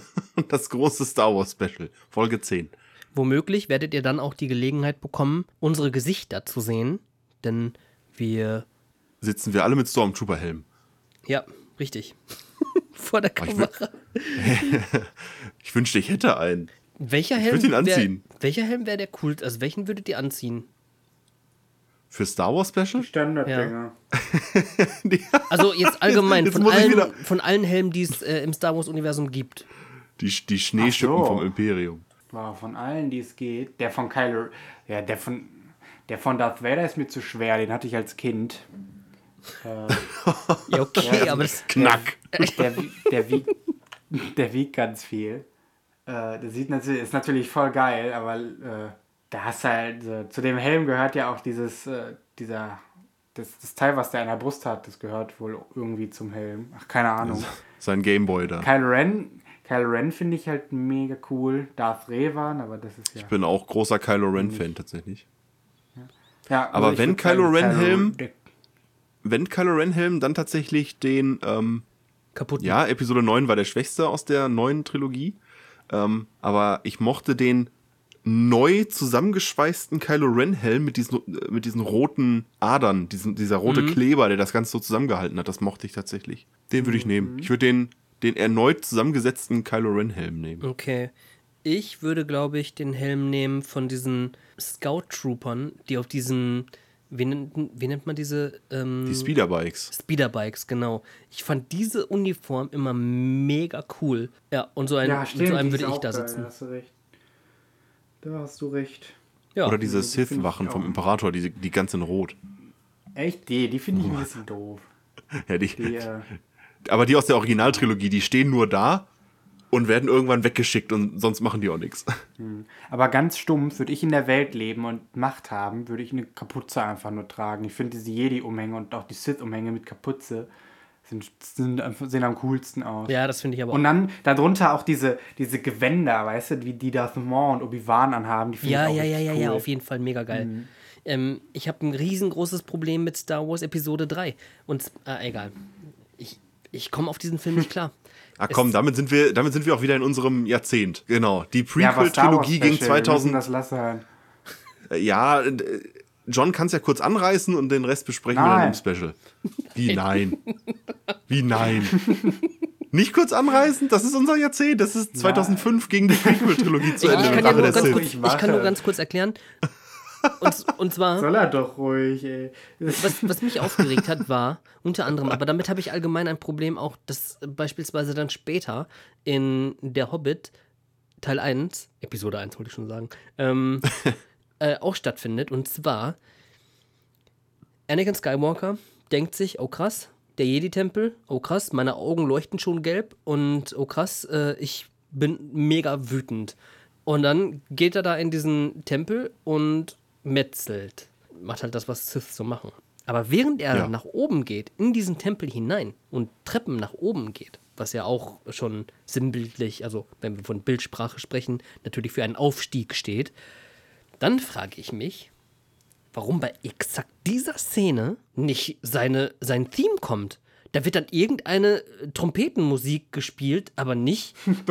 [SPEAKER 2] Das große Star Wars Special, Folge zehn.
[SPEAKER 1] Womöglich werdet ihr dann auch die Gelegenheit bekommen, unsere Gesichter zu sehen, denn wir,
[SPEAKER 2] Sitzen wir alle mit Stormtrooper-Helm.
[SPEAKER 1] ja, richtig, vor der
[SPEAKER 2] ich will-
[SPEAKER 1] Kamera.
[SPEAKER 2] Ich wünschte, ich hätte einen.
[SPEAKER 1] Welcher
[SPEAKER 2] Ich
[SPEAKER 1] Helm
[SPEAKER 2] würd ihn
[SPEAKER 1] wär-
[SPEAKER 2] anziehen.
[SPEAKER 1] Welcher Helm wäre der cool? Also welchen würdet ihr anziehen?
[SPEAKER 2] Für Star Wars Special?
[SPEAKER 3] Standarddinger.
[SPEAKER 1] Also jetzt allgemein
[SPEAKER 2] Jetzt
[SPEAKER 1] von,
[SPEAKER 2] muss ich
[SPEAKER 1] allen,
[SPEAKER 2] wieder-
[SPEAKER 1] von allen Helmen, die es äh, im Star Wars-Universum gibt.
[SPEAKER 2] Die, die Schneeschippen
[SPEAKER 3] Ach so.
[SPEAKER 2] vom Imperium.
[SPEAKER 3] Wow, von allen, die es geht. Der von Kylo, ja, der von, der von Darth Vader ist mir zu schwer. Den hatte ich als Kind. Äh,
[SPEAKER 1] Ja, okay,
[SPEAKER 3] Ja,
[SPEAKER 1] aber das,
[SPEAKER 2] Knack.
[SPEAKER 3] der, wie- der, wiegt, der wiegt ganz viel. Äh, der sieht natürlich, ist natürlich voll geil, aber äh, da hast du halt, äh, zu dem Helm gehört ja auch dieses, äh, dieser, das, das Teil, was der an der Brust hat, das gehört wohl irgendwie zum Helm. Ach, keine Ahnung.
[SPEAKER 2] Sein Gameboy da.
[SPEAKER 3] Kylo Ren, Kylo Ren finde ich halt mega cool. Darth Revan, aber das ist ja.
[SPEAKER 2] Ich bin auch großer Kylo Ren-Fan tatsächlich.
[SPEAKER 3] ja
[SPEAKER 2] aber
[SPEAKER 3] ich
[SPEAKER 2] wenn
[SPEAKER 3] würd
[SPEAKER 2] Kylo
[SPEAKER 3] sagen,
[SPEAKER 2] Ren Helm-
[SPEAKER 3] der-
[SPEAKER 2] Wenn Kylo Ren-Helm, dann tatsächlich den, ähm,
[SPEAKER 1] kaputt.
[SPEAKER 2] ja, Episode neun war der schwächste aus der neuen Trilogie. Ähm, aber ich mochte den neu zusammengeschweißten Kylo Ren-Helm mit diesen, äh, mit diesen roten Adern, diesen, dieser rote
[SPEAKER 1] Mhm.
[SPEAKER 2] Kleber, der das Ganze so zusammengehalten hat. Das mochte ich tatsächlich. Den würde ich nehmen. Ich würde den, den erneut zusammengesetzten Kylo Ren-Helm nehmen.
[SPEAKER 1] Okay. Ich würde, glaube ich, den Helm nehmen von diesen Scout-Troopern, die auf diesen, wie nennt, wie nennt man diese? Ähm,
[SPEAKER 2] Die Speederbikes.
[SPEAKER 1] Speederbikes, genau. Ich fand diese Uniform immer mega cool. Ja, und so, ein,
[SPEAKER 3] Ja,
[SPEAKER 1] mit
[SPEAKER 3] stimmt.
[SPEAKER 1] so einem
[SPEAKER 3] die
[SPEAKER 1] würde
[SPEAKER 3] ist
[SPEAKER 1] ich
[SPEAKER 3] auch
[SPEAKER 1] da
[SPEAKER 3] geil,
[SPEAKER 1] sitzen.
[SPEAKER 3] Hast du recht. Da hast du recht.
[SPEAKER 1] Ja.
[SPEAKER 2] Oder diese
[SPEAKER 3] die find ich
[SPEAKER 2] Sith-Wachen vom
[SPEAKER 3] auch.
[SPEAKER 2] Imperator, die, die ganz in Rot.
[SPEAKER 3] Echt? Die, die finde ich ein bisschen doof.
[SPEAKER 2] Ja, die,
[SPEAKER 3] Die, äh,
[SPEAKER 2] aber die aus der Originaltrilogie, die stehen nur da und werden irgendwann weggeschickt und sonst machen die auch nichts.
[SPEAKER 3] aber ganz stumpf, würde ich in der Welt leben und Macht haben, würde ich eine Kapuze einfach nur tragen. Ich finde diese Jedi-Umhänge und auch die Sith-Umhänge mit Kapuze sind, sind, einfach- sehen am coolsten aus.
[SPEAKER 1] Ja, das finde ich aber
[SPEAKER 3] Und
[SPEAKER 1] auch.
[SPEAKER 3] dann darunter auch diese, diese Gewänder, weißt du, wie die Darth Maul und Obi-Wan anhaben, die finde
[SPEAKER 1] Ja,
[SPEAKER 3] ich auch
[SPEAKER 1] ja, ja,
[SPEAKER 3] richtig
[SPEAKER 1] ja,
[SPEAKER 3] cool.
[SPEAKER 1] ja, auf jeden Fall mega geil. Ähm, ich habe ein riesengroßes Problem mit Star Wars Episode drei. Und, äh, egal. Ich, ich komme auf diesen Film nicht klar.
[SPEAKER 2] Ah komm,
[SPEAKER 1] Es-
[SPEAKER 2] damit sind wir, damit sind wir auch wieder in unserem Jahrzehnt. Genau. Die
[SPEAKER 3] Ja, aber Star Wars
[SPEAKER 2] Prequel-Trilogie ging
[SPEAKER 3] Special, wir müssen
[SPEAKER 2] zweitausend.
[SPEAKER 3] das lassen.
[SPEAKER 2] Äh, Ja, äh, John kann es ja kurz anreißen und den Rest besprechen wir
[SPEAKER 3] Nein.
[SPEAKER 2] dann im Special. Wie nein? Wie nein? Nicht kurz anreißen? Das ist unser Jahrzehnt. Das ist zweitausendfünf gegen die Prequel-Trilogie zu
[SPEAKER 1] Ich,
[SPEAKER 2] Ende.
[SPEAKER 1] ich,
[SPEAKER 2] mit
[SPEAKER 1] kann ja
[SPEAKER 2] Rache
[SPEAKER 1] nur
[SPEAKER 2] der
[SPEAKER 1] ganz
[SPEAKER 2] Sith.
[SPEAKER 1] kurz,
[SPEAKER 3] Ich
[SPEAKER 1] ich kann nur
[SPEAKER 3] mache.
[SPEAKER 1] ganz kurz erklären. Und, und zwar,
[SPEAKER 3] Soll er doch ruhig, ey.
[SPEAKER 1] was, was mich aufgeregt hat, war unter anderem, aber damit habe ich allgemein ein Problem auch, dass beispielsweise dann später in Der Hobbit Teil eins, Episode eins wollte ich schon sagen, ähm, äh, auch stattfindet. Und zwar, Anakin Skywalker denkt sich, oh krass, der Jedi-Tempel, oh krass, meine Augen leuchten schon gelb und oh krass, äh, ich bin mega wütend. Und dann geht er da in diesen Tempel und metzelt. Macht halt das, was Sith so machen. Aber während er
[SPEAKER 2] Ja.
[SPEAKER 1] nach oben geht, in diesen Tempel hinein und Treppen nach oben geht, was ja auch schon sinnbildlich, also wenn wir von Bildsprache sprechen, natürlich für einen Aufstieg steht, dann frage ich mich, warum bei exakt dieser Szene nicht seine, sein Theme kommt. Da wird dann irgendeine äh, Trompetenmusik gespielt, aber nicht.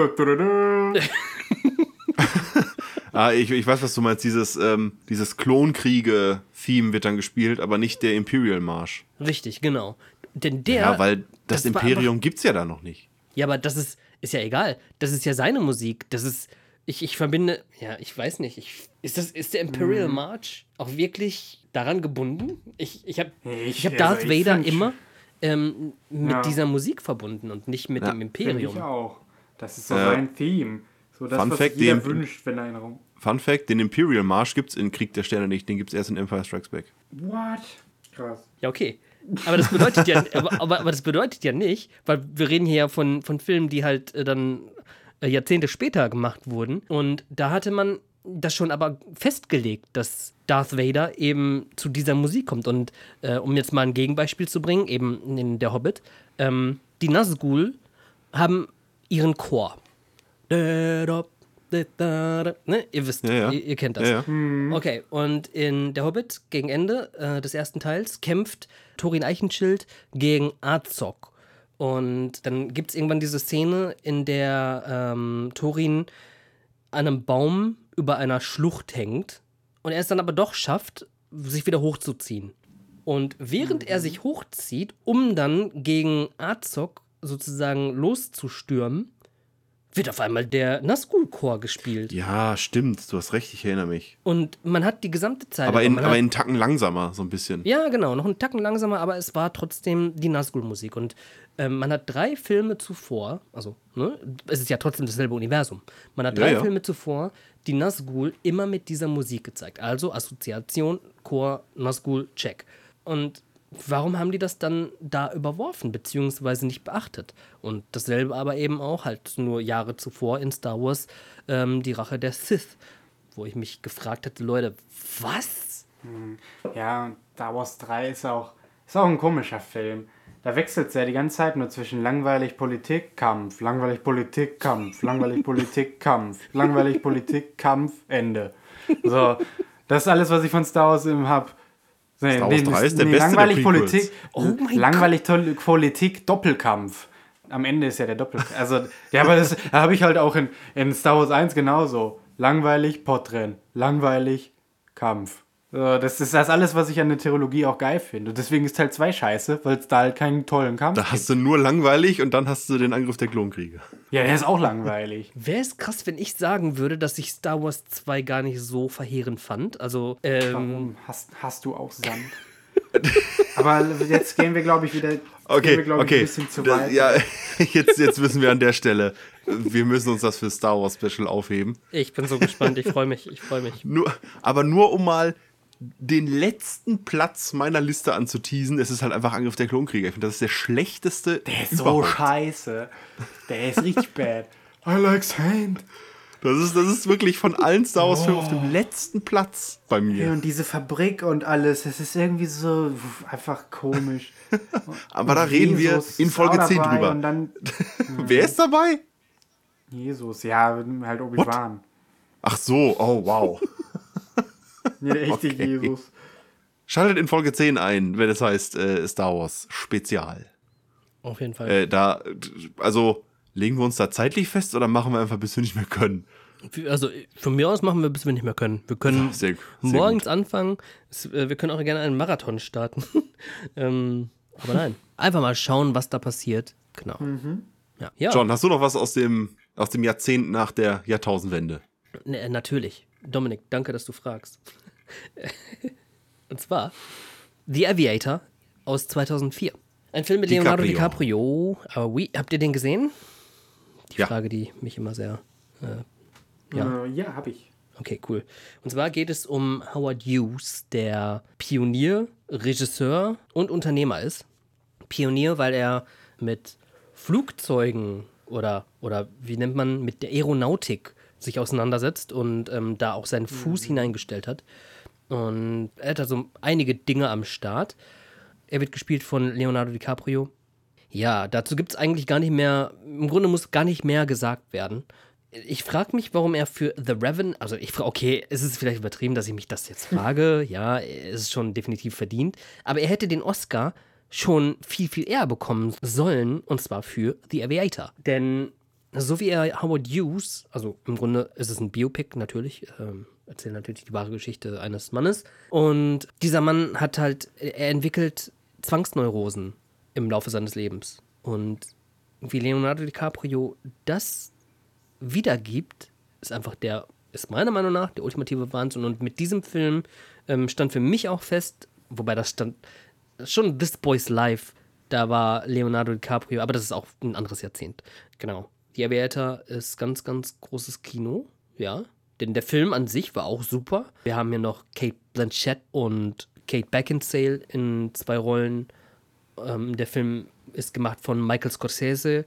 [SPEAKER 2] Ah, ich, ich weiß, was du meinst. Dieses, ähm, dieses Klonkriege-Theme wird dann gespielt, aber nicht der Imperial-Marsch.
[SPEAKER 1] Richtig, genau. Denn der.
[SPEAKER 2] Ja, weil das,
[SPEAKER 1] das war
[SPEAKER 2] Imperium gibt's ja da noch nicht.
[SPEAKER 1] Ja, aber das ist, ist ja egal. Das ist ja seine Musik. Das ist. Ich, ich verbinde. Ja, ich weiß nicht. Ich, ist, das, ist der Imperial March auch wirklich daran gebunden? Ich, ich habe
[SPEAKER 3] Ich-
[SPEAKER 1] ich hab
[SPEAKER 3] also
[SPEAKER 1] Darth
[SPEAKER 3] ich
[SPEAKER 1] Vader
[SPEAKER 3] find-
[SPEAKER 1] immer ähm, mit
[SPEAKER 3] Ja.
[SPEAKER 1] dieser Musik verbunden und nicht mit
[SPEAKER 2] Ja.
[SPEAKER 1] dem
[SPEAKER 3] Finde ich
[SPEAKER 1] Imperium.
[SPEAKER 3] auch. Das ist so
[SPEAKER 2] Äh,
[SPEAKER 3] sein Theme. So das,
[SPEAKER 2] Fun
[SPEAKER 3] was
[SPEAKER 2] Fact,
[SPEAKER 3] jeder
[SPEAKER 2] dem-
[SPEAKER 3] wünscht, wenn er ihn rum...
[SPEAKER 2] Fun Fact, den Imperial Marsch gibt's in Krieg der Sterne nicht. Den gibt's erst in Empire Strikes Back.
[SPEAKER 3] What? Krass.
[SPEAKER 1] Ja, okay. Aber das bedeutet ja, aber, aber, aber das bedeutet ja nicht, weil wir reden hier ja von, von Filmen, die halt äh, dann äh, Jahrzehnte später gemacht wurden. Und da hatte man das schon aber festgelegt, dass Darth Vader eben zu dieser Musik kommt. Und äh, um jetzt mal ein Gegenbeispiel zu bringen, eben in Der Hobbit, ähm, die Nazgul haben ihren Chor. Ne? Ihr wisst,
[SPEAKER 2] Ja, ja.
[SPEAKER 1] Ihr, ihr kennt das.
[SPEAKER 2] Ja, ja.
[SPEAKER 1] Okay, und in Der Hobbit, gegen Ende äh, des ersten Teils, kämpft Thorin Eichenschild gegen Azog. Und dann gibt es irgendwann diese Szene, in der ähm, Thorin an einem Baum über einer Schlucht hängt und er es dann aber doch schafft, sich wieder hochzuziehen. Und während er sich hochzieht, um dann gegen Azog sozusagen loszustürmen, wird auf einmal der Nazgul-Chor gespielt.
[SPEAKER 2] Ja, stimmt. Du hast recht, ich erinnere mich.
[SPEAKER 1] Und man hat die gesamte Zeit.
[SPEAKER 2] Aber in,
[SPEAKER 1] man
[SPEAKER 2] aber
[SPEAKER 1] hat,
[SPEAKER 2] in Tacken langsamer, so ein bisschen.
[SPEAKER 1] ja, genau, noch einen Tacken langsamer, aber es war trotzdem die Nazgul-Musik. Und ähm, man hat drei Filme zuvor, also, ne, es ist ja trotzdem dasselbe Universum. Man hat drei
[SPEAKER 2] Ja, ja.
[SPEAKER 1] Filme zuvor die Nazgul immer mit dieser Musik gezeigt. Also Assoziation, Chor, Nazgul, check. Und warum haben die das dann da überworfen, beziehungsweise nicht beachtet? Und dasselbe aber eben auch halt nur Jahre zuvor in Star Wars, ähm, die Rache der Sith, wo ich mich gefragt hatte, Leute, was?
[SPEAKER 3] Ja, und Star Wars drei ist auch, ist auch ein komischer Film. Da wechselt es ja die ganze Zeit nur zwischen langweilig Politik, Kampf, langweilig Politik, Kampf, langweilig Politik, Kampf, langweilig Politik, Kampf, Ende. So, das ist alles, was ich von Star Wars eben habe. Nee,
[SPEAKER 2] Star Wars drei ist der beste der
[SPEAKER 3] langweilig
[SPEAKER 2] Prequels.
[SPEAKER 3] Politik,
[SPEAKER 1] Oh mein
[SPEAKER 3] langweilig tolle Politik, Doppelkampf. Am Ende ist ja der Doppelkampf. Also, ja, aber das habe ich halt auch in, in Star Wars eins genauso. Langweilig Podrennen, langweilig Kampf. So, das ist das alles, was ich an der Theologie auch geil finde. Und deswegen ist Teil zwei scheiße, weil es da halt keinen tollen Kampf
[SPEAKER 2] Da
[SPEAKER 3] gibt.
[SPEAKER 2] hast du nur langweilig und dann hast du den Angriff der Klonkriege.
[SPEAKER 3] Ja, der ist auch langweilig.
[SPEAKER 1] Wäre es krass, wenn ich sagen würde, dass ich Star Wars zwei gar nicht so verheerend fand. Also, ähm,
[SPEAKER 3] Warum hast, hast du auch Sand? Aber jetzt gehen wir, glaube ich, wieder
[SPEAKER 2] Okay,
[SPEAKER 3] wir, glaub ich,
[SPEAKER 2] okay.
[SPEAKER 3] ein bisschen zu
[SPEAKER 2] Das,
[SPEAKER 3] weit.
[SPEAKER 2] ja, jetzt, jetzt müssen wir an der Stelle, wir müssen uns das für Star Wars Special aufheben.
[SPEAKER 1] Ich bin so gespannt, ich freue mich, ich freue mich.
[SPEAKER 2] Nur, aber nur um mal den letzten Platz meiner Liste anzuteasen, es ist halt einfach Angriff der Klonkrieger. Ich finde, das ist der schlechteste
[SPEAKER 3] Der ist
[SPEAKER 2] überhaupt.
[SPEAKER 3] so scheiße. Der ist richtig bad. I like sand.
[SPEAKER 2] Das ist, das ist wirklich von allen Star Wars Filmen auf dem letzten Platz bei
[SPEAKER 3] Ja,
[SPEAKER 2] mir.
[SPEAKER 3] und diese Fabrik und alles, es ist irgendwie so einfach komisch.
[SPEAKER 2] Aber da
[SPEAKER 3] Und
[SPEAKER 2] reden wir
[SPEAKER 3] Jesus
[SPEAKER 2] in
[SPEAKER 3] ist
[SPEAKER 2] Folge
[SPEAKER 3] auch
[SPEAKER 2] zehn
[SPEAKER 3] dabei
[SPEAKER 2] drüber.
[SPEAKER 3] Und dann
[SPEAKER 2] Wer ist dabei?
[SPEAKER 3] Jesus, ja, halt Obi-Wan.
[SPEAKER 2] Ach so, oh wow.
[SPEAKER 3] Nee, der echte
[SPEAKER 2] Okay.
[SPEAKER 3] Jesus.
[SPEAKER 2] Schaltet in Folge zehn ein, wenn es heißt äh, Star Wars Spezial.
[SPEAKER 1] Auf jeden Fall.
[SPEAKER 2] Äh, da, also, legen wir uns da zeitlich fest oder machen wir einfach, bis wir nicht mehr können?
[SPEAKER 1] Also von mir aus machen wir, bis wir nicht mehr können. Wir können
[SPEAKER 2] Sehr- sehr
[SPEAKER 1] morgens
[SPEAKER 2] gut.
[SPEAKER 1] anfangen. Es, äh, wir können auch gerne einen Marathon starten. ähm, aber nein. Einfach mal schauen, was da passiert. Genau. Ja. ja.
[SPEAKER 2] John, hast du noch was aus dem, aus dem Jahrzehnt nach der Jahrtausendwende?
[SPEAKER 1] Ne, natürlich. Dominik, danke, dass du fragst. Und zwar The Aviator aus zweitausendvier. Ein Film mit Leonardo
[SPEAKER 2] DiCaprio.
[SPEAKER 1] DiCaprio. Aber oui, habt ihr den gesehen? Die
[SPEAKER 2] Ja.
[SPEAKER 1] Frage, die mich immer sehr... Äh,
[SPEAKER 3] Ja, äh, ja habe ich.
[SPEAKER 1] Okay, cool. Und zwar geht es um Howard Hughes, der Pionier, Regisseur und Unternehmer ist. Pionier, weil er mit Flugzeugen oder, oder wie nennt man, mit der Aeronautik sich auseinandersetzt und ähm, da auch seinen Fuß hineingestellt hat. Und er hat also einige Dinge am Start. Er wird gespielt von Leonardo DiCaprio. Ja, dazu gibt es eigentlich gar nicht mehr, im Grunde muss gar nicht mehr gesagt werden. Ich frage mich, warum er für The Revenant, also ich frage, okay, es ist vielleicht übertrieben, dass ich mich das jetzt frage, ja, es ist schon definitiv verdient, aber er hätte den Oscar schon viel, viel eher bekommen sollen, und zwar für The Aviator. Denn so wie er Howard Hughes, also im Grunde ist es ein Biopic natürlich, ähm, erzählt natürlich die wahre Geschichte eines Mannes, und dieser Mann hat halt, er entwickelt Zwangsneurosen im Laufe seines Lebens. Und wie Leonardo DiCaprio das wiedergibt, ist einfach der, ist meiner Meinung nach der ultimative Wahnsinn. Und mit diesem Film ähm, stand für mich auch fest, wobei das stand schon This Boy's Life, da war Leonardo DiCaprio, aber das ist auch ein anderes Jahrzehnt. Genau. The Aviator ist ganz, ganz großes Kino, ja. Denn der Film an sich war auch super. Wir haben hier noch Kate Blanchett und Kate Beckinsale in zwei Rollen. Ähm, der Film ist gemacht von Michael Scorsese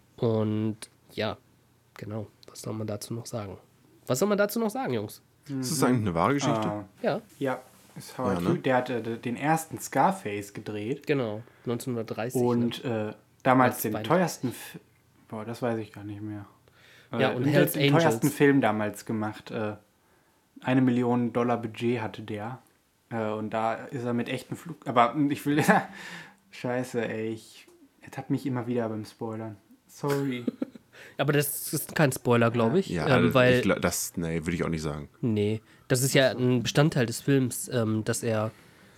[SPEAKER 1] und ja, genau. Was soll man dazu noch sagen? Was soll man dazu noch sagen, Jungs?
[SPEAKER 2] Ist das eigentlich eine wahre Geschichte?
[SPEAKER 3] Ah,
[SPEAKER 1] Ja,
[SPEAKER 3] ja, ist Howard
[SPEAKER 2] Ja, ne?
[SPEAKER 3] Hughes. Der hat äh, den ersten Scarface gedreht.
[SPEAKER 1] genau. neunzehnhundertdreißig. ne?
[SPEAKER 3] Und äh, damals
[SPEAKER 1] Als
[SPEAKER 3] den
[SPEAKER 1] Weihnachten.
[SPEAKER 3] teuersten F Boah, das weiß ich gar nicht mehr.
[SPEAKER 1] Ja,
[SPEAKER 3] Äh,
[SPEAKER 1] und
[SPEAKER 3] den
[SPEAKER 1] Hells
[SPEAKER 3] den teuersten
[SPEAKER 1] Angels.
[SPEAKER 3] Film damals gemacht. Äh, eine Million Dollar Budget hatte der. Äh, und da ist er mit echten Flug... Aber ich will... Scheiße, ey. Ich ertappe mich immer wieder beim Spoilern. Sorry.
[SPEAKER 1] Aber das ist kein Spoiler, glaube ich.
[SPEAKER 2] Ja,
[SPEAKER 1] ähm,
[SPEAKER 2] das-
[SPEAKER 1] weil,
[SPEAKER 2] ich, gla- das, nee, würde ich auch nicht sagen.
[SPEAKER 1] nee, das ist ja ein Bestandteil des Films, ähm, dass er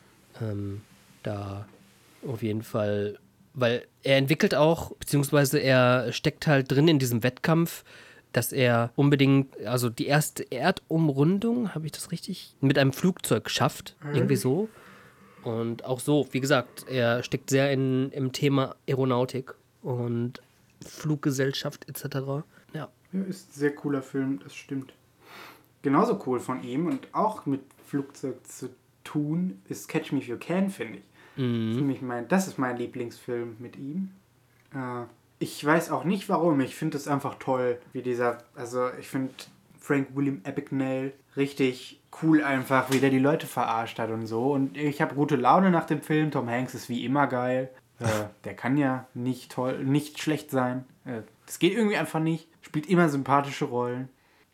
[SPEAKER 1] ähm, da auf jeden Fall, weil er entwickelt auch, beziehungsweise er steckt halt drin in diesem Wettkampf, dass er unbedingt, also die erste Erdumrundung, habe ich das richtig, mit einem Flugzeug schafft, irgendwie so. Und auch so, wie gesagt, er steckt sehr in, im Thema Aeronautik und Fluggesellschaft et cetera. Ja.
[SPEAKER 3] Ja, ist ein sehr cooler Film, das stimmt. Genauso cool von ihm und auch mit Flugzeug zu tun ist Catch Me If You Can, finde ich.
[SPEAKER 1] Mhm.
[SPEAKER 3] Für mich mein, das ist mein Lieblingsfilm mit ihm. Äh, ich weiß auch nicht warum. Ich finde es einfach toll, wie dieser, also ich finde Frank William Abagnale richtig cool einfach, wie der die Leute verarscht hat und so. Und ich habe gute Laune nach dem Film. Tom Hanks ist wie immer geil. Äh, der kann ja nicht toll, nicht schlecht sein. Äh, das geht irgendwie einfach nicht. Spielt immer sympathische Rollen.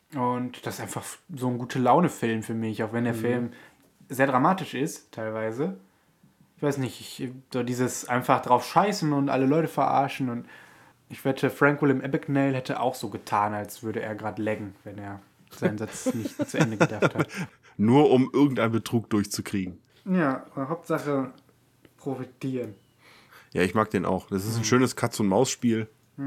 [SPEAKER 3] Und das ist einfach so ein gute Laune-Film für mich, auch wenn der Film sehr dramatisch ist, teilweise. Ich weiß nicht, ich, so dieses einfach drauf scheißen und alle Leute verarschen. Und ich wette, Frank William Abagnale hätte auch so getan, als würde er gerade laggen, wenn er seinen Satz nicht zu Ende gedacht hat.
[SPEAKER 2] Nur um irgendeinen Betrug durchzukriegen.
[SPEAKER 3] Ja, Hauptsache profitieren.
[SPEAKER 2] Ja, ich mag den auch. Das ist ein schönes Katz-und-Maus-Spiel.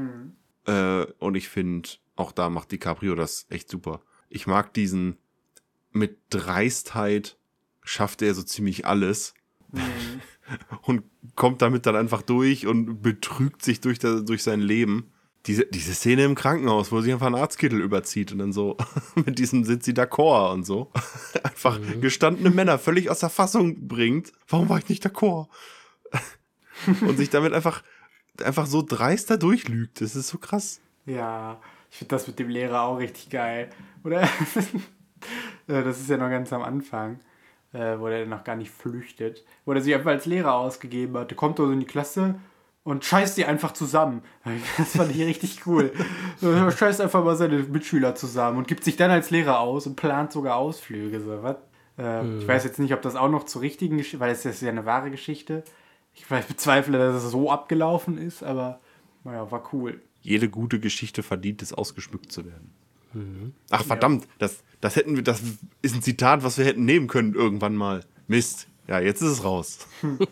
[SPEAKER 2] Äh, und ich finde, auch da macht DiCaprio das echt super. Ich mag diesen, mit Dreistheit schafft er so ziemlich alles.
[SPEAKER 3] Mhm.
[SPEAKER 2] und kommt damit dann einfach durch und betrügt sich durch, das, durch sein Leben. Diese, diese Szene im Krankenhaus, wo sie einfach einen Arztkittel überzieht und dann so mit diesem sind sie d'accord und so. Einfach
[SPEAKER 1] Mhm.
[SPEAKER 2] gestandene Männer völlig aus der Fassung bringt. Warum war ich nicht d'accord? Und sich damit einfach, einfach so dreist da durchlügt. Das ist so krass.
[SPEAKER 3] Ja, ich finde das mit dem Lehrer auch richtig geil. Oder? Das ist ja noch ganz am Anfang, äh, wo der noch gar nicht flüchtet. Wo der sich einfach als Lehrer ausgegeben hat. Der kommt also in die Klasse und scheißt die einfach zusammen. Das fand ich richtig cool. Er scheißt einfach mal seine Mitschüler zusammen und gibt sich dann als Lehrer aus und plant sogar Ausflüge. So, was? Äh,
[SPEAKER 1] Hm.
[SPEAKER 3] Ich weiß jetzt nicht, ob das auch noch zur richtigen Geschichte, weil es ist ja eine wahre Geschichte. Ich vielleicht bezweifle, dass es so abgelaufen ist, aber naja, war cool.
[SPEAKER 2] Jede gute Geschichte verdient es, ausgeschmückt zu werden. Ach verdammt, das, das hätten wir, das ist ein Zitat, was wir hätten nehmen können irgendwann mal. Mist. Ja, jetzt ist es raus.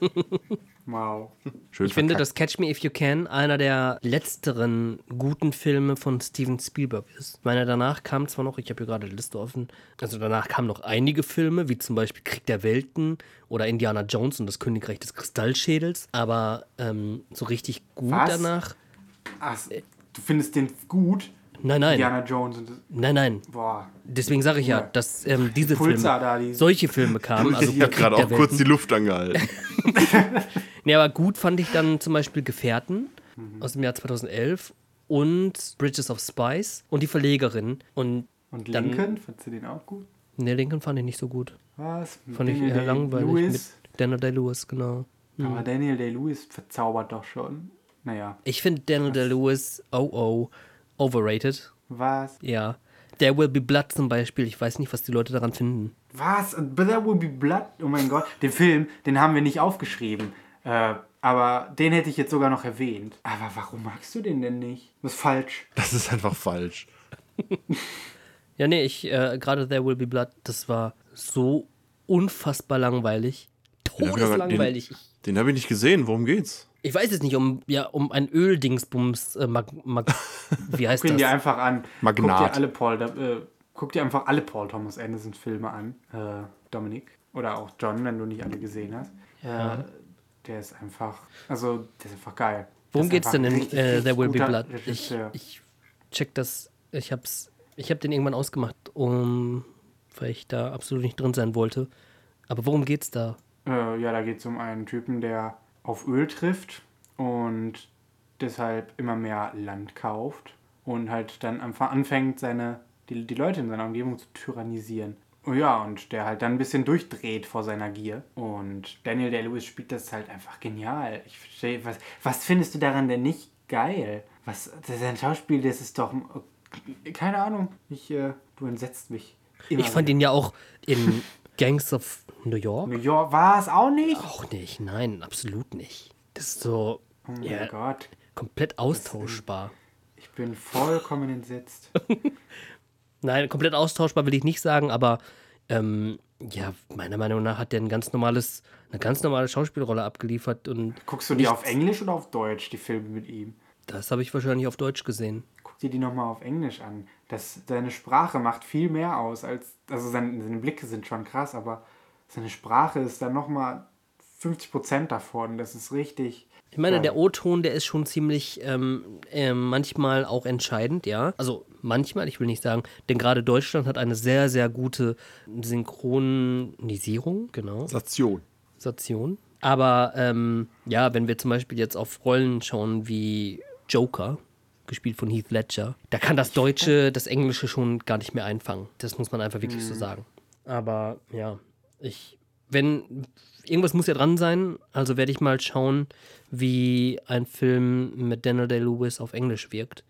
[SPEAKER 3] Wow.
[SPEAKER 2] Schön
[SPEAKER 1] Ich finde,
[SPEAKER 2] verkackt.
[SPEAKER 1] dass Catch Me If You Can einer der letzteren guten Filme von Steven Spielberg ist. Ich meine, danach kam zwar noch, ich habe hier gerade die Liste offen, also danach kamen noch einige Filme, wie zum Beispiel Krieg der Welten oder Indiana Jones und das Königreich des Kristallschädels, aber ähm, so richtig gut
[SPEAKER 3] Was?
[SPEAKER 1] danach,
[SPEAKER 3] Ach, du findest den gut?
[SPEAKER 1] nein, nein,
[SPEAKER 3] Indiana Jones und das,
[SPEAKER 1] nein, nein.
[SPEAKER 3] boah.
[SPEAKER 1] Deswegen sage ich ja,
[SPEAKER 3] Ja.
[SPEAKER 1] dass ähm, diese
[SPEAKER 3] Pulsar
[SPEAKER 1] Filme,
[SPEAKER 3] da, die-
[SPEAKER 1] solche Filme kamen, also
[SPEAKER 2] Ich habe
[SPEAKER 1] Krieg
[SPEAKER 2] gerade
[SPEAKER 1] der
[SPEAKER 2] auch kurz die
[SPEAKER 1] Welten.
[SPEAKER 2] Luft angehalten.
[SPEAKER 1] Nee, aber gut fand ich dann zum Beispiel Gefährten aus dem Jahr zweitausendelf und Bridges of Spies und die Verlegerin. Und
[SPEAKER 3] Und
[SPEAKER 1] dann-
[SPEAKER 3] Lincoln, fandst du den auch gut?
[SPEAKER 1] ne, Lincoln fand ich nicht so gut.
[SPEAKER 3] Was? Mit
[SPEAKER 1] Fand ich
[SPEAKER 3] Daniel
[SPEAKER 1] eher langweilig
[SPEAKER 3] Day-Lewis?
[SPEAKER 1] mit Daniel Day-Lewis, genau.
[SPEAKER 3] Aber Daniel Day-Lewis verzaubert doch schon. Naja.
[SPEAKER 1] Ich finde Daniel Day-Lewis, oh oh, overrated.
[SPEAKER 3] Was?
[SPEAKER 1] Ja. There Will Be Blood zum Beispiel, ich weiß nicht, was die Leute daran finden.
[SPEAKER 3] Was? But There Will Be Blood? Oh mein Gott. Den Film, den haben wir nicht aufgeschrieben. Äh, aber den hätte ich jetzt sogar noch erwähnt. Aber warum magst du den denn nicht? Das ist falsch.
[SPEAKER 2] Das ist einfach falsch.
[SPEAKER 1] Ja, nee, ich, äh, gerade There Will Be Blood, das war so unfassbar langweilig.
[SPEAKER 2] Den hab ich aber-
[SPEAKER 1] Todeslangweilig. Ich,
[SPEAKER 2] Den habe ich nicht gesehen. Worum geht's?
[SPEAKER 1] ich weiß es nicht, um, ja, um ein Öldingsbums, äh, mag, mag, wie heißt
[SPEAKER 3] Guck ihn dir
[SPEAKER 1] das?
[SPEAKER 3] einfach an.
[SPEAKER 2] Magnat.
[SPEAKER 3] Guck dir alle Paul, äh, guck dir einfach alle Paul Thomas Anderson Filme an. Äh, Dominik. Oder auch John, wenn du nicht alle gesehen hast. Äh, der ist einfach, also, der ist einfach geil. Der
[SPEAKER 1] Worum
[SPEAKER 3] ist
[SPEAKER 1] geht's denn
[SPEAKER 3] einfach
[SPEAKER 1] in
[SPEAKER 3] richtig,
[SPEAKER 1] äh,
[SPEAKER 3] richtig
[SPEAKER 1] There Will Be
[SPEAKER 3] guter
[SPEAKER 1] Blood? Ich,
[SPEAKER 3] Regisseur.
[SPEAKER 1] ich check das, ich hab's, ich hab den irgendwann ausgemacht, um, weil ich da absolut nicht drin sein wollte. Aber worum geht's da?
[SPEAKER 3] Äh, ja, da geht es um einen Typen, der auf Öl trifft und deshalb immer mehr Land kauft und halt dann einfach anfängt, seine, die, die Leute in seiner Umgebung zu tyrannisieren. Oh ja, und der halt dann ein bisschen durchdreht vor seiner Gier. Und Daniel Day-Lewis spielt das halt einfach genial. Ich verstehe, was, was findest du daran denn nicht geil? Was, das ist ein Schauspiel, das ist doch, keine Ahnung, ich, äh, du entsetzt mich. Immer
[SPEAKER 1] Ich fand
[SPEAKER 3] wieder.
[SPEAKER 1] ihn ja auch in Gangs of New York.
[SPEAKER 3] New York war es auch nicht?
[SPEAKER 1] Auch nicht, nein, absolut nicht. Das ist so
[SPEAKER 3] Oh mein
[SPEAKER 1] ja,
[SPEAKER 3] Gott.
[SPEAKER 1] komplett austauschbar.
[SPEAKER 3] Ich bin vollkommen entsetzt.
[SPEAKER 1] Nein, komplett austauschbar will ich nicht sagen, aber ähm, ja, meiner Meinung nach hat der ein ganz normales, eine ganz normale Schauspielrolle abgeliefert und
[SPEAKER 3] Guckst du die
[SPEAKER 1] nichts-
[SPEAKER 3] auf Englisch oder auf Deutsch, die Filme mit ihm?
[SPEAKER 1] Das habe ich wahrscheinlich auf Deutsch gesehen.
[SPEAKER 3] Guck dir die nochmal auf Englisch an. Das, seine Sprache macht viel mehr aus als. Also seine, seine Blicke sind schon krass, aber seine Sprache ist dann nochmal fünfzig Prozent davon. Das ist richtig.
[SPEAKER 1] Ich meine,
[SPEAKER 3] geil.
[SPEAKER 1] der O-Ton, der ist schon ziemlich ähm, äh, manchmal auch entscheidend, ja. Also manchmal, ich will nicht sagen, denn gerade Deutschland hat eine sehr, sehr gute Synchronisierung, genau.
[SPEAKER 2] Station.
[SPEAKER 1] Station. Aber ähm, ja, wenn wir zum Beispiel jetzt auf Rollen schauen wie Joker, gespielt von Heath Ledger, da kann das Deutsche, das Englische schon gar nicht mehr einfangen. Das muss man einfach wirklich so sagen. Aber ja, ich, wenn, irgendwas muss ja dran sein, also werde ich mal schauen, wie ein Film mit Daniel Day-Lewis auf Englisch wirkt.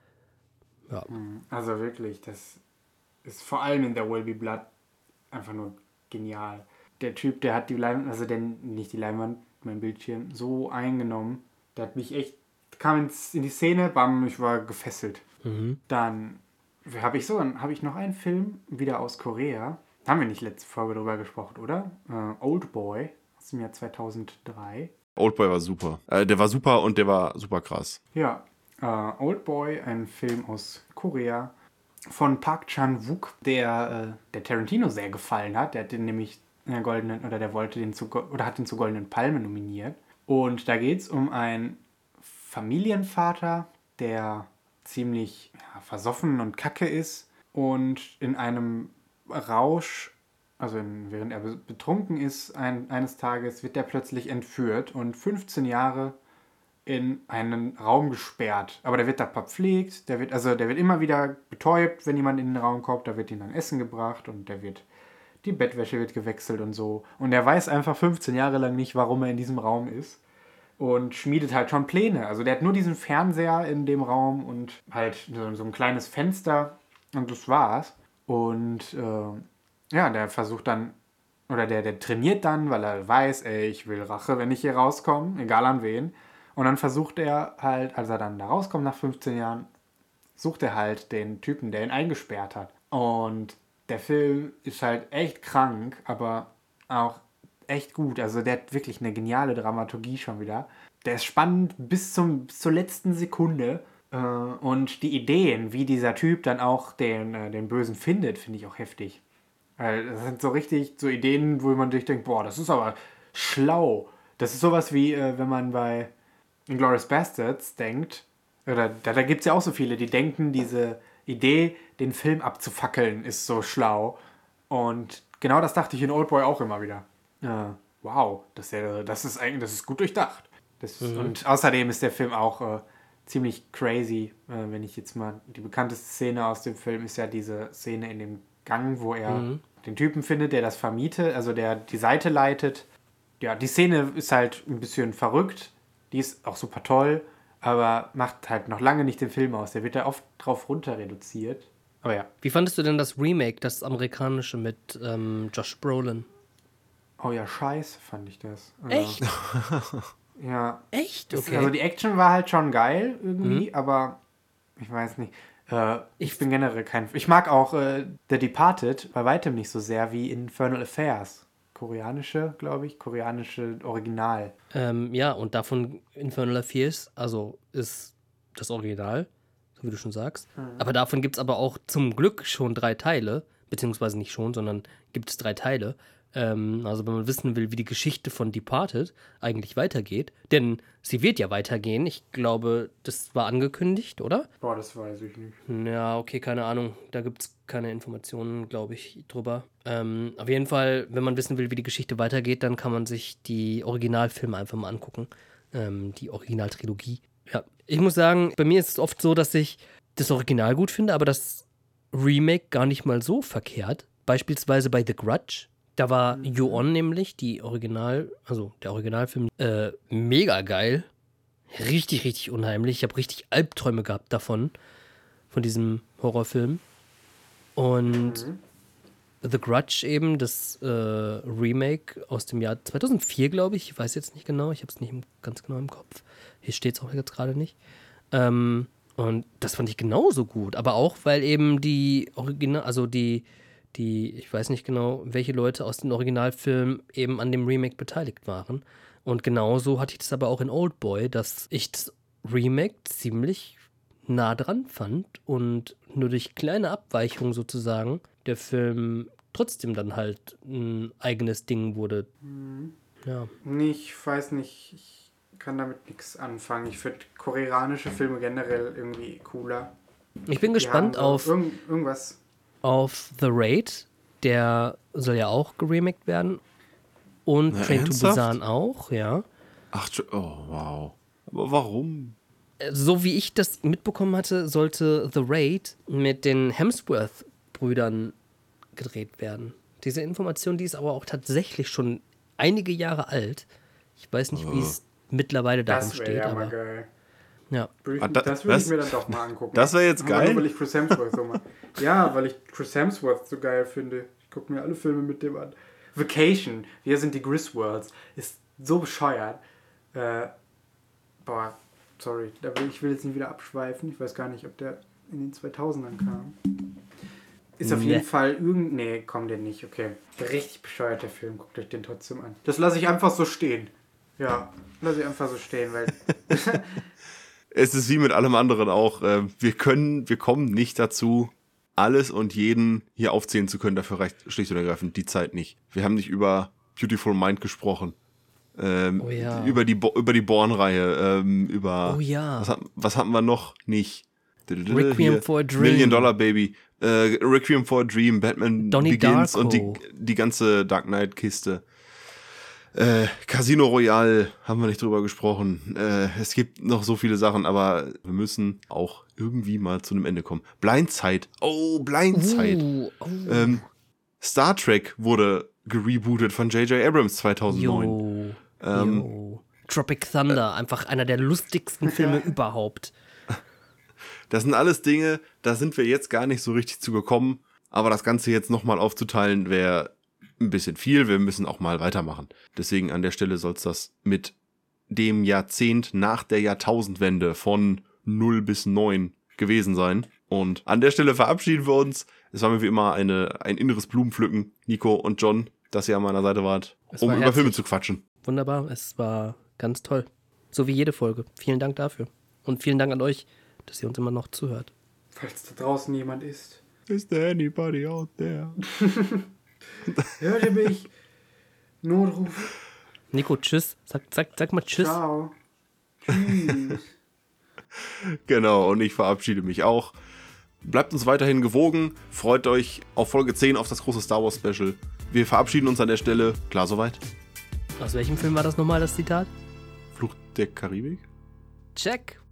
[SPEAKER 1] Ja.
[SPEAKER 3] Also wirklich, das ist vor allem in der Will Be Blood einfach nur genial. Der Typ, der hat die Leinwand, also der, nicht die Leinwand, mein Bildschirm, so eingenommen. Der hat mich echt, kam ins, in die Szene, bam, ich war gefesselt.
[SPEAKER 1] Mhm.
[SPEAKER 3] Dann habe ich so, dann habe ich noch einen Film, wieder aus Korea. Haben wir nicht letzte Folge drüber gesprochen, oder? Äh, Old Boy aus dem Jahr zweitausenddrei.
[SPEAKER 2] Oldboy war super. Äh, der war super und der war super krass.
[SPEAKER 3] Ja, äh, Old Boy, ein Film aus Korea von Park Chan-wook, der, äh, der Tarantino sehr gefallen hat. Der hat den nämlich einen goldenen, oder der wollte den zu, oder hat den zur Goldenen Palme nominiert. Und da geht es um einen Familienvater, der ziemlich ja, versoffen und kacke ist und in einem Rausch, also in, während er betrunken ist, ein, eines Tages wird er plötzlich entführt und fünfzehn Jahre in einen Raum gesperrt. Aber der wird da verpflegt, der wird, also der wird immer wieder betäubt, wenn jemand in den Raum kommt, da wird ihm dann Essen gebracht und der wird, die Bettwäsche wird gewechselt und so. Und er weiß einfach fünfzehn Jahre lang nicht, warum er in diesem Raum ist. Und schmiedet halt schon Pläne. Also der hat nur diesen Fernseher in dem Raum und halt so, so ein kleines Fenster und das war's. Und äh, ja, der versucht dann, oder der, der trainiert dann, weil er weiß, ey, ich will Rache, wenn ich hier rauskomme, egal an wen. Und dann versucht er halt, als er dann da rauskommt nach fünfzehn Jahren, sucht er halt den Typen, der ihn eingesperrt hat. Und der Film ist halt echt krank, aber auch echt gut. Also der hat wirklich eine geniale Dramaturgie schon wieder. Der ist spannend bis, zum, bis zur letzten Sekunde. Äh, und die Ideen, wie dieser Typ dann auch den, äh, den Bösen findet, finde ich auch heftig. Weil das sind so richtig so Ideen, wo man sich denkt, boah, das ist aber schlau. Das ist sowas wie, äh, wenn man bei Inglourious Bastards denkt, oder da, da gibt es ja auch so viele, die denken, diese Idee, den Film abzufackeln, ist so schlau. Und genau das dachte ich in Oldboy auch immer wieder. Äh, wow, das, ja, das ist eigentlich, das ist gut durchdacht. Das, mhm. Und außerdem ist der Film auch äh, ziemlich crazy. Äh, wenn ich jetzt mal, die bekannteste Szene aus dem Film ist ja diese Szene in dem Gang, wo er mhm. den Typen findet, der das vermietet, also der die Seite leitet. Ja, die Szene ist halt ein bisschen verrückt. Die ist auch super toll, aber macht halt noch lange nicht den Film aus. Der wird da oft drauf runter reduziert. Aber ja.
[SPEAKER 1] Wie fandest du denn das Remake, das amerikanische mit ähm, Josh Brolin?
[SPEAKER 3] Oh ja, scheiße fand ich das.
[SPEAKER 1] Echt?
[SPEAKER 3] Ja.
[SPEAKER 1] Echt? Okay.
[SPEAKER 3] Das, also die Action war halt schon geil irgendwie, mhm. aber ich weiß nicht. Äh, ich, ich bin generell kein... Ich mag auch äh, The Departed bei weitem nicht so sehr wie Infernal Affairs. Koreanische, glaube ich, koreanische Original.
[SPEAKER 1] Ähm, ja, und davon Infernal Affairs, also ist das Original, so wie du schon sagst. Mhm. Aber davon gibt es aber auch zum Glück schon drei Teile, beziehungsweise nicht schon, sondern gibt es drei Teile. Ähm, also wenn man wissen will, wie die Geschichte von Departed eigentlich weitergeht, denn sie wird ja weitergehen. Ich glaube, das war angekündigt, oder?
[SPEAKER 3] Boah, das weiß ich nicht.
[SPEAKER 1] Ja, okay, keine Ahnung. Da gibt es keine Informationen, glaube ich, drüber. Ähm, auf jeden Fall, wenn man wissen will, wie die Geschichte weitergeht, dann kann man sich die Originalfilme einfach mal angucken. Ähm, die Originaltrilogie. Ja, ich muss sagen, bei mir ist es oft so, dass ich das Original gut finde, aber das Remake gar nicht mal so verkehrt. Beispielsweise bei The Grudge. Da war Ju-On nämlich, die Original, also der Originalfilm, äh, mega geil. Richtig, richtig unheimlich. Ich habe richtig Albträume gehabt davon, von diesem Horrorfilm. Und mhm. The Grudge eben, das äh, Remake aus dem Jahr zweitausendvier, glaube ich. Ich weiß jetzt nicht genau, ich habe es nicht ganz genau im Kopf. Hier steht es auch jetzt gerade nicht. Ähm, und das fand ich genauso gut. Aber auch, weil eben die Original, also die die, ich weiß nicht genau, welche Leute aus den Originalfilmen eben an dem Remake beteiligt waren. Und genauso hatte ich das aber auch in Oldboy, dass ich das Remake ziemlich nah dran fand und nur durch kleine Abweichungen sozusagen der Film trotzdem dann halt ein eigenes Ding wurde.
[SPEAKER 3] Mhm.
[SPEAKER 1] Ja.
[SPEAKER 3] Nee, ich weiß nicht, ich kann damit nichts anfangen. Ich finde koreanische Filme generell irgendwie cooler.
[SPEAKER 1] Ich bin
[SPEAKER 3] Die
[SPEAKER 1] gespannt
[SPEAKER 3] so
[SPEAKER 1] auf...
[SPEAKER 3] Irgend, irgendwas...
[SPEAKER 1] auf The Raid, der soll ja auch geremaked werden. Und
[SPEAKER 2] Na,
[SPEAKER 1] Train
[SPEAKER 2] ernsthaft?
[SPEAKER 1] to Busan auch, ja.
[SPEAKER 2] Ach, oh, wow. Aber warum?
[SPEAKER 1] So wie ich das mitbekommen hatte, sollte The Raid mit den Hemsworth-Brüdern gedreht werden. Diese Information, die ist aber auch tatsächlich schon einige Jahre alt. Ich weiß nicht, wie es mittlerweile darum
[SPEAKER 3] Das wäre
[SPEAKER 1] steht.
[SPEAKER 3] ja
[SPEAKER 1] aber
[SPEAKER 3] mal geil.
[SPEAKER 1] Ja.
[SPEAKER 2] Ah, da-
[SPEAKER 3] Das würde ich
[SPEAKER 2] das-
[SPEAKER 3] mir dann doch mal angucken.
[SPEAKER 2] Das wäre jetzt
[SPEAKER 3] Aber
[SPEAKER 2] geil.
[SPEAKER 3] Nur, weil ich Chris Hemsworth so mag. Ja, weil ich Chris Hemsworth so geil finde. Ich gucke mir alle Filme mit dem an. Vacation, wir sind die Griswolds, ist so bescheuert. Äh, boah, sorry, da will, ich will jetzt nicht wieder abschweifen. Ich weiß gar nicht, ob der in den zweitausendern kam. Ist auf
[SPEAKER 1] Nee.
[SPEAKER 3] jeden Fall irgend... Nee, komm, der nicht, okay. Richtig bescheuert, der Film. Guckt euch den trotzdem an. Das lasse ich einfach so stehen. Ja, lasse ich einfach so stehen, weil...
[SPEAKER 2] Es ist wie mit allem anderen auch. äh, Wir können, wir kommen nicht dazu, alles und jeden hier aufzählen zu können, dafür reicht schlicht und ergreifend die Zeit nicht. Wir haben nicht über Beautiful Mind gesprochen. Ähm,
[SPEAKER 1] Oh ja.
[SPEAKER 2] Über die, Bo- über die Bourne-Reihe. Ähm, über.
[SPEAKER 1] Oh ja.
[SPEAKER 2] Was, hat, was hatten wir noch? Nicht.
[SPEAKER 1] Requiem
[SPEAKER 2] Hier,
[SPEAKER 1] for a Dream.
[SPEAKER 2] Million Dollar Baby. Äh, Requiem for a Dream. Batman
[SPEAKER 1] Donnie
[SPEAKER 2] Begins
[SPEAKER 1] Darko.
[SPEAKER 2] und die, die ganze Dark Knight-Kiste. Äh, Casino Royale haben wir nicht drüber gesprochen. Äh, es gibt noch so viele Sachen, aber wir müssen auch irgendwie mal zu einem Ende kommen. Blindside. Oh, Blindside.
[SPEAKER 1] Uh, oh.
[SPEAKER 2] Ähm, Star Trek wurde gerebootet von J J Abrams zweitausendneun.
[SPEAKER 1] Yo.
[SPEAKER 2] Ähm,
[SPEAKER 1] Yo. Tropic Thunder, einfach einer der lustigsten Filme überhaupt.
[SPEAKER 2] Das sind alles Dinge, da sind wir jetzt gar nicht so richtig zu gekommen. Aber das Ganze jetzt nochmal aufzuteilen, wäre ein bisschen viel. Wir müssen auch mal weitermachen. Deswegen an der Stelle soll es das mit dem Jahrzehnt nach der Jahrtausendwende von null bis neun gewesen sein. Und an der Stelle verabschieden wir uns. Es war mir wie immer eine, ein inneres Blumenpflücken, Nico und John, dass ihr an meiner Seite wart,
[SPEAKER 1] Es
[SPEAKER 2] um
[SPEAKER 1] war
[SPEAKER 2] über
[SPEAKER 1] herzlich.
[SPEAKER 2] Filme zu quatschen.
[SPEAKER 1] Wunderbar, es war ganz toll. So wie jede Folge. Vielen Dank dafür. Und vielen Dank an euch, dass ihr uns immer noch zuhört.
[SPEAKER 3] Falls da draußen jemand ist.
[SPEAKER 2] Is there anybody out there?
[SPEAKER 3] Hört ihr mich? Notruf.
[SPEAKER 1] Nico, tschüss. Sag, sag, sag mal tschüss.
[SPEAKER 3] Ciao. Tschüss.
[SPEAKER 2] Genau, und ich verabschiede mich auch. Bleibt uns weiterhin gewogen. Freut euch auf Folge zehn auf das große Star Wars Special. Wir verabschieden uns an der Stelle. Klar soweit?
[SPEAKER 1] Aus welchem Film war das nochmal, das Zitat?
[SPEAKER 2] Flucht der Karibik?
[SPEAKER 1] Check.